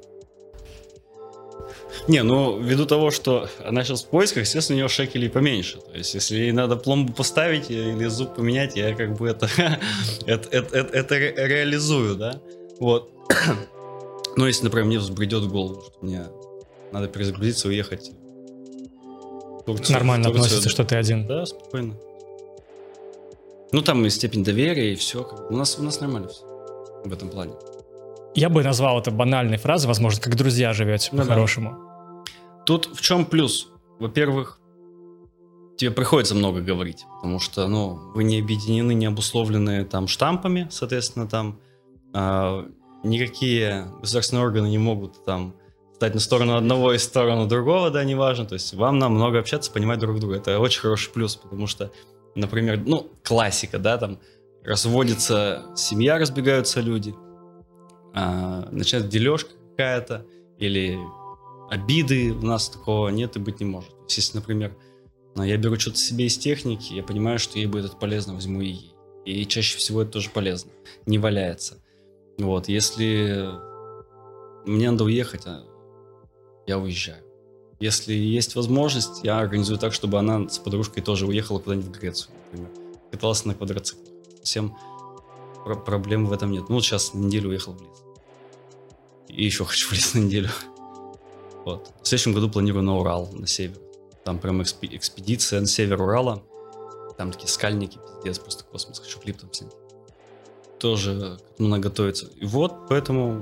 Speaker 1: Не, ну, ввиду того, что она сейчас в поисках, естественно, у нее шекелей поменьше. То есть, если ей надо пломбу поставить или зуб поменять, я как бы это, это, это, это, это ре- реализую, да? Вот. Но если, например, мне взбредет в голову, что мне надо перезагрузиться и уехать. Турцию,
Speaker 2: Нормально
Speaker 1: Турцию,
Speaker 2: относится, что ты один.
Speaker 1: Да, спокойно. Ну, там и степень доверия, и все. У нас, у нас нормально все в этом плане.
Speaker 2: Я бы назвал это банальной фразой, возможно, как друзья живете
Speaker 1: Ну,
Speaker 2: по-хорошему.
Speaker 1: Да. тут в чем плюс? Во-первых, тебе приходится много говорить, потому что, ну, вы не объединены, не обусловлены там штампами, соответственно, там э, никакие государственные органы не могут там стать на сторону одного и сторону другого, да, неважно, то есть вам нам много общаться, понимать друг друга, это очень хороший плюс, потому что, например, ну, классика, да, там, разводится семья, разбегаются люди, э, начинается дележка какая-то, или обиды, у нас такого нет и быть не может. То есть, если, например, я беру что-то себе из техники, я понимаю, что ей будет это полезно, возьму и ей. И чаще всего это тоже полезно, не валяется. Вот, если мне надо уехать, я уезжаю. Если есть возможность, я организую так, чтобы она с подружкой тоже уехала куда-нибудь в Грецию, например. Каталась на квадроциклах. Всем про- проблем в этом нет. Ну, вот сейчас на неделю уехал в лес. И еще хочу в лес на неделю. Вот. В следующем году планирую на Урал, на север. Там прям экспи- экспедиция на север Урала. Там такие скальники, пиздец, просто космос. Хочу клип там снять. Тоже много готовиться. И вот, поэтому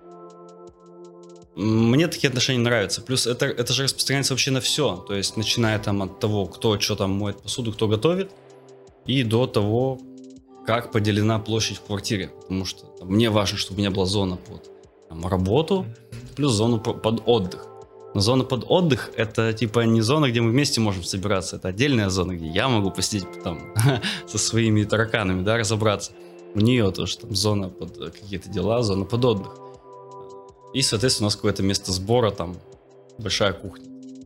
Speaker 1: мне такие отношения нравятся. Плюс это, это же распространяется вообще на все. То есть, начиная там от того, кто что там моет посуду, кто готовит, и до того, как поделена площадь в квартире. Потому что там, мне важно, чтобы у меня была зона под там, работу, плюс зону под отдых. Но зона под отдых — это типа не зона, где мы вместе можем собираться. Это отдельная зона, где я могу посидеть там со своими тараканами, да, разобраться. У нее тоже там зона под какие-то дела, зона под отдых. И, соответственно, у нас какое-то место сбора, там большая кухня.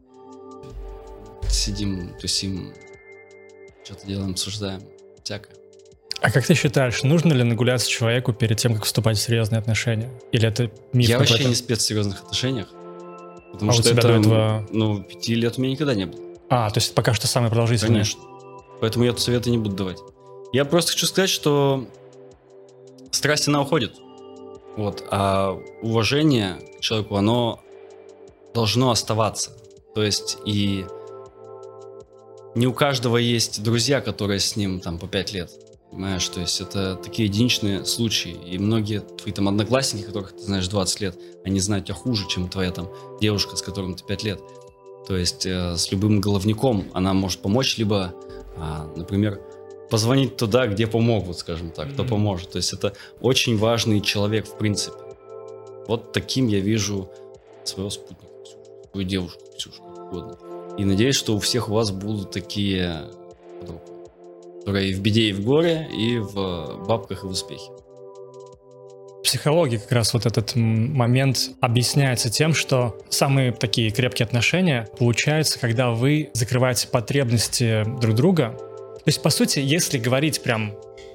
Speaker 1: Сидим, тусим, что-то делаем, обсуждаем, всякое.
Speaker 2: А как ты считаешь, нужно ли нагуляться человеку перед тем, как вступать в серьезные отношения? Или это миф
Speaker 1: Я
Speaker 2: какой-то?
Speaker 1: вообще не спец в серьезных отношениях. Потому
Speaker 2: А
Speaker 1: что
Speaker 2: у тебя
Speaker 1: это,
Speaker 2: до этого...
Speaker 1: ну, пяти лет у меня никогда не было.
Speaker 2: А, то есть пока что самый продолжительный.
Speaker 1: Конечно. Поэтому я тут советы не буду давать. Я просто хочу сказать, что страсть, она уходит. Вот. А уважение к человеку, оно должно оставаться. То есть и не у каждого есть друзья, которые с ним там по пять лет. Понимаешь, то есть это такие единичные случаи. И многие твои там одноклассники, которых ты знаешь двадцать лет, они знают тебя хуже, чем твоя там девушка, с которой ты пять лет. То есть э, с любым головником она может помочь, либо, э, например, позвонить туда, где помогут, скажем так, кто поможет. То есть это очень важный человек в принципе. Вот таким я вижу своего спутника, свою девушку, Ксюшу, как угодно. И надеюсь, что у всех у вас будут такие подруги, которые и в беде, и в горе, и в бабках, и в успехе.
Speaker 2: В психологии как раз вот этот момент объясняется тем, что самые такие крепкие отношения получаются, когда вы закрываете потребности друг друга. То есть, по сути, если говорить прям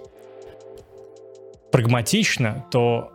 Speaker 2: прагматично, то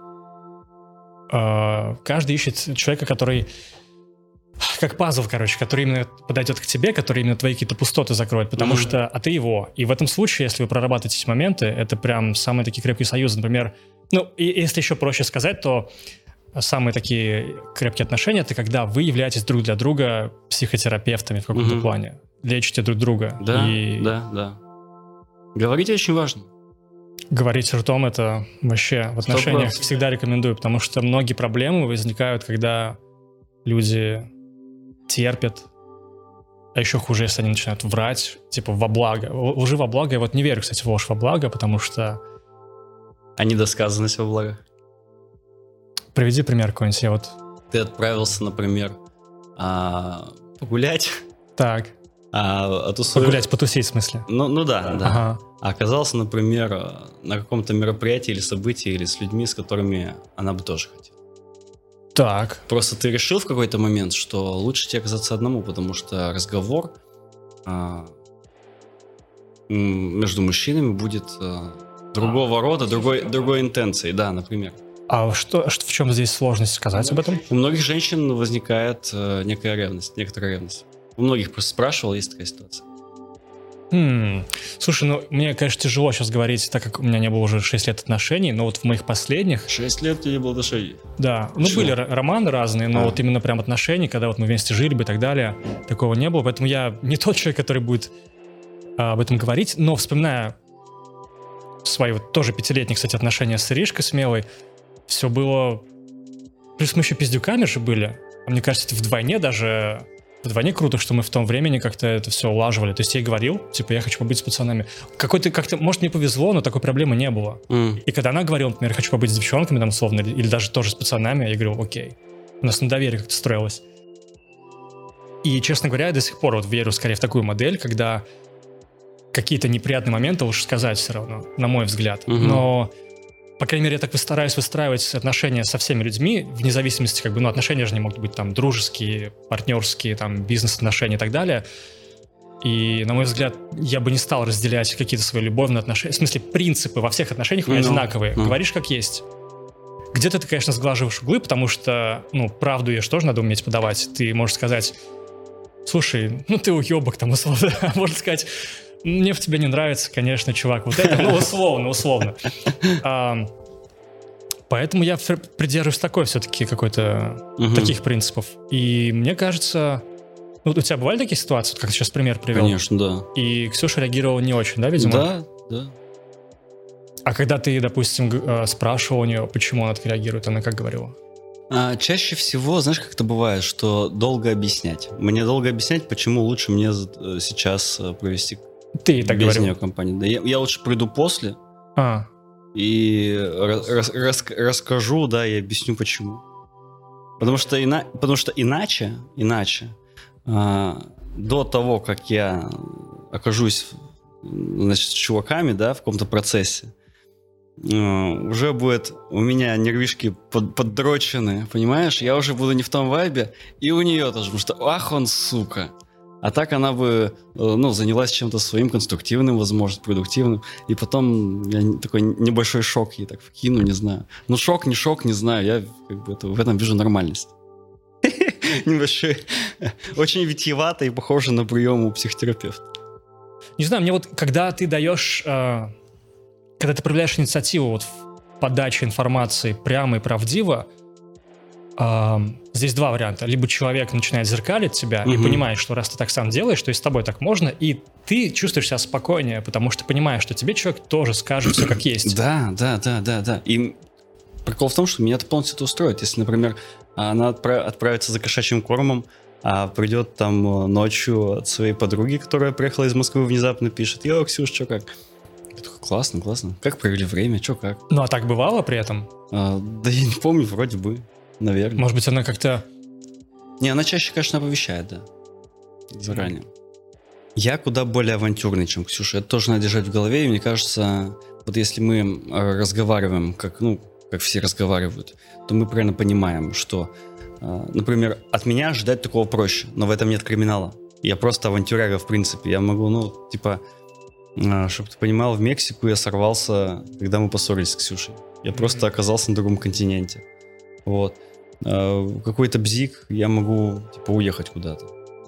Speaker 2: э, каждый ищет человека, который как пазл, короче, который именно подойдет к тебе, который именно твои какие-то пустоты закроет, потому mm-hmm. что, а ты его. И в этом случае, если вы прорабатываете эти моменты, это прям самые такие крепкие союзы. Например, ну, и если еще проще сказать, то самые такие крепкие отношения — это когда вы являетесь друг для друга психотерапевтами в каком-то mm-hmm. плане. Лечите друг друга.
Speaker 1: Да,
Speaker 2: и...
Speaker 1: да, да. Говорить очень важно.
Speaker 2: Говорить ртом — это вообще в отношениях всегда рекомендую, потому что многие проблемы возникают, когда люди терпят, а еще хуже, если они начинают врать, типа во благо. Лжи во благо, я вот не верю, кстати, в ложь во благо, потому что...
Speaker 1: А недосказанность во благо?
Speaker 2: Приведи пример какой-нибудь, я вот...
Speaker 1: Ты отправился, например, а, погулять.
Speaker 2: Так.
Speaker 1: А, а тусуешь...
Speaker 2: Погулять, потусить, в смысле?
Speaker 1: Ну, ну да, да.
Speaker 2: Ага.
Speaker 1: А оказался, например, на каком-то мероприятии или событии, или с людьми, с которыми она бы тоже хотела.
Speaker 2: Так.
Speaker 1: Просто ты решил в какой-то момент, что лучше тебе оказаться одному, потому что разговор а, между мужчинами будет а, другого рода, другой, другой интенции, да, например.
Speaker 2: А что, что, в чем здесь сложность сказать об этом?
Speaker 1: У многих женщин возникает а, некая ревность, некоторая ревность. У многих просто спрашивал, есть такая ситуация.
Speaker 2: Хм. Слушай, ну мне, конечно, тяжело сейчас говорить, так как у меня не было уже шесть лет отношений, но вот в моих последних...
Speaker 1: шесть лет тебе не было отношений?
Speaker 2: Да, ну
Speaker 1: Почему?
Speaker 2: были р- романы разные, но
Speaker 1: а.
Speaker 2: вот именно прям отношения, когда вот мы вместе жили бы и так далее, такого не было, поэтому я не тот человек, который будет а, об этом говорить, но вспоминая свои вот тоже пятилетние, кстати, отношения с Иришкой Смелой, все было... Плюс мы еще пиздюками же были, а мне кажется, это вдвойне даже вдвойне круто, что мы в том времени как-то это все улаживали. То есть я ей говорил, типа, я хочу побыть с пацанами. Какой-то, как-то, может, мне повезло, но такой проблемы не было. Mm. И когда она говорила, например, хочу побыть с девчонками, там, условно, или, или даже тоже с пацанами, я говорю, окей. У нас на доверие как-то строилось. И, честно говоря, я до сих пор вот верю скорее в такую модель, когда какие-то неприятные моменты лучше сказать все равно, на мой взгляд. Mm-hmm. Но, по крайней мере, я так стараюсь выстраивать отношения со всеми людьми, вне зависимости, как бы, ну, отношения же не могут быть там дружеские, партнерские, там, бизнес-отношения и так далее. И, на мой взгляд, я бы не стал разделять какие-то свои любовные отношения. В смысле, принципы во всех отношениях no. одинаковые. No. Говоришь, как есть. Где-то ты, конечно, сглаживаешь углы, потому что, ну, правду ее же тоже надо уметь подавать. Ты можешь сказать, слушай, ну ты уебок там, условно. Можно сказать, мне в тебе не нравится, конечно, чувак, вот это, ну, условно, условно. А, поэтому я придерживаюсь такой все-таки какой-то, угу. таких принципов. И мне кажется... Ну, у тебя бывали такие ситуации, как ты сейчас пример привел?
Speaker 1: Конечно, да.
Speaker 2: И Ксюша реагировала не очень, да, видимо?
Speaker 1: Да, да.
Speaker 2: А когда ты, допустим, спрашивал у нее, почему она так реагирует, она как говорила?
Speaker 1: А, чаще всего, знаешь, как это бывает, что долго объяснять. Мне долго объяснять, почему лучше мне сейчас провести
Speaker 2: ты так
Speaker 1: без
Speaker 2: говорил.
Speaker 1: нее компанию. Да, я, я лучше приду после
Speaker 2: а.
Speaker 1: и рас, рас, расскажу, да, и объясню, почему. Потому что, ина, потому что иначе, иначе, а, до того, как я окажусь, значит, с чуваками, да, в каком-то процессе, уже будет у меня нервишки под, поддрочены, понимаешь? Я уже буду не в том вайбе, и у нее тоже, потому что ах он, сука. А так она бы, ну, занялась чем-то своим конструктивным, возможно, продуктивным, и потом я такой небольшой шок ей так вкину, не знаю. Ну, шок, не шок, не знаю, я как бы это, в этом вижу нормальность. Небольшой, очень витиевато и похоже на прием у психотерапевта.
Speaker 2: Не знаю, мне вот, когда ты даешь... Когда ты проявляешь инициативу вот в подаче информации прямо и правдиво, э, здесь два варианта. Либо человек начинает зеркалить тебя угу. и понимает, что раз ты так сам делаешь, то и с тобой так можно, и ты чувствуешь себя спокойнее, потому что понимаешь, что тебе человек тоже скажет все как есть.
Speaker 1: Да, да, да, да, да. И прикол в том, что меня это полностью это устроит. Если, например, она отправ- отправится за кошачьим кормом, а придет там ночью от своей подруги, которая приехала из Москвы, внезапно пишет: «Йо, Ксюш, что как?» Классно, классно. Как провели время, что как?
Speaker 2: Ну, а так бывало при этом?
Speaker 1: А, да я не помню, вроде бы, наверное.
Speaker 2: Может быть, она как-то...
Speaker 1: Не, она чаще, конечно, оповещает, да. Заранее. Mm. Я куда более авантюрный, чем Ксюша. Это тоже надо держать в голове, и мне кажется, вот если мы разговариваем, как, ну, как все разговаривают, то мы правильно понимаем, что, например, от меня ожидать такого проще, но в этом нет криминала. Я просто авантюряга, в принципе. Я могу, ну, типа... Чтобы ты понимал, в Мексику я сорвался, когда мы поссорились с Ксюшей. Я mm-hmm. просто оказался на другом континенте. Вот. Какой-то бзик, я могу, типа, уехать куда-то.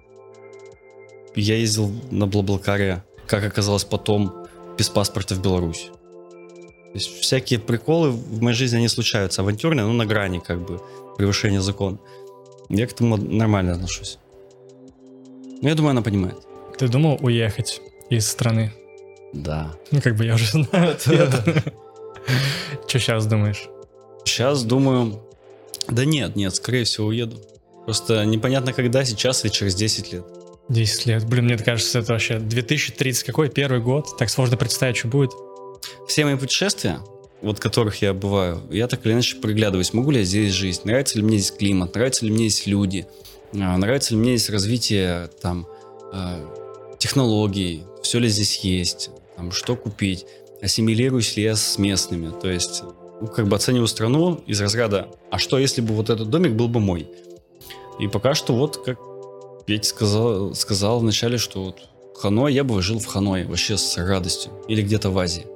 Speaker 1: Я ездил на Блаблакаре, как оказалось потом, без паспорта в Беларусь. То есть всякие приколы в моей жизни, они случаются. Авантюрные, но на грани, как бы, превышения закона. Я к этому нормально отношусь. Но я думаю, она понимает.
Speaker 2: Ты думал уехать из страны?
Speaker 1: Да.
Speaker 2: Ну, как бы я уже знаю ответ. Что сейчас думаешь?
Speaker 1: Сейчас думаю... Да нет, нет, скорее всего уеду. Просто непонятно когда, сейчас или через десять лет.
Speaker 2: десять лет. Блин, мне кажется, это вообще две тысячи тридцатый какой? Первый год. Так сложно представить, что будет.
Speaker 1: Все мои путешествия, вот которых я бываю, я так или иначе приглядываюсь. Могу ли я здесь жить? Нравится ли мне здесь климат? Нравятся ли мне здесь люди? Нравится ли мне здесь развитие там технологий? Все ли здесь есть? Там, что купить, ассимилируюсь ли я с местными, то есть, ну, как бы оцениваю страну из разряда, а что если бы вот этот домик был бы мой? И пока что вот, как Петя сказал, сказал вначале, что вот Ханой, я бы жил в Ханое вообще с радостью, или где-то в Азии.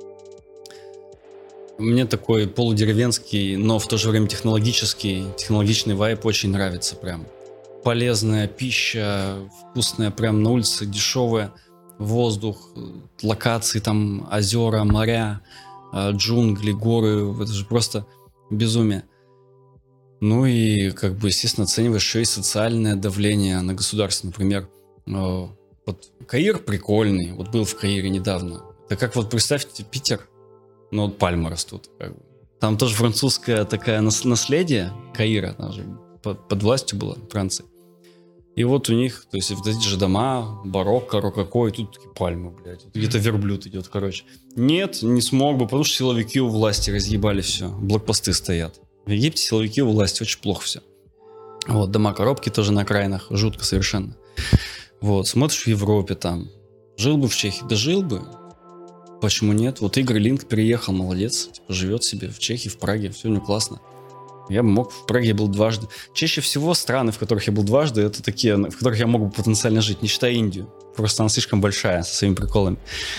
Speaker 1: Мне такой полудеревенский, но в то же время технологический, технологичный вайб очень нравится прям. Полезная пища, вкусная прям на улице, дешевая. Воздух, локации, там, озера, моря, джунгли, горы, это же просто безумие. Ну и, как бы, естественно, оцениваешь еще и социальное давление на государство. Например, вот Каир прикольный, вот был в Каире недавно. Это как вот, представьте, Питер, ну вот пальмы растут. Как бы. Там тоже французское такое наследие Каира, там же под, под властью было Франции. И вот у них, то есть вот эти же дома, барокко, рококо, и тут такие пальмы, блядь. Где-то верблюд идет, короче. Нет, не смог бы, потому что силовики у власти разъебали все. Блокпосты стоят. В Египте силовики у власти, очень плохо все. Вот, дома-коробки тоже на окраинах, жутко совершенно. Вот, смотришь в Европе там. Жил бы в Чехии, да жил бы. Почему нет? Вот Игорь Линк переехал, молодец. Типа, живет себе в Чехии, в Праге, все у него классно. Я бы мог, в Праге я был дважды. Чаще всего страны, в которых я был дважды, это такие, в которых я мог бы потенциально жить, не считая Индию. Просто она слишком большая, со своими приколами.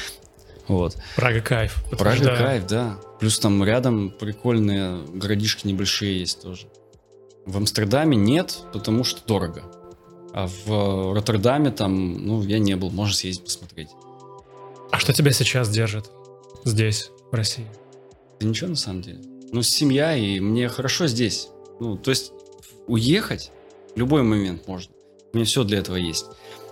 Speaker 1: Вот.
Speaker 2: Прага кайф.
Speaker 1: Прага кайф, да. Плюс там рядом прикольные городишки небольшие есть тоже. В Амстердаме нет, потому что дорого. А в Роттердаме там, ну, я не был, можно съездить посмотреть.
Speaker 2: А что тебя сейчас держит здесь, в России?
Speaker 1: Да ничего на самом деле. Ну, семья, и мне хорошо здесь. Ну, то есть уехать в любой момент можно. У меня все для этого есть.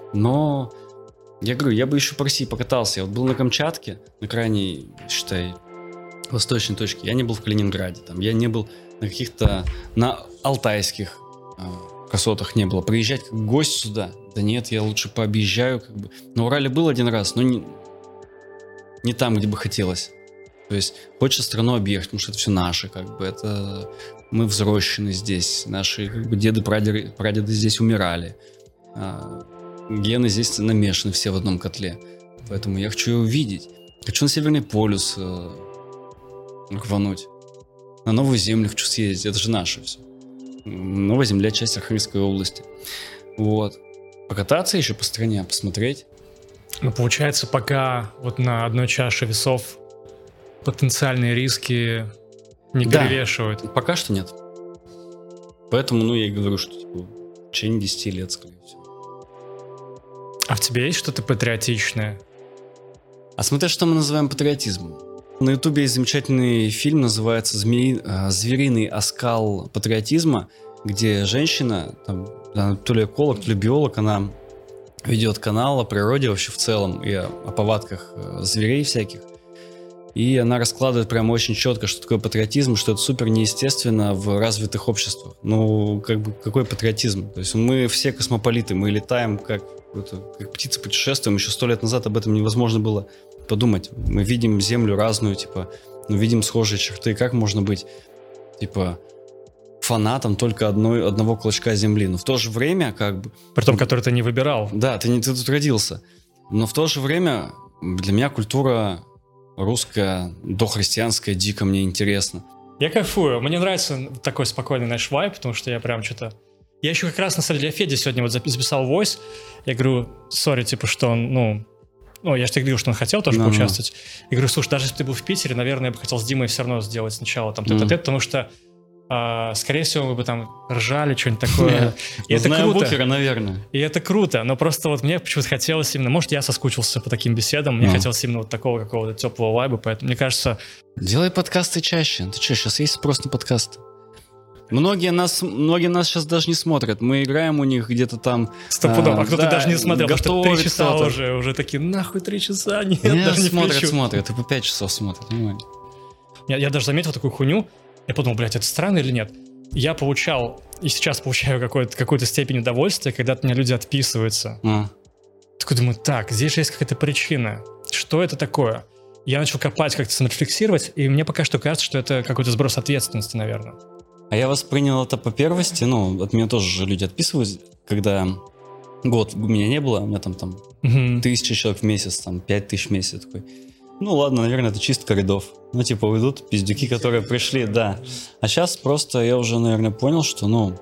Speaker 1: Но я говорю, я бы еще по России покатался. Я вот был на Камчатке, на крайней, считай, восточной точке. Я не был в Калининграде. Там. Я не был на каких-то, на алтайских э, красотах не было. Приезжать как гость сюда. Да нет, я лучше пообъезжаю. Как бы. На Урале был один раз, но не, не там, где бы хотелось. То есть хочется страну объехать, потому что это все наше, как бы, это мы взрослены здесь, наши как бы, деды, прадеды, прадеды здесь умирали, а, гены здесь намешаны все в одном котле, поэтому я хочу ее увидеть, хочу на Северный полюс э, рвануть, на Новую Землю хочу съездить, это же наше все, Новая Земля, часть Архангельской области, вот, покататься еще по стране, посмотреть.
Speaker 2: Ну, получается, пока вот на одной чаше весов потенциальные риски не
Speaker 1: да,
Speaker 2: перевешивают.
Speaker 1: Пока что нет. Поэтому, ну, я и говорю, что типа, в течение десяти лет, скорее всего.
Speaker 2: А в тебе есть что-то патриотичное?
Speaker 1: А смотря, что мы называем патриотизмом. На Ютубе есть замечательный фильм, называется «Змеи... «Звериный оскал патриотизма», где женщина, там, то ли эколог, то ли биолог, она ведет канал о природе вообще в целом и о, о повадках зверей всяких. И она раскладывает прям очень четко, что такое патриотизм, что это супер неестественно в развитых обществах. Ну, как бы, какой патриотизм? То есть мы все космополиты, мы летаем как, это, как птицы, путешествуем. Еще сто лет назад об этом невозможно было подумать. Мы видим Землю разную, типа, ну, видим схожие черты. Как можно быть, типа, фанатом только одной, одного клочка Земли? Но в то же время, как бы...
Speaker 2: Притом, который ты не выбирал.
Speaker 1: Да, ты, не, ты тут родился. Но в то же время для меня культура... русская, дохристианская, дико мне интересно.
Speaker 2: Я кайфую. Мне нравится такой спокойный наш вайб, потому что я прям что-то... Я еще как раз на самом деле для Феди сегодня вот записал войс. Я говорю, сори, типа, что он, ну... Ну, я же тебе говорил, что он хотел тоже no, поучаствовать. No. Я говорю, слушай, даже если бы ты был в Питере, наверное, я бы хотел с Димой все равно сделать сначала там тет-а-тет, mm. потому что, э, скорее всего, мы бы там ржали, что-нибудь такое. И это круто.
Speaker 1: Букера, наверное.
Speaker 2: И это круто, но просто вот мне почему-то хотелось именно... Может, я соскучился по таким беседам, мне хотелось именно вот такого какого-то теплого вайба, поэтому, мне кажется...
Speaker 1: Делай подкасты чаще. Ты что, сейчас есть спрос на подкасты? Многие нас, многие нас сейчас даже не смотрят. Мы играем у них где-то там...
Speaker 2: Стопудово, а, а кто-то да, даже не смотрел, потому что три часа кто-то. уже, уже такие, нахуй три часа, нет, нет даже не
Speaker 1: смотрят,
Speaker 2: включу.
Speaker 1: смотрят, и по пять часов смотрят, понимаете?
Speaker 2: Я, я даже заметил такую хуйню, я подумал, блядь, это странно или нет? Я получал, и сейчас получаю какую-то, какую-то степень удовольствия, когда от меня люди отписываются. А. Такой думаю, так, здесь же есть какая-то причина. Что это такое? Я начал копать, как-то саморефлексировать, и мне пока что кажется, что это какой-то сброс ответственности, наверное.
Speaker 1: А я воспринял это по первости, ну, от меня тоже же люди отписываются, когда год у меня не было, у меня там, там uh-huh. тысяча человек в месяц, там, пять тысяч в месяц, такой. Ну, ладно, наверное, это чистка рядов. Ну, типа, уйдут пиздюки, которые пришли, да. А сейчас просто я уже, наверное, понял, что, ну,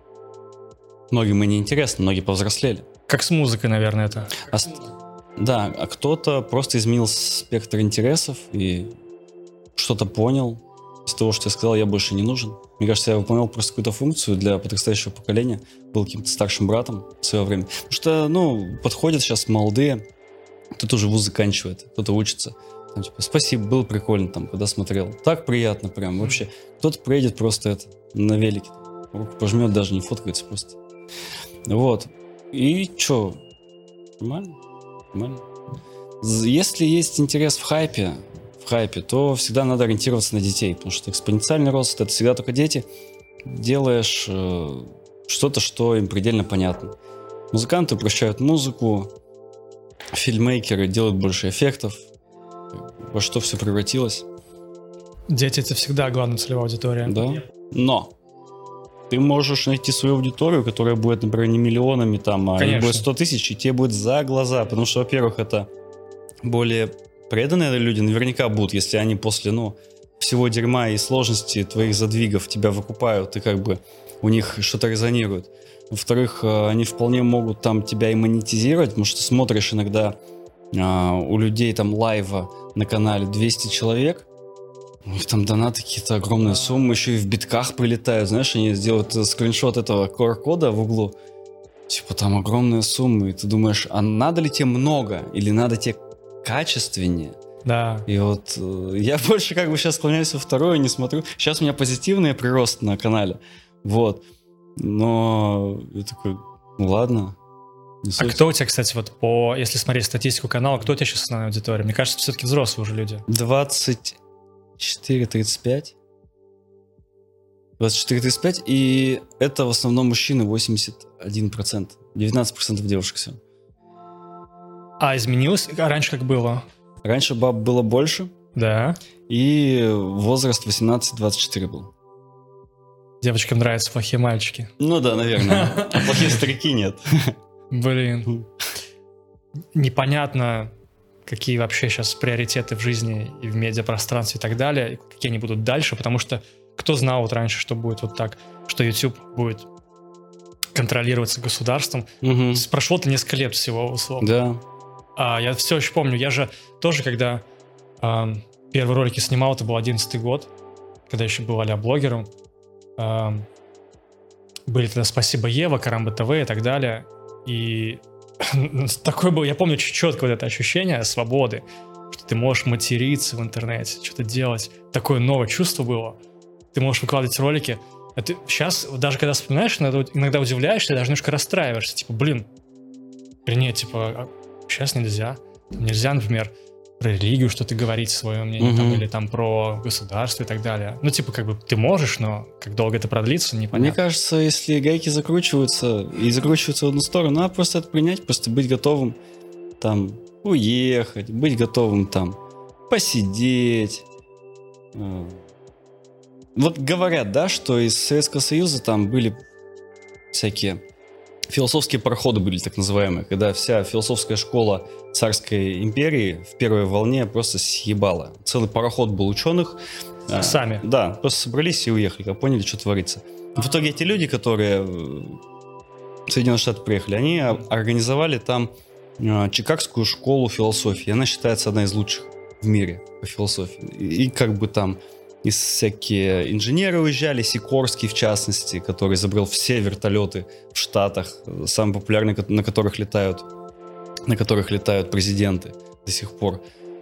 Speaker 1: многим и неинтересно, многие повзрослели.
Speaker 2: Как с музыкой, наверное, это.
Speaker 1: А, да, а кто-то просто изменил спектр интересов и что-то понял. Из того, что я сказал, я больше не нужен. Мне кажется, я выполнял просто какую-то функцию для подрастающего поколения. Был каким-то старшим братом в свое время. Потому что, ну, подходят сейчас молодые. Кто-то уже вуз заканчивает, кто-то учится. Там, типа, спасибо, было прикольно, там, когда смотрел. Так приятно прям, вообще. Кто-то приедет просто это, на велике. Руку пожмет, даже не фоткается просто. Вот. И чё? Нормально? Нормально. Если есть интерес в хайпе, в хайпе, то всегда надо ориентироваться на детей, потому что экспоненциальный рост — это всегда только дети. Делаешь э, что-то, что им предельно понятно. Музыканты упрощают музыку, фильммейкеры делают больше эффектов. Во что все превратилось?
Speaker 2: Дети — это всегда главная целевая аудитория.
Speaker 1: Да. Но ты можешь найти свою аудиторию, которая будет, например, не миллионами, там, а
Speaker 2: Конечно.
Speaker 1: будет сто тысяч, и тебе будет за глаза. Потому что, во-первых, это более преданные люди наверняка будут, если они после, ну, всего дерьма и сложности твоих задвигов тебя выкупают, и как бы у них что-то резонирует. Во-вторых, они вполне могут там тебя и монетизировать, потому что смотришь иногда а, у людей там лайва на канале двести человек, у них там донаты какие-то огромные суммы, еще и в битках прилетают, знаешь, они сделают скриншот этого ку ар-кода в углу, типа там огромные суммы, и ты думаешь, а надо ли тебе много, или надо тебе качественнее?
Speaker 2: Да.
Speaker 1: И вот э, я больше как бы сейчас склоняюсь во второе, не смотрю. Сейчас у меня позитивный прирост на канале, вот. Но я такой, ну ладно. Не
Speaker 2: А
Speaker 1: суть.
Speaker 2: кто у тебя, кстати, вот по, если смотреть статистику канала, кто у тебя сейчас основная аудитория? Мне кажется, все-таки взрослые уже люди.
Speaker 1: двадцать четыре тридцать пять. двадцать четыре тридцать пять, и это в основном мужчины, восемьдесят один процент. девятнадцать процентов девушек всего.
Speaker 2: А изменилось? А раньше как было?
Speaker 1: Раньше баб было больше,
Speaker 2: Да.
Speaker 1: и возраст восемнадцать двадцать четыре был.
Speaker 2: Девочкам нравятся плохие мальчики.
Speaker 1: Ну да, наверное. А плохие старики нет.
Speaker 2: Блин. Непонятно, какие вообще сейчас приоритеты в жизни и в медиапространстве и так далее, и какие они будут дальше, потому что кто знал вот раньше, что будет вот так, что YouTube будет контролироваться государством.
Speaker 1: Мгм.
Speaker 2: Прошло-то несколько лет всего, условно.
Speaker 1: Да.
Speaker 2: А я все еще помню, я же тоже, когда ам, первые ролики снимал, это был одиннадцатый год, когда еще был а-ля блогером. Ам, были тогда «Спасибо, Ева», «Карамба ТВ» и так далее. И такое было, я помню четко вот это ощущение свободы, что ты можешь материться в интернете, что-то делать. Такое новое чувство было. Ты можешь выкладывать ролики. А ты сейчас, даже когда вспоминаешь, иногда, иногда удивляешься, даже немножко расстраиваешься. Типа, блин, или нет, типа, сейчас нельзя. Нельзя, например, про религию что-то говорить, свое мнение,
Speaker 1: Мгм.
Speaker 2: там, или там про государство и так далее. Ну, типа, как бы ты можешь, но как долго это продлится, непонятно.
Speaker 1: Мне кажется, если гайки закручиваются и закручиваются в одну сторону, надо просто это принять, просто быть готовым там уехать, быть готовым там посидеть. Э, Вот говорят, да, что из Советского Союза там были всякие философские пароходы были так называемые, когда вся философская школа царской империи в первой волне просто съебала. Целый пароход был ученых. а,
Speaker 2: Сами.
Speaker 1: Да, просто собрались и уехали, как поняли, что творится. В итоге эти люди, которые в Соединенные Штаты приехали, они о- организовали там а, Чикагскую школу философии. Она считается одна из лучших в мире по философии. И, и как бы там и всякие инженеры уезжали, Сикорский в частности, который изобрел все вертолеты в Штатах, самые популярные, на которых летают, на которых летают президенты до сих пор.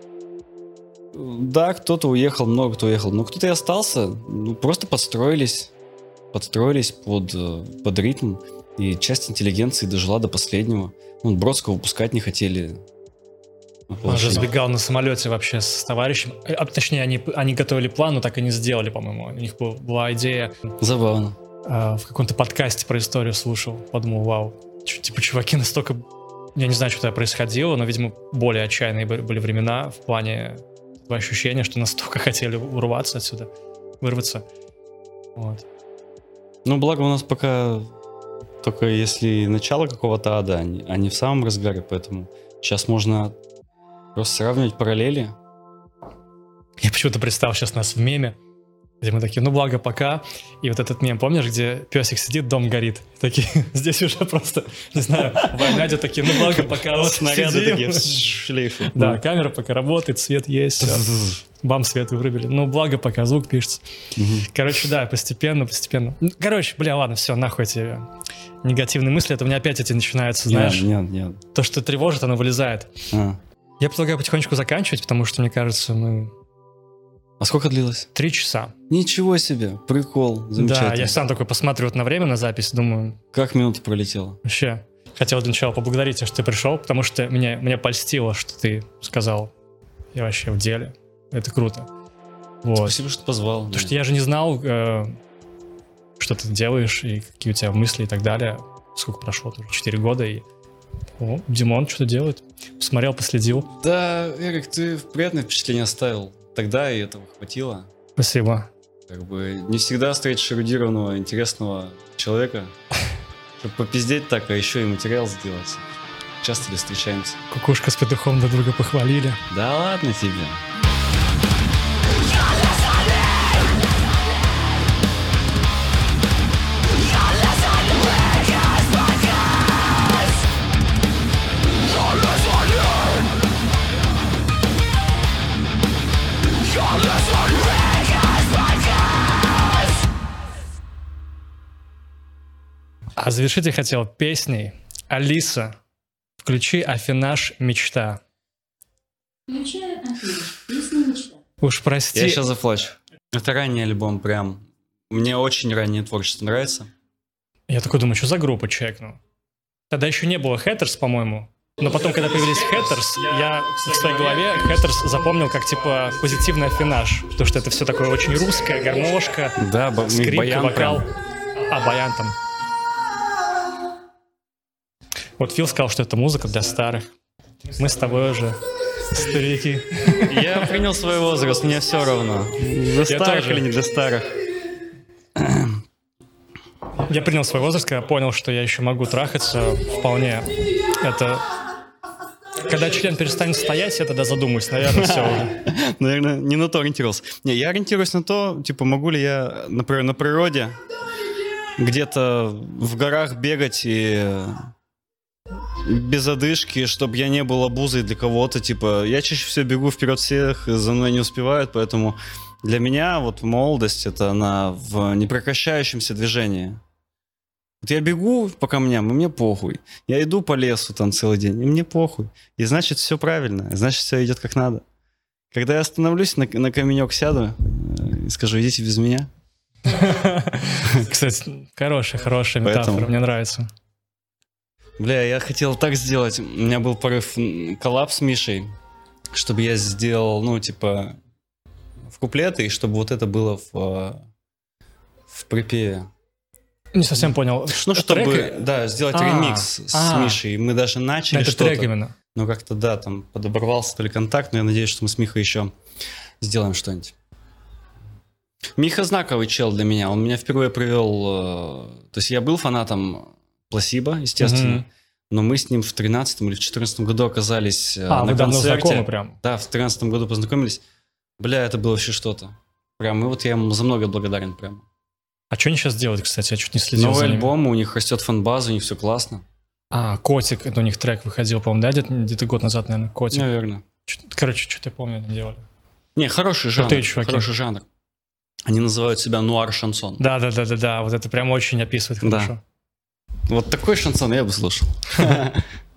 Speaker 1: Да, кто-то уехал, много кто уехал, но кто-то и остался, ну, просто подстроились, подстроились под, э, под ритм, и часть интеллигенции дожила до последнего. Ну, Бродского выпускать не хотели.
Speaker 2: Он же сбегал на самолете вообще с товарищем. А, точнее, они, они готовили план, но так и не сделали, по-моему. У них был- была идея,
Speaker 1: Забавно.
Speaker 2: а, в каком-то подкасте про историю слушал. Подумал, вау, чё, типа, чуваки настолько... Я не знаю, что тогда происходило, но, видимо, более отчаянные были были времена в плане этого ощущения, что настолько хотели урваться отсюда, вырваться. Вот.
Speaker 1: Ну, благо у нас пока только если начало какого-то ада, а не, а не в самом разгаре, поэтому сейчас можно просто сравнивать параллели.
Speaker 2: Я почему-то представил сейчас нас в меме, где мы такие, ну благо пока. И вот этот мем, помнишь, где песик сидит, дом горит? Такие, здесь уже просто, не знаю, война идет, такие, ну благо пока вот
Speaker 1: Снаряды
Speaker 2: сидим.
Speaker 1: такие шлейфы.
Speaker 2: Да, камера пока работает, свет есть, всё. Бам, свет вырубили. Ну благо пока звук пишется.
Speaker 1: Мгм.
Speaker 2: Короче, да, постепенно, постепенно. Ну, Короче, бля, ладно, все, нахуй эти негативные мысли. Это у меня опять эти начинаются, знаешь.
Speaker 1: Нет, нет, нет.
Speaker 2: То, что тревожит, оно вылезает.
Speaker 1: А.
Speaker 2: Я предлагаю потихонечку заканчивать, потому что, мне кажется, мы
Speaker 1: А сколько длилось?
Speaker 2: три часа.
Speaker 1: Ничего себе, прикол, замечательно.
Speaker 2: Да, я сам такой посматриваю вот на время, на запись, думаю,
Speaker 1: Как минута пролетела?
Speaker 2: вообще. Хотел для начала поблагодарить тебя, что ты пришел, потому что меня, меня польстило, что ты сказал. Я вообще в деле. Это круто. Вот.
Speaker 1: Спасибо, что позвал.
Speaker 2: Потому что я же не знал, э, что ты делаешь и какие у тебя мысли и так далее. сколько прошло, тоже четыре года, и о, Димон что-то делает. Посмотрел, последил.
Speaker 1: Да, Эрик, ты приятное впечатление оставил. Тогда и этого хватило.
Speaker 2: Спасибо.
Speaker 1: Как бы не всегда встретишь эрудированного, интересного человека, чтобы попиздеть так, а еще и материал сделать. Часто ли встречаемся?
Speaker 2: Кукушка с петухом друг друга похвалили.
Speaker 1: Да ладно тебе.
Speaker 2: А завершить я хотел песней. Алиса, включи Афинаж «Мечта».
Speaker 4: Включаю Афинаж, песня «Мечта».
Speaker 2: Уж прости.
Speaker 1: Я сейчас заплачу. Это ранний альбом прям. Мне очень раннее творчество нравится.
Speaker 2: Я такой думаю, что за группа чекну? Тогда еще не было Hatters, по-моему. Но потом, когда появились Hatters, я в своей голове Hatters запомнил как типа позитивный Афинаж. Потому что это все такое очень русское, гармошка,
Speaker 1: Да, б-
Speaker 2: скрипка,
Speaker 1: баян
Speaker 2: вокал.
Speaker 1: прям.
Speaker 2: А, баян там. Вот Фил сказал, что это музыка для старых. Мы с тобой уже старики.
Speaker 1: Я принял свой возраст, мне все равно. Для старых
Speaker 2: тоже.
Speaker 1: или не для старых.
Speaker 2: Я принял свой возраст, когда понял, что я еще могу трахаться вполне. Это... Когда член перестанет стоять, я тогда задумаюсь, наверное, все уже.
Speaker 1: Наверное, не на то ориентировался. Не, я ориентируюсь на то, типа, могу ли я, например, на природе где-то в горах бегать и без одышки, чтобы я не был обузой для кого-то. Типа, я чаще всего бегу вперед всех, за мной не успевают, поэтому для меня вот молодость — это она в непрекращающемся движении. Вот я бегу по камням, и мне похуй. Я иду по лесу там целый день, и мне похуй. И значит, все правильно, и значит, все идет как надо. Когда я остановлюсь, на, на каменек сяду и скажу: идите без меня.
Speaker 2: Кстати, хорошая, хорошая метафора,
Speaker 1: Поэтому...
Speaker 2: мне нравится.
Speaker 1: Бля, я хотел так сделать. У меня был порыв коллаб с Мишей, чтобы я сделал, ну, типа, в куплеты, и чтобы вот это было в, в припеве.
Speaker 2: Не совсем понял.
Speaker 1: Ну, чтобы,
Speaker 2: Трек?
Speaker 1: да, сделать
Speaker 2: А,
Speaker 1: ремикс с
Speaker 2: а.
Speaker 1: Мишей. Мы даже начали
Speaker 2: Это
Speaker 1: что-то.
Speaker 2: трек именно.
Speaker 1: Но как-то, да, там подобрался то ли контакт, но я надеюсь, что мы с Михой еще сделаем что-нибудь. Миха знаковый чел для меня. Он меня впервые привел... э, То есть я был фанатом Пласибо, естественно.
Speaker 2: Мгм.
Speaker 1: Но мы с ним в тринадцатом или в четырнадцатом году оказались э,
Speaker 2: А,
Speaker 1: на
Speaker 2: вы давно
Speaker 1: концерте.
Speaker 2: знакомы прям.
Speaker 1: Да, в тринадцатом году познакомились. Бля, это было вообще что-то. Прям, и вот я ему за многое благодарен прям.
Speaker 2: А что они сейчас делают, кстати? Я чуть не следил
Speaker 1: Новый
Speaker 2: за ними.
Speaker 1: альбом, у них растет фан-база, у них все классно.
Speaker 2: А, «Котик», это у них трек выходил, по-моему, да, где-то, где-то год назад, наверное, «Котик».
Speaker 1: Наверное.
Speaker 2: Чё- Короче, что-то я помню, они делали.
Speaker 1: Не, хороший жанр.
Speaker 2: Крутые чуваки.
Speaker 1: Хороший жанр. Они называют себя нуар-шансон.
Speaker 2: Да-да-да-да-да, вот это прям очень описывает
Speaker 1: Да.
Speaker 2: хорошо.
Speaker 1: Вот такой шансон я бы слушал.